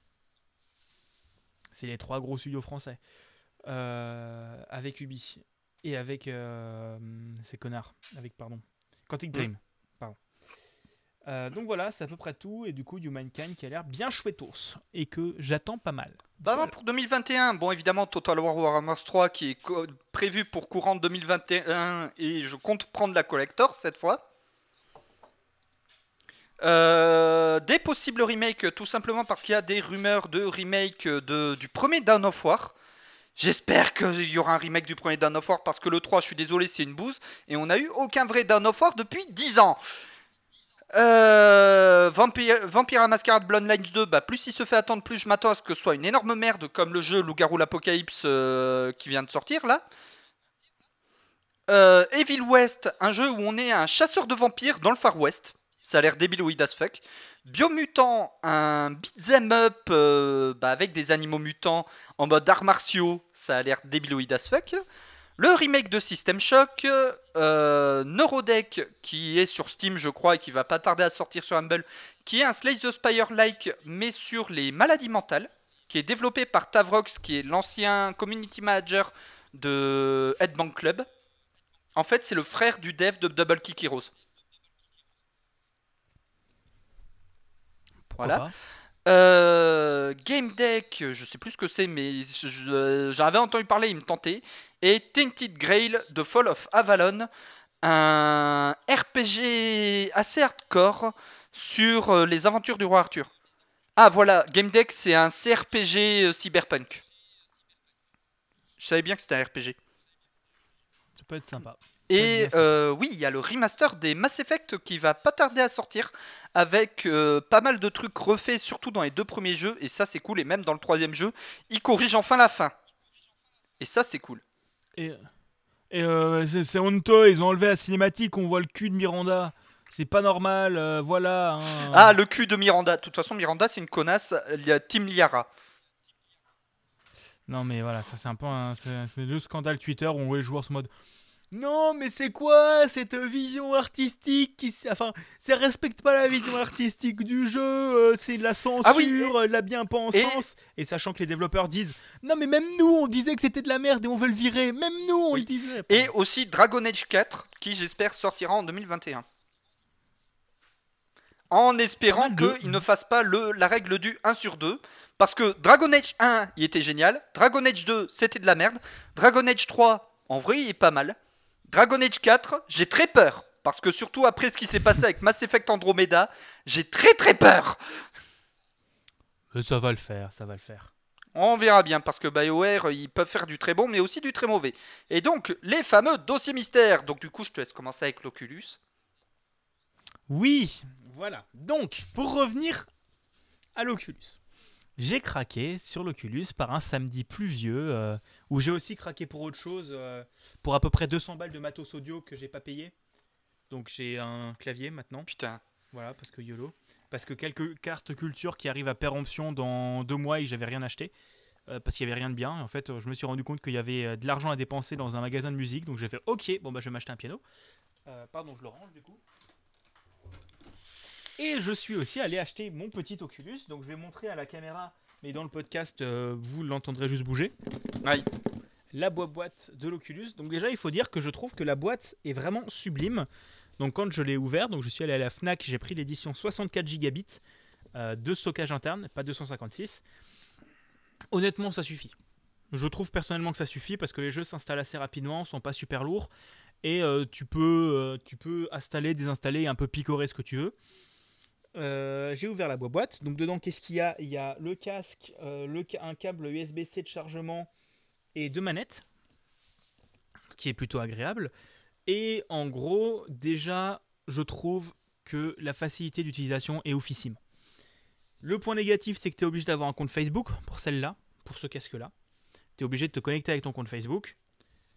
[SPEAKER 1] C'est les trois gros studios français. Euh, avec Ubi. Et avec euh, ces connards. Avec, pardon. Quantic
[SPEAKER 2] Mm.
[SPEAKER 1] Dream. Pardon. Euh, donc voilà, c'est à peu près tout. Et du coup, Humankind qui a l'air bien chouettos. Et que j'attends pas mal.
[SPEAKER 2] Bah, moi,
[SPEAKER 1] Voilà.
[SPEAKER 2] pour deux mille vingt et un, bon, évidemment, Total War Warhammer trois qui est co- prévu pour courant deux mille vingt et un et je compte prendre la collector cette fois. Euh, des possibles remakes, tout simplement parce qu'il y a des rumeurs de remake de, du premier Dawn of War. J'espère qu'il y aura un remake du premier Dawn of War parce que le trois, je suis désolé, c'est une bouse. Et on n'a eu aucun vrai Dawn of War depuis dix ans. Euh, Vampire, Vampire la Mascarade Bloodlines deux, bah, plus il se fait attendre, plus je m'attends à ce que ce soit une énorme merde comme le jeu Loup-Garou l'Apocalypse euh, qui vient de sortir là. Euh, Evil West, un jeu où on est un chasseur de vampires dans le Far West. Ça a l'air débiloïde as fuck. Biomutant, un beat'em up euh, bah, avec des animaux mutants en mode arts martiaux. Ça a l'air débiloïde as fuck. Le remake de System Shock, euh, Neurodeck qui est sur Steam je crois et qui va pas tarder à sortir sur Humble, qui est un Slay the Spire-like mais sur les maladies mentales, qui est développé par Tavrox qui est l'ancien community manager de Headbang Club. En fait c'est le frère du dev de Double Kick Heroes.
[SPEAKER 1] Pourquoi
[SPEAKER 2] Voilà.
[SPEAKER 1] pas.
[SPEAKER 2] Euh, Game Deck, je sais plus ce que c'est, mais je- je- j'en avais entendu parler, il me tentait. Et Tainted Grail de Fall of Avalon, un R P G assez hardcore sur euh, les aventures du roi Arthur. Ah voilà, Game Deck, c'est un C R P G euh, cyberpunk. Je savais bien que c'était un R P G.
[SPEAKER 1] Ça peut être sympa.
[SPEAKER 2] Et euh, oui, il y a le remaster des Mass Effect qui va pas tarder à sortir avec euh, pas mal de trucs refaits, surtout dans les deux premiers jeux. Et ça, c'est cool. Et même dans le troisième jeu, ils corrigent enfin la fin. Et ça, c'est cool.
[SPEAKER 1] Et, et euh, c'est, c'est honteux, ils ont enlevé la cinématique, on voit le cul de Miranda. C'est pas normal, euh, voilà. Hein.
[SPEAKER 2] Ah, le cul de Miranda. De toute façon, Miranda, c'est une connasse. Il y a Team Liara.
[SPEAKER 1] Non mais voilà, ça c'est un peu un, c'est, c'est le scandale Twitter où on voit les joueurs se mode non mais c'est quoi cette vision artistique qui, enfin, ça respecte pas la vision artistique du jeu, euh, c'est de la censure,
[SPEAKER 2] Ah oui, et-
[SPEAKER 1] euh, de la bien-pensance. Et... sachant que les développeurs disent non mais même nous on disait que c'était de la merde et on veut le virer, même nous on
[SPEAKER 2] Oui.
[SPEAKER 1] le disait.
[SPEAKER 2] Et aussi Dragon Age quatre, qui j'espère sortira en deux mille vingt et un. En espérant
[SPEAKER 1] de...
[SPEAKER 2] qu'ils ne fassent pas le, la règle du un sur deux. Parce que Dragon Age un, il était génial. Dragon Age deux, c'était de la merde. Dragon Age trois, en vrai, il est pas mal. Dragon Age quatre, j'ai très peur. Parce que surtout après ce qui s'est passé avec Mass Effect Andromeda, j'ai très très peur.
[SPEAKER 1] Mais ça va le faire, ça va le faire.
[SPEAKER 2] On verra bien, parce que BioWare, ils peuvent faire du très bon, mais aussi du très mauvais. Et donc, les fameux dossiers mystères. Donc du coup, je te laisse commencer avec l'Oculus.
[SPEAKER 1] Oui, voilà. Donc, pour revenir à l'Oculus. J'ai craqué sur l'Oculus par un samedi pluvieux, euh, où j'ai aussi craqué pour autre chose, euh, pour à peu près deux cents balles de matos audio que j'ai pas payé. Donc j'ai un clavier maintenant,
[SPEAKER 2] Putain.
[SPEAKER 1] voilà, parce que YOLO. Parce que quelques cartes culture qui arrivent à péremption dans deux mois et j'avais rien acheté, euh, parce qu'il y avait rien de bien. Et en fait, je me suis rendu compte qu'il y avait euh, de l'argent à dépenser dans un magasin de musique, donc j'ai fait ok, bon bah je vais m'acheter un piano. Euh, pardon, je le range du coup. Et je suis aussi allé acheter mon petit Oculus, donc je vais montrer à la caméra, mais dans le podcast, euh, vous l'entendrez juste bouger.
[SPEAKER 2] Oui.
[SPEAKER 1] La boîte de l'Oculus. Donc déjà, il faut dire que je trouve que la boîte est vraiment sublime. Donc quand je l'ai ouvert, donc je suis allé à la Fnac, j'ai pris l'édition soixante-quatre gigabits euh, de stockage interne, pas deux cent cinquante-six. Honnêtement, ça suffit. Je trouve personnellement que ça suffit parce que les jeux s'installent assez rapidement, sont pas super lourds et euh, tu peux, euh, tu peux installer, désinstaller et un peu picorer ce que tu veux. Euh, j'ai ouvert la boîte. Donc dedans, qu'est-ce qu'il y a ? Il y a le casque, euh, le, un câble U S B-C de chargement et deux manettes, qui est plutôt agréable. Et en gros, déjà, je trouve que la facilité d'utilisation est oufissime. Le point négatif, c'est que tu es obligé d'avoir un compte Facebook pour celle-là, pour ce casque-là. Tu es obligé de te connecter avec ton compte Facebook.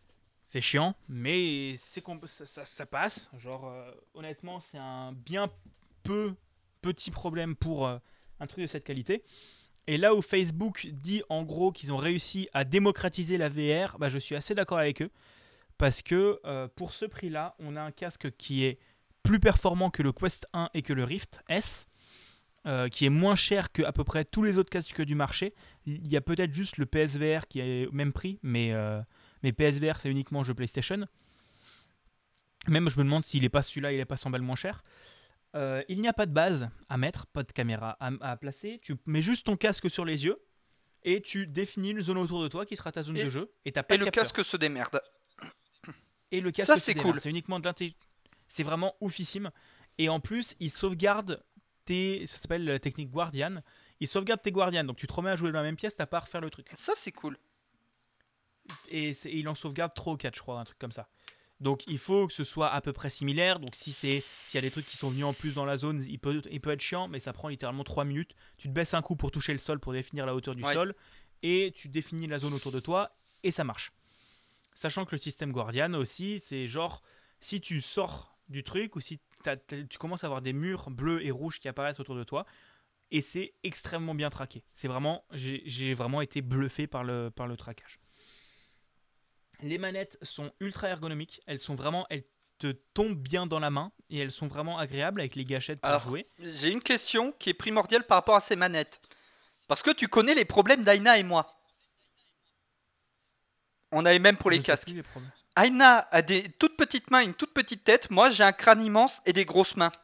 [SPEAKER 1] C'est chiant, mais c'est comp- ça, ça- ça passe. Genre, euh, honnêtement, c'est un bien peu petit problème pour euh, un truc de cette qualité. Et là où Facebook dit en gros qu'ils ont réussi à démocratiser la V R, bah, je suis assez d'accord avec eux. Parce que euh, pour ce prix-là, on a un casque qui est plus performant que le Quest un et que le Rift S, euh, qui est moins cher que à peu près tous les autres casques du marché. Il y a peut-être juste le P S V R qui est au même prix, mais, euh, mais P S V R c'est uniquement jeu PlayStation. Même je me demande s'il n'est pas celui-là, il est pas cent balles moins cher. Euh, il n'y a pas de base à mettre, pas de caméra à, à placer. Tu mets juste ton casque sur les yeux et tu définis une zone autour de toi qui sera ta zone
[SPEAKER 2] Et,
[SPEAKER 1] de jeu et t'as
[SPEAKER 2] et
[SPEAKER 1] pas de
[SPEAKER 2] le
[SPEAKER 1] capteur.
[SPEAKER 2] casque se démerde.
[SPEAKER 1] Et le
[SPEAKER 2] Ça,
[SPEAKER 1] casque se
[SPEAKER 2] c'est
[SPEAKER 1] démarre.
[SPEAKER 2] cool.
[SPEAKER 1] C'est uniquement de l'intelligence. C'est vraiment oufissime. Et en plus, il sauvegarde tes. Ça s'appelle la technique Guardian. Il sauvegarde tes Guardians. Donc tu te remets à jouer dans la même pièce, t'as pas à refaire le truc.
[SPEAKER 2] Ça, c'est cool.
[SPEAKER 1] Et, c'est- et il en sauvegarde trois ou quatre, je crois, un truc comme ça. Donc il faut que ce soit à peu près similaire. Donc si c'est s'il y a des trucs qui sont venus en plus dans la zone, il peut, il peut être chiant, mais ça prend littéralement trois minutes. Tu te baisses un coup pour toucher le sol, pour définir la hauteur du
[SPEAKER 2] Ouais.
[SPEAKER 1] sol, et tu définis la zone autour de toi, et ça marche. Sachant que le système Guardian aussi, c'est genre, si tu sors du truc ou si t'as- t'as- tu commences à avoir des murs bleus et rouges qui apparaissent autour de toi, et c'est extrêmement bien traqué. C'est vraiment, j'ai j'ai vraiment été bluffé par le, par le traquage. Les manettes sont ultra ergonomiques, elles sont vraiment, elles te tombent bien dans la main et elles sont vraiment agréables avec les gâchettes pour
[SPEAKER 2] Alors,
[SPEAKER 1] jouer.
[SPEAKER 2] j'ai une question qui est primordiale par rapport à ces manettes. Parce que tu connais les problèmes d'Aina et moi. On a les mêmes pour
[SPEAKER 1] Je
[SPEAKER 2] les
[SPEAKER 1] ne sais plus
[SPEAKER 2] casques.
[SPEAKER 1] les problèmes.
[SPEAKER 2] Aina a des toutes petites mains, une toute petite tête. Moi, j'ai un crâne immense et des grosses mains.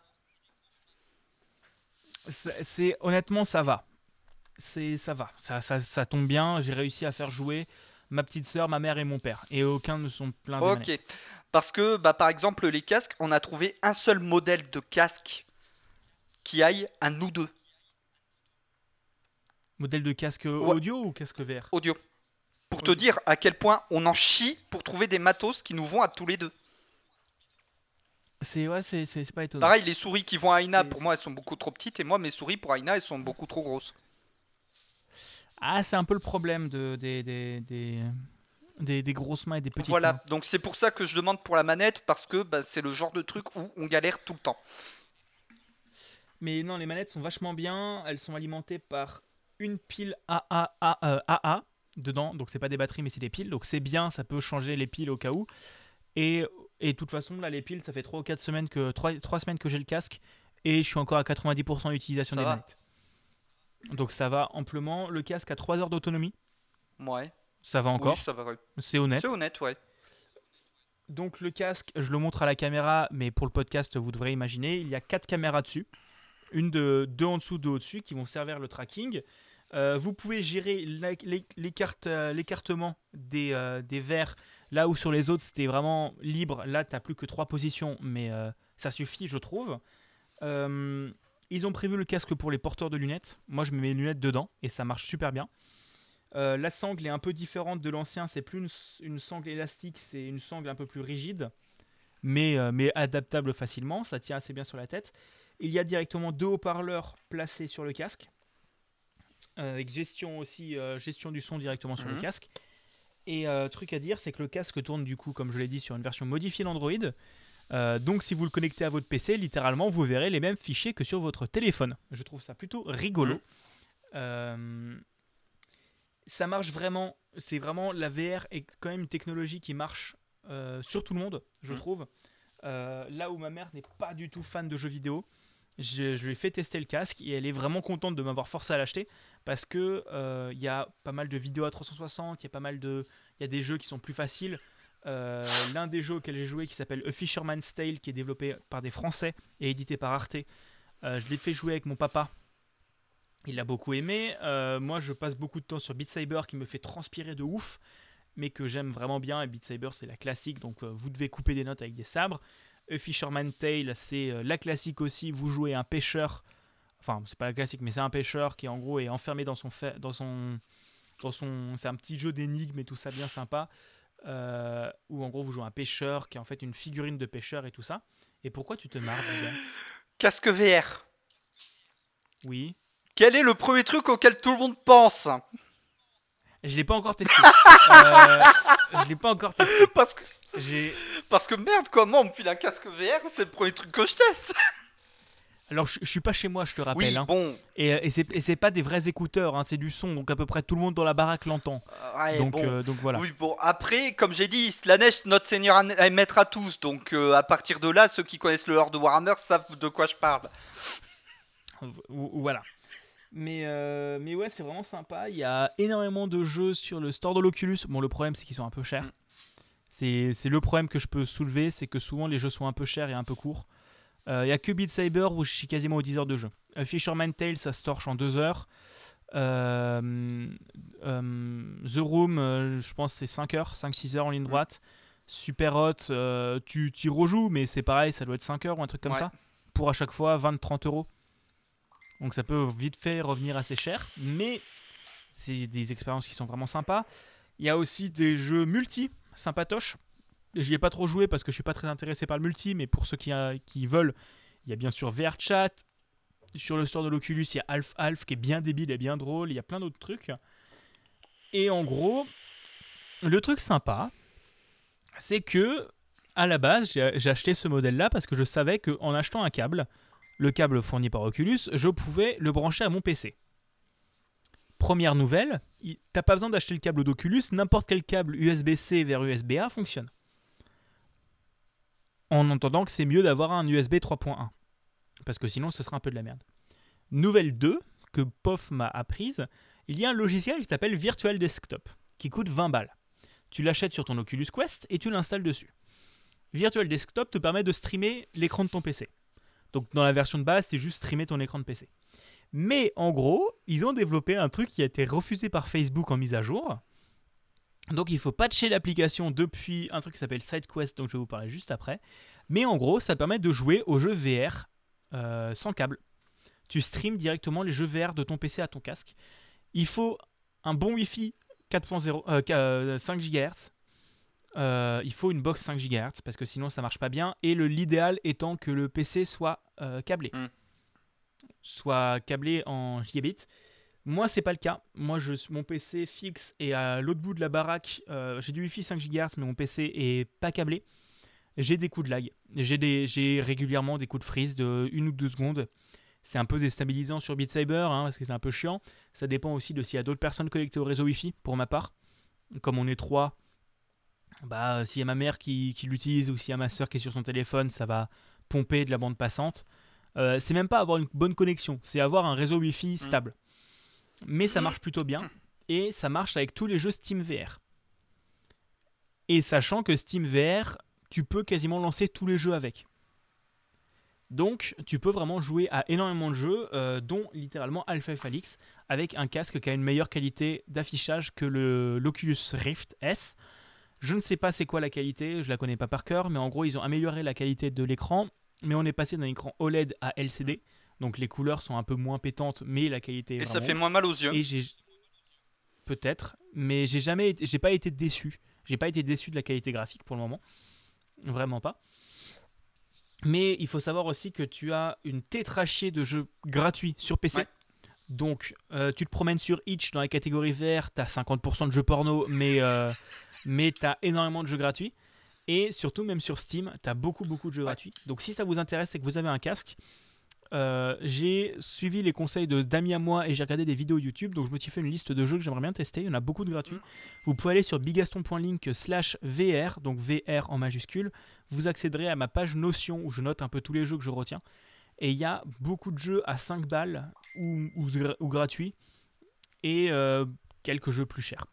[SPEAKER 1] C'est, c'est- honnêtement, ça va. C'est, ça va, ça, ça, ça tombe bien. J'ai réussi à faire jouer ma petite sœur, ma mère et mon père, et aucun ne sont pleins de
[SPEAKER 2] Ok.
[SPEAKER 1] manettes.
[SPEAKER 2] Parce que, bah, par exemple, les casques, on a trouvé un seul modèle de casque qui aille à nous deux.
[SPEAKER 1] Modèle de casque
[SPEAKER 2] Ouais,
[SPEAKER 1] audio ou casque V R?
[SPEAKER 2] audio. Pour te
[SPEAKER 1] Audio.
[SPEAKER 2] dire à quel point on en chie pour trouver des matos qui nous vont à tous les deux.
[SPEAKER 1] C'est ouais, c'est, c'est, c'est pas étonnant.
[SPEAKER 2] Pareil, les souris qui vont à Aina,
[SPEAKER 1] C'est-
[SPEAKER 2] pour
[SPEAKER 1] c'est-
[SPEAKER 2] moi, elles sont beaucoup trop petites. Et moi, mes souris pour Aina, elles sont beaucoup trop grosses.
[SPEAKER 1] Ah, c'est un peu le problème de, des, des, des, des, des grosses mains et des petites mains.
[SPEAKER 2] Voilà, donc c'est pour ça que je demande pour la manette, parce que bah, c'est le genre de truc où on galère tout le temps.
[SPEAKER 1] Mais non, les manettes sont vachement bien. Elles sont alimentées par une pile A A A, euh, A A dedans. Donc c'est pas des batteries, mais c'est des piles. Donc c'est bien, ça peut changer les piles au cas où. Et, et de toute façon, là, les piles, ça fait trois ou quatre semaines que, trois trois semaines que j'ai le casque. Et je suis encore à quatre-vingt-dix pour cent d'utilisation
[SPEAKER 2] Ça
[SPEAKER 1] des
[SPEAKER 2] va.
[SPEAKER 1] manettes. Donc ça va amplement. Le casque a trois heures d'autonomie.
[SPEAKER 2] Ouais,
[SPEAKER 1] Ça va encore.
[SPEAKER 2] oui, ça va.
[SPEAKER 1] C'est honnête.
[SPEAKER 2] C'est honnête, ouais.
[SPEAKER 1] Donc le casque, je le montre à la caméra, mais pour le podcast, vous devrez imaginer, il y a quatre caméras dessus. Une de deux en dessous, deux au-dessus, qui vont servir le tracking. Euh, vous pouvez gérer la- l'é- l'écart- euh, l'écartement des, euh, des verres. Là où sur les autres, c'était vraiment libre. Là, tu n'as plus que trois positions, mais euh, ça suffit, je trouve. Euh, ils ont prévu le casque pour les porteurs de lunettes. Moi, je mets mes lunettes dedans et ça marche super bien. Euh, la sangle est un peu différente de l'ancien. C'est plus une, une sangle élastique, c'est une sangle un peu plus rigide, mais, euh, mais adaptable facilement. Ça tient assez bien sur la tête. Il y a directement deux haut-parleurs placés sur le casque, euh, avec gestion aussi, euh, gestion du son directement sur
[SPEAKER 2] Mhm.
[SPEAKER 1] le casque. Et euh, truc à dire, c'est que le casque tourne du coup, comme je l'ai dit, sur une version modifiée d'Android. Euh, donc si vous le connectez à votre P C, littéralement, vous verrez les mêmes fichiers que sur votre téléphone. Je trouve ça plutôt rigolo.
[SPEAKER 2] Mhm.
[SPEAKER 1] Euh, ça marche vraiment. C'est vraiment la V R est quand même une technologie qui marche euh, sur tout le monde, je
[SPEAKER 2] Mhm.
[SPEAKER 1] trouve. Euh, là où ma mère n'est pas du tout fan de jeux vidéo, je, je lui ai fait tester le casque et elle est vraiment contente de m'avoir forcé à l'acheter parce que euh, il y a pas mal de vidéos à trois cent soixante, il y a pas mal de, il y a des jeux qui sont plus faciles. Euh, L'un des jeux auxquels j'ai joué qui s'appelle A Fisherman's Tale, qui est développé par des Français et édité par Arte, euh, je l'ai fait jouer avec mon papa. Il l'a beaucoup aimé. Euh, moi, je passe beaucoup de temps sur Beat Saber qui me fait transpirer de ouf, mais que j'aime vraiment bien. Et Beat Saber, c'est la classique, donc euh, vous devez couper des notes avec des sabres. A Fisherman Tale, c'est euh, la classique aussi. Vous jouez un pêcheur, enfin, c'est pas la classique, mais c'est un pêcheur qui en gros est enfermé dans son, fa- dans son, dans son, c'est un petit jeu d'énigmes et tout ça bien sympa. Euh, où en gros vous jouez un pêcheur qui est en fait une figurine de pêcheur et tout ça. Et pourquoi tu te marres, Bouga?
[SPEAKER 2] Casque V R.
[SPEAKER 1] Oui.
[SPEAKER 2] Quel est le premier truc auquel tout le monde pense?
[SPEAKER 1] Je l'ai pas encore testé. euh, je l'ai pas encore testé.
[SPEAKER 2] Parce que,
[SPEAKER 1] J'ai...
[SPEAKER 2] parce que merde, quoi, moi on me file un casque V R, c'est le premier truc que je teste.
[SPEAKER 1] Alors, je, je suis pas chez moi, je te rappelle.
[SPEAKER 2] Oui,
[SPEAKER 1] hein.
[SPEAKER 2] bon.
[SPEAKER 1] Et, et, c'est, et c'est pas des vrais écouteurs, hein, c'est du son, donc à peu près tout le monde dans la baraque l'entend.
[SPEAKER 2] Euh, ouais,
[SPEAKER 1] Donc,
[SPEAKER 2] bon.
[SPEAKER 1] euh, donc voilà.
[SPEAKER 2] Oui, bon, après, comme j'ai dit, Slanesh, notre seigneur à à émettre à tous. Donc euh, à partir de là, ceux qui connaissent le lore de Warhammer savent de quoi je parle.
[SPEAKER 1] Ou- ou- Voilà. Mais, euh, mais ouais, c'est vraiment sympa. Il y a énormément de jeux sur le store de l'Oculus. Bon, le problème, c'est qu'ils sont un peu chers.
[SPEAKER 2] Mm.
[SPEAKER 1] C'est, c'est le problème que je peux soulever, c'est que souvent les jeux sont un peu chers et un peu courts. Il euh, y a que Beat Saber où je suis quasiment aux dix heures de jeu. Euh, Fisherman Tale, ça se torche en deux heures. Euh, euh, The Room, euh, je pense c'est cinq heures, cinq six heures en ligne droite. Super Hot, euh, tu y rejoues, mais c'est pareil, ça doit être cinq heures ou un truc comme
[SPEAKER 2] Ouais.
[SPEAKER 1] ça. Pour à chaque fois vingt trente euros. Donc ça peut vite fait revenir assez cher, mais c'est des expériences qui sont vraiment sympas. Il y a aussi des jeux multi, sympatoches. J'y ai pas trop joué parce que je suis pas très intéressé par le multi, mais pour ceux qui, a, qui veulent, il y a bien sûr V R Chat. Sur le store de l'Oculus, il y a Half Half qui est bien débile et bien drôle. Il y a plein d'autres trucs. Et en gros, le truc sympa, c'est que à la base, j'ai, j'ai acheté ce modèle-là parce que je savais qu'en achetant un câble, le câble fourni par Oculus, je pouvais le brancher à mon P C. Première nouvelle, il, t'as pas besoin d'acheter le câble d'Oculus, n'importe quel câble U S B-C vers U S B-A fonctionne. En entendant que c'est mieux d'avoir un U S B trois point un. Parce que sinon, ce serait un peu de la merde. Nouvelle deux, que P O F m'a apprise, il y a un logiciel qui s'appelle Virtual Desktop, qui coûte vingt balles. Tu l'achètes sur ton Oculus Quest et tu l'installes dessus. Virtual Desktop te permet de streamer l'écran de ton P C. Donc dans la version de base, c'est juste streamer ton écran de P C. Mais en gros, ils ont développé un truc qui a été refusé par Facebook en mise à jour. Donc il faut patcher l'application depuis un truc qui s'appelle SideQuest, dont je vais vous parler juste après. Mais en gros, ça permet de jouer aux jeux V R euh, sans câble. Tu streams directement les jeux V R de ton P C à ton casque. Il faut un bon Wi-Fi quatre point zéro, euh, cinq gigahertz. Euh, il faut une box cinq gigahertz parce que sinon ça marche pas bien. Et le, l'idéal étant que le P C soit euh, câblé. Mm. Soit câblé en gigabit. Moi, c'est pas le cas. Moi, je, mon P C fixe est à l'autre bout de la baraque. Euh, j'ai du Wi-Fi cinq gigahertz, mais mon P C est pas câblé. J'ai des coups de lag. J'ai, des, j'ai régulièrement des coups de freeze de une ou deux secondes. C'est un peu déstabilisant sur Beat Saber, hein, parce que c'est un peu chiant. Ça dépend aussi de s'il y a d'autres personnes connectées au réseau Wi-Fi, pour ma part. Comme on est trois, bah, s'il y a ma mère qui, qui l'utilise ou s'il y a ma soeur qui est sur son téléphone, ça va pomper de la bande passante. Euh, c'est même pas avoir une bonne connexion, c'est avoir un réseau Wi-Fi stable. Mais ça marche plutôt bien et ça marche avec tous les jeux Steam V R. Et sachant que Steam V R, tu peux quasiment lancer tous les jeux avec. Donc, tu peux vraiment jouer à énormément de jeux, euh, dont littéralement Half-Life Alyx, avec un casque qui a une meilleure qualité d'affichage que le, l'Oculus Rift S. Je ne sais pas c'est quoi la qualité, je la connais pas par cœur, mais en gros, ils ont amélioré la qualité de l'écran, mais on est passé d'un écran O L E D à L C D. Donc les couleurs sont un peu moins pétantes, mais la qualité est
[SPEAKER 2] Et
[SPEAKER 1] vraiment...
[SPEAKER 2] ça fait moins mal aux yeux.
[SPEAKER 1] Et j'ai... Peut-être, mais j'ai jamais été... j'ai pas été déçu. J'ai pas été déçu de la qualité graphique pour le moment. Vraiment pas. Mais il faut savoir aussi que tu as une tétrachée de jeux gratuits sur P C. Ouais. Donc euh, tu te promènes sur Itch dans la catégorie V R, t'as cinquante pour cent de jeux porno, mais, euh, mais t'as énormément de jeux gratuits. Et surtout, même sur Steam, t'as beaucoup beaucoup de jeux ouais. gratuits. Donc si ça vous intéresse et que vous avez un casque... Euh, j'ai suivi les conseils de d'amis à moi et j'ai regardé des vidéos YouTube, donc je me suis fait une liste de jeux que j'aimerais bien tester. Il y en a beaucoup de gratuits. Vous pouvez aller sur bigaston point link slash V R, donc V R en majuscule. Vous accéderez à ma page Notion où je note un peu tous les jeux que je retiens. Et il y a beaucoup de jeux à cinq balles ou, ou, ou gratuits et euh, quelques jeux plus chers.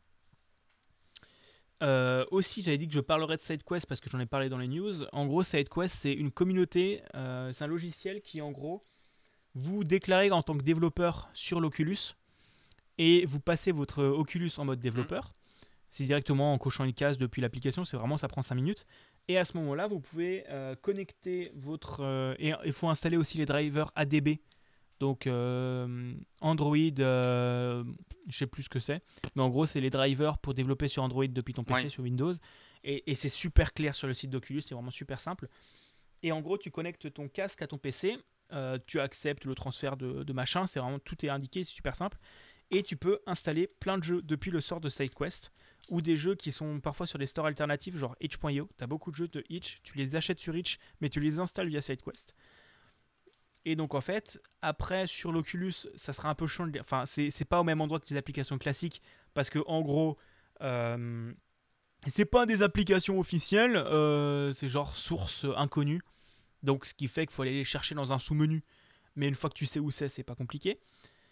[SPEAKER 1] Euh, aussi, j'avais dit que je parlerais de SideQuest parce que j'en ai parlé dans les news. En gros, SideQuest, c'est une communauté, euh, c'est un logiciel qui, en gros, vous déclarez en tant que développeur sur l'Oculus et vous passez votre Oculus en mode développeur. C'est directement en cochant une case depuis l'application, c'est vraiment, ça prend cinq minutes. Et à ce moment-là, vous pouvez euh, connecter votre... Euh, et il faut installer aussi les drivers A D B. Donc euh, Android, euh, je sais plus ce que c'est, mais en gros c'est les drivers pour développer sur Android depuis ton P C, ouais. sur Windows, et, et c'est super clair sur le site d'Oculus, c'est vraiment super simple. Et en gros tu connectes ton casque à ton P C, euh, tu acceptes le transfert de, de machin, c'est vraiment, tout est indiqué, c'est super simple, Et tu peux installer plein de jeux depuis le sort de SideQuest, ou des jeux qui sont parfois sur des stores alternatifs, genre itch point io. Tu as beaucoup de jeux de Itch, tu les achètes sur Itch, mais tu les installes via SideQuest. Et donc en fait, après sur l'Oculus, ça sera un peu chiant. Enfin, c'est, c'est pas au même endroit que les applications classiques, parce que en gros, euh, c'est pas des applications officielles, euh, c'est genre source inconnue. Donc ce qui fait qu'il faut aller les chercher dans un sous-menu. Mais une fois que tu sais où c'est, c'est pas compliqué.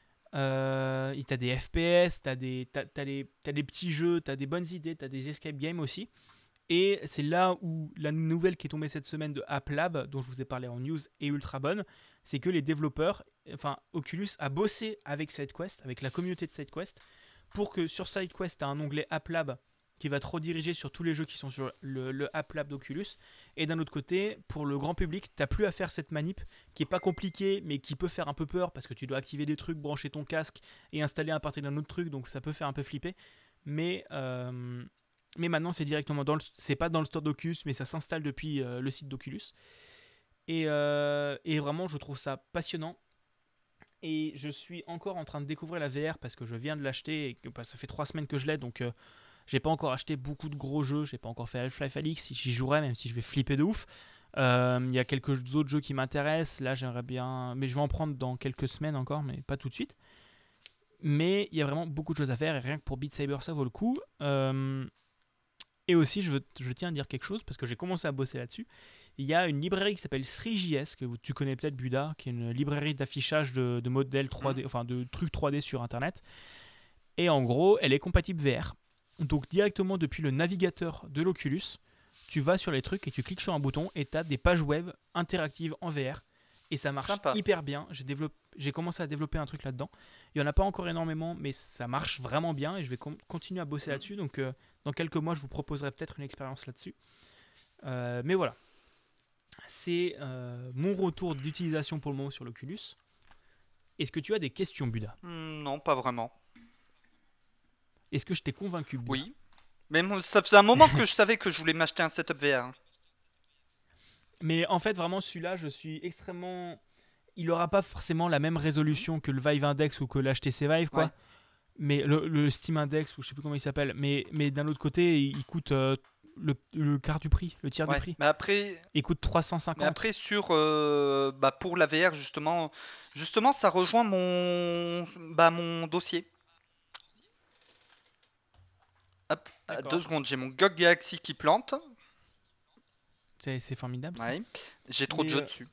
[SPEAKER 1] Euh, et t'as des F P S, t'as des, t'as, t'as les, t'as des petits jeux, t'as des bonnes idées, t'as des escape games aussi. Et c'est là où la nouvelle qui est tombée cette semaine de AppLab, dont je vous ai parlé en news, est ultra bonne. C'est que les développeurs, enfin Oculus a bossé avec SideQuest, avec la communauté de SideQuest, pour que sur SideQuest, tu as un onglet AppLab qui va te rediriger sur tous les jeux qui sont sur le, le AppLab d'Oculus. Et d'un autre côté, pour le grand public, tu n'as plus à faire cette manip qui n'est pas compliquée, mais qui peut faire un peu peur parce que tu dois activer des trucs, brancher ton casque et installer à partir d'un autre truc, donc ça peut faire un peu flipper. Mais... Euh, Mais maintenant, c'est directement dans le, c'est pas dans le store d'Oculus, mais ça s'installe depuis euh, le site d'Oculus. Et, euh, et vraiment, je trouve ça passionnant. Et je suis encore en train de découvrir la V R parce que je viens de l'acheter et que bah, ça fait trois semaines que je l'ai, donc euh, j'ai pas encore acheté beaucoup de gros jeux. J'ai pas encore fait Half-Life Alyx, si j'y jouerai, même si je vais flipper de ouf. Il euh, y a quelques autres jeux qui m'intéressent. Là, j'aimerais bien, mais je vais en prendre dans quelques semaines encore, mais pas tout de suite. Mais il y a vraiment beaucoup de choses à faire et rien que pour Beat Saber, ça vaut le coup. Euh, Et aussi, je, veux, je tiens à dire quelque chose, parce que j'ai commencé à bosser là-dessus. Il y a une librairie qui s'appelle three J S, que tu connais peut-être, Buda, qui est une librairie d'affichage de, de modèles trois D, enfin de trucs trois D sur Internet. Et en gros, elle est compatible V R. Donc directement depuis le navigateur de l'Oculus, tu vas sur les trucs et tu cliques sur un bouton et tu as des pages web interactives en V R. Et ça marche
[SPEAKER 2] Sympa.
[SPEAKER 1] hyper bien. J'ai, développé, j'ai commencé à développer un truc là-dedans. Il n'y en a pas encore énormément, mais ça marche vraiment bien et je vais com- continuer à bosser là-dessus. Donc euh, dans quelques mois, je vous proposerai peut-être une expérience là-dessus. Euh, mais voilà. C'est euh, mon retour d'utilisation pour le moment sur l'Oculus. Est-ce que tu as des questions, Buda ?
[SPEAKER 2] Hmm, non, pas vraiment.
[SPEAKER 1] Est-ce que je t'ai convaincu, Buda ?
[SPEAKER 2] Oui. Mais moi, ça faisait un moment que je savais que je voulais m'acheter un setup V R.
[SPEAKER 1] Mais en fait, vraiment, celui-là, je suis extrêmement... Il n'aura pas forcément la même résolution que le Vive Index ou que l'H T C Vive, quoi.
[SPEAKER 2] Ouais.
[SPEAKER 1] Mais le, le Steam Index, ou je sais plus comment il s'appelle. Mais, mais d'un autre côté, il, il coûte euh, le, le quart du prix, le tiers
[SPEAKER 2] Ouais.
[SPEAKER 1] du prix.
[SPEAKER 2] Mais après,
[SPEAKER 1] Il coûte trois cent cinquante.
[SPEAKER 2] mais après sur, euh, bah, pour la V R justement, justement, ça rejoint mon, bah, mon dossier. Hop, à
[SPEAKER 1] D'accord.
[SPEAKER 2] deux secondes, j'ai mon G O G Galaxy qui plante.
[SPEAKER 1] C'est, c'est formidable, ça.
[SPEAKER 2] Ouais. J'ai trop de
[SPEAKER 1] Mais,
[SPEAKER 2] jeux
[SPEAKER 1] euh,
[SPEAKER 2] dessus.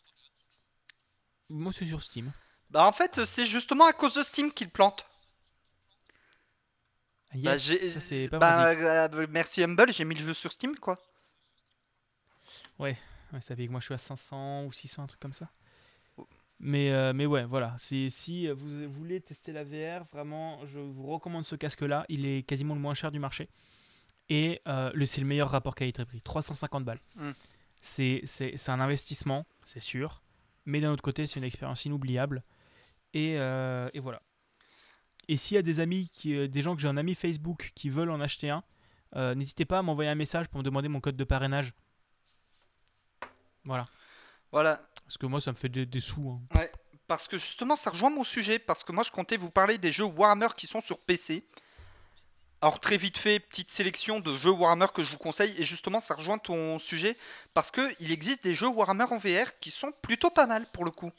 [SPEAKER 1] Moi, c'est sur Steam.
[SPEAKER 2] Bah en fait, c'est justement à cause de Steam qu'il plante.
[SPEAKER 1] Yes,
[SPEAKER 2] Bah, j'ai,
[SPEAKER 1] ça, c'est pas
[SPEAKER 2] bah,
[SPEAKER 1] pratique.
[SPEAKER 2] euh, merci Humble, j'ai mis le jeu sur Steam quoi.
[SPEAKER 1] Ouais, ça fait que moi, je suis à cinq cents ou six cents, un truc comme ça. Mais, euh, mais ouais, voilà. C'est, si vous voulez tester la V R, vraiment, je vous recommande ce casque-là. Il est quasiment le moins cher du marché. Et euh, le, c'est le meilleur rapport qualité-prix. trois cent cinquante balles.
[SPEAKER 2] Mm.
[SPEAKER 1] C'est, c'est, c'est un investissement, c'est sûr. Mais d'un autre côté, c'est une expérience inoubliable. Et, euh, et voilà. Et s'il y a des amis, qui, euh, des gens que j'ai en ami Facebook qui veulent en acheter un, euh, n'hésitez pas à m'envoyer un message pour me demander mon code de parrainage. Voilà.
[SPEAKER 2] Voilà.
[SPEAKER 1] Parce que moi, ça me fait des, des sous. Hein.
[SPEAKER 2] Ouais. Parce que justement, ça rejoint mon sujet. Parce que moi, je comptais vous parler des jeux Warhammer qui sont sur P C. Alors très vite fait, petite sélection de jeux Warhammer que je vous conseille. Et justement, ça rejoint ton sujet. Parce qu'il existe des jeux Warhammer en V R qui sont plutôt pas mal pour le coup.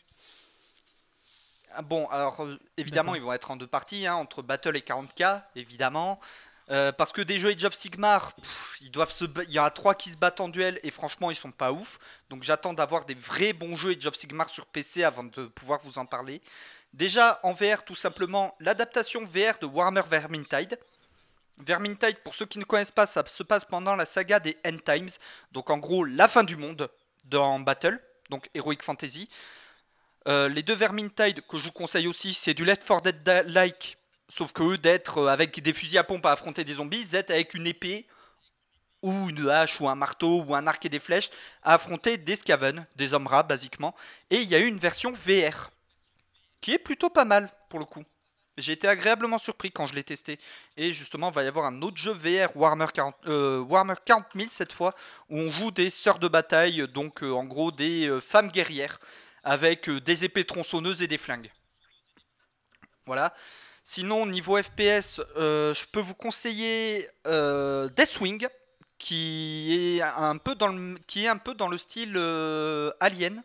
[SPEAKER 2] Ah, bon, alors euh, évidemment,
[SPEAKER 1] D'accord.
[SPEAKER 2] ils vont être en deux parties, hein, entre Battle et quarante K, évidemment. Euh, parce que des jeux Age of Sigmar, pff, ils doivent se ba- il y en a trois qui se battent en duel et franchement, ils sont pas ouf. Donc j'attends d'avoir des vrais bons jeux Age of Sigmar sur P C avant de pouvoir vous en parler. Déjà, en V R, tout simplement, l'adaptation V R de Warhammer Vermintide. Vermintide, pour ceux qui ne connaissent pas, ça se passe pendant la saga des End Times. Donc en gros, la fin du monde dans Battle, donc Heroic Fantasy. Euh, les deux Vermintide que je vous conseille aussi, c'est du Left four Dead-like, sauf que eux d'être euh, avec des fusils à pompe à affronter des zombies, ils êtes avec une épée ou une hache ou un marteau ou un arc et des flèches à affronter des Skaven, des hommes rats basiquement. Et il y a eu une version V R qui est plutôt pas mal pour le coup. J'ai été agréablement surpris quand je l'ai testé. Et justement, il va y avoir un autre jeu V R, Warhammer quarante, euh, Warhammer quarante mille cette fois, où on joue des sœurs de bataille, donc euh, en gros des euh, femmes guerrières, avec euh, des épées tronçonneuses et des flingues. Voilà. Sinon, niveau F P S, euh, je peux vous conseiller euh, Deathwing, qui est un peu dans le, qui est un peu dans le style euh, Alien.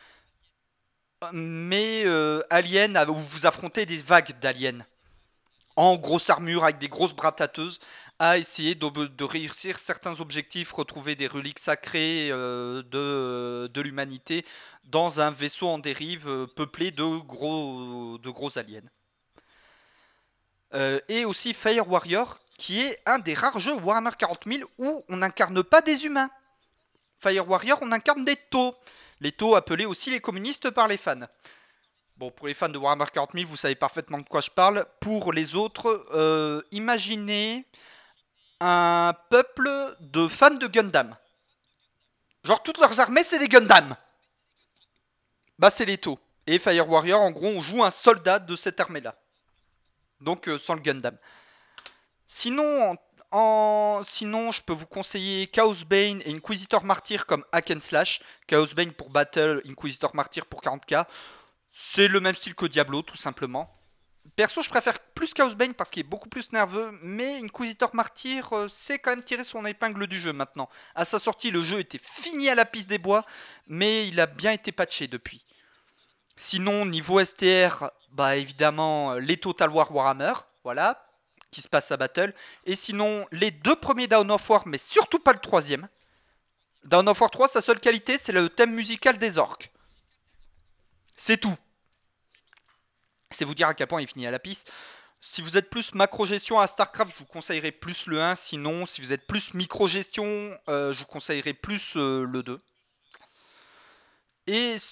[SPEAKER 2] Mais euh, Alien, où vous affrontez des vagues d'aliens en grosse armure avec des grosses bras tâteuses à essayer de, de réussir certains objectifs, retrouver des reliques sacrées euh, de, de l'humanité dans un vaisseau en dérive euh, peuplé de gros, de gros aliens. Euh, et aussi Fire Warrior, qui est un des rares jeux Warhammer quarante mille où on n'incarne pas des humains. Fire Warrior, on incarne des taux. Les taux appelés aussi les communistes par les fans. Bon, pour les fans de Warhammer quarante mille, vous savez parfaitement de quoi je parle. Pour les autres, euh, imaginez un peuple de fans de Gundam. Genre, toutes leurs armées, c'est des Gundam. Bah, c'est les taux. Et Fire Warrior, en gros, on joue un soldat de cette armée-là. Donc, euh, sans le Gundam. Sinon, en En... Sinon, je peux vous conseiller Chaos Bane et Inquisitor Martyr comme hack and slash. Chaos Bane pour Battle, Inquisitor Martyr pour quarante K. C'est le même style que Diablo, tout simplement. Perso, je préfère plus Chaos Bane parce qu'il est beaucoup plus nerveux, mais Inquisitor Martyr, euh, c'est quand même tiré son épingle du jeu maintenant. À sa sortie, le jeu était fini à la piste des bois, mais il a bien été patché depuis. Sinon, niveau S T R, bah évidemment, les Total War Warhammer, voilà, qui se passe à Battle. Et sinon, les deux premiers Dawn of War, mais surtout pas le troisième. Dawn of War trois, sa seule qualité, c'est le thème musical des orques. C'est tout. C'est vous dire à quel point il finit à la piste. Si vous êtes plus macro-gestion à StarCraft, je vous conseillerais plus le un. Sinon, si vous êtes plus micro-gestion, euh, je vous conseillerais plus euh, le deux. Et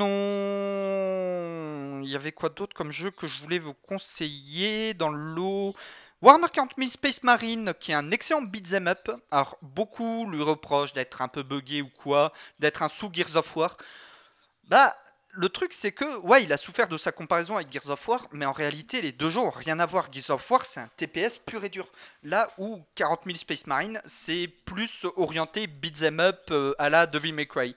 [SPEAKER 2] sinon, il y avait quoi d'autre comme jeu que je voulais vous conseiller dans le lot? Warhammer quarante mille Space Marine, qui est un excellent beat'em up. Alors, beaucoup lui reprochent d'être un peu buggé ou quoi, d'être un sous Gears of War. Bah, le truc, c'est que, ouais, il a souffert de sa comparaison avec Gears of War, mais en réalité, les deux jeux n'ont rien à voir. Gears of War, c'est un T P S pur et dur. Là où quarante mille Space Marine, c'est plus orienté beat'em up euh, à la Devil May Cry.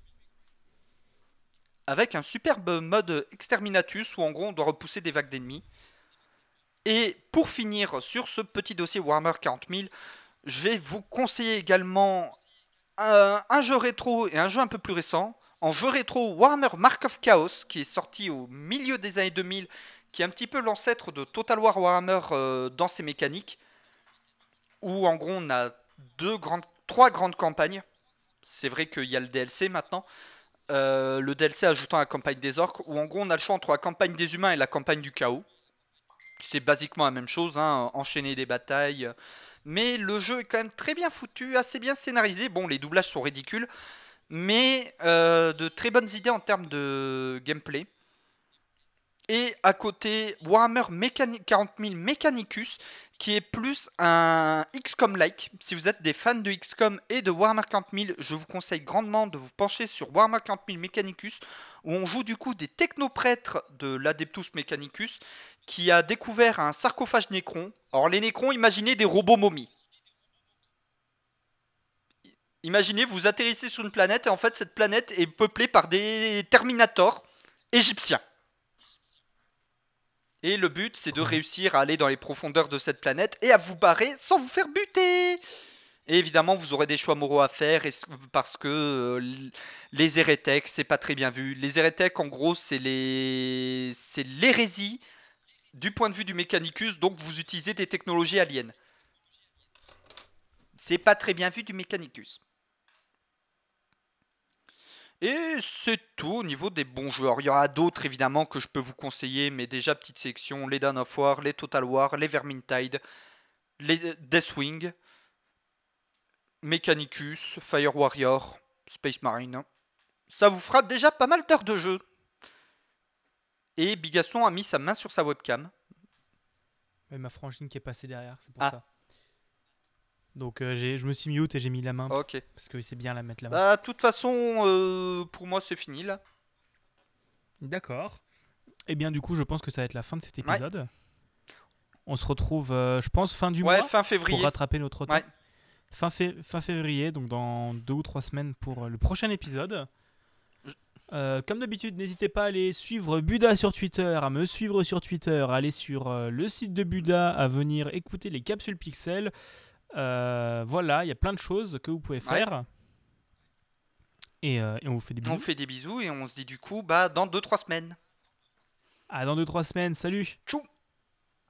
[SPEAKER 2] Avec un superbe mode Exterminatus, où en gros, on doit repousser des vagues d'ennemis. Et pour finir sur ce petit dossier Warhammer quarante mille, je vais vous conseiller également un, un jeu rétro et un jeu un peu plus récent. En jeu rétro, Warhammer Mark of Chaos, qui est sorti au milieu des années deux mille, qui est un petit peu l'ancêtre de Total War Warhammer euh, dans ses mécaniques, où en gros on a deux grandes, trois grandes campagnes. C'est vrai qu'il y a le D L C maintenant. Euh, le D L C ajoutant la campagne des orques, où en gros on a le choix entre la campagne des humains et la campagne du chaos. C'est basiquement la même chose, hein, enchaîner des batailles. Mais le jeu est quand même très bien foutu, assez bien scénarisé. Bon, les doublages sont ridicules, mais euh, de très bonnes idées en termes de gameplay. Et à côté, Warhammer Mécani- quarante mille Mechanicus, qui est plus un X COM-like. Si vous êtes des fans de X COM et de Warhammer quarante mille, je vous conseille grandement de vous pencher sur Warhammer quarante mille Mechanicus, où on joue du coup des technoprêtres de l'Adeptus Mechanicus, qui a découvert un sarcophage Nécron. Alors les Nécrons, imaginez des robots momies. Imaginez, vous atterrissez sur une planète, et en fait cette planète est peuplée par des Terminators égyptiens. Et le but, c'est de réussir à aller dans les profondeurs de cette planète et à vous barrer sans vous faire buter. Et évidemment, vous aurez des choix moraux à faire parce que euh, les hérétèques, c'est pas très bien vu. Les hérétèques, en gros, c'est les... c'est l'hérésie du point de vue du Mechanicus, donc vous utilisez des technologies aliens. C'est pas très bien vu du Mechanicus. Et c'est tout au niveau des bons joueurs. Il y en a d'autres évidemment que je peux vous conseiller, mais déjà petite section, les Dawn of War, les Total War, les Vermintide, les Deathwing, Mechanicus, Fire Warrior, Space Marine. Ça vous fera déjà pas mal d'heures de jeu. Et Bigasson a mis sa main sur sa webcam.
[SPEAKER 1] Ouais, ma frangine qui est passée derrière, c'est pour
[SPEAKER 2] Ah.
[SPEAKER 1] ça. Donc euh, j'ai, je me suis mute et j'ai mis la main.
[SPEAKER 2] Ok.
[SPEAKER 1] Parce que c'est bien la mettre là-bas.
[SPEAKER 2] Bah, de toute façon, euh, pour moi, c'est fini là.
[SPEAKER 1] D'accord. Et bien du coup, je pense que ça va être la fin de cet
[SPEAKER 2] Ouais.
[SPEAKER 1] épisode. On se retrouve, euh, je pense, fin du
[SPEAKER 2] Ouais,
[SPEAKER 1] mois
[SPEAKER 2] fin
[SPEAKER 1] pour
[SPEAKER 2] février.
[SPEAKER 1] rattraper notre temps.
[SPEAKER 2] Ouais.
[SPEAKER 1] Fin, fé- fin février, donc dans deux ou trois semaines pour euh, le prochain épisode. Euh, comme d'habitude, n'hésitez pas à aller suivre Buda sur Twitter, à me suivre sur Twitter, à aller sur euh, le site de Buda, à venir écouter les capsules Pixel. Euh, voilà, il y a plein de choses que vous pouvez
[SPEAKER 2] Ouais.
[SPEAKER 1] faire. Et, euh, et on vous fait des bisous.
[SPEAKER 2] On fait des bisous et on se dit du coup, bah, dans deux trois semaines.
[SPEAKER 1] À dans deux trois semaines, salut.
[SPEAKER 2] Tchou.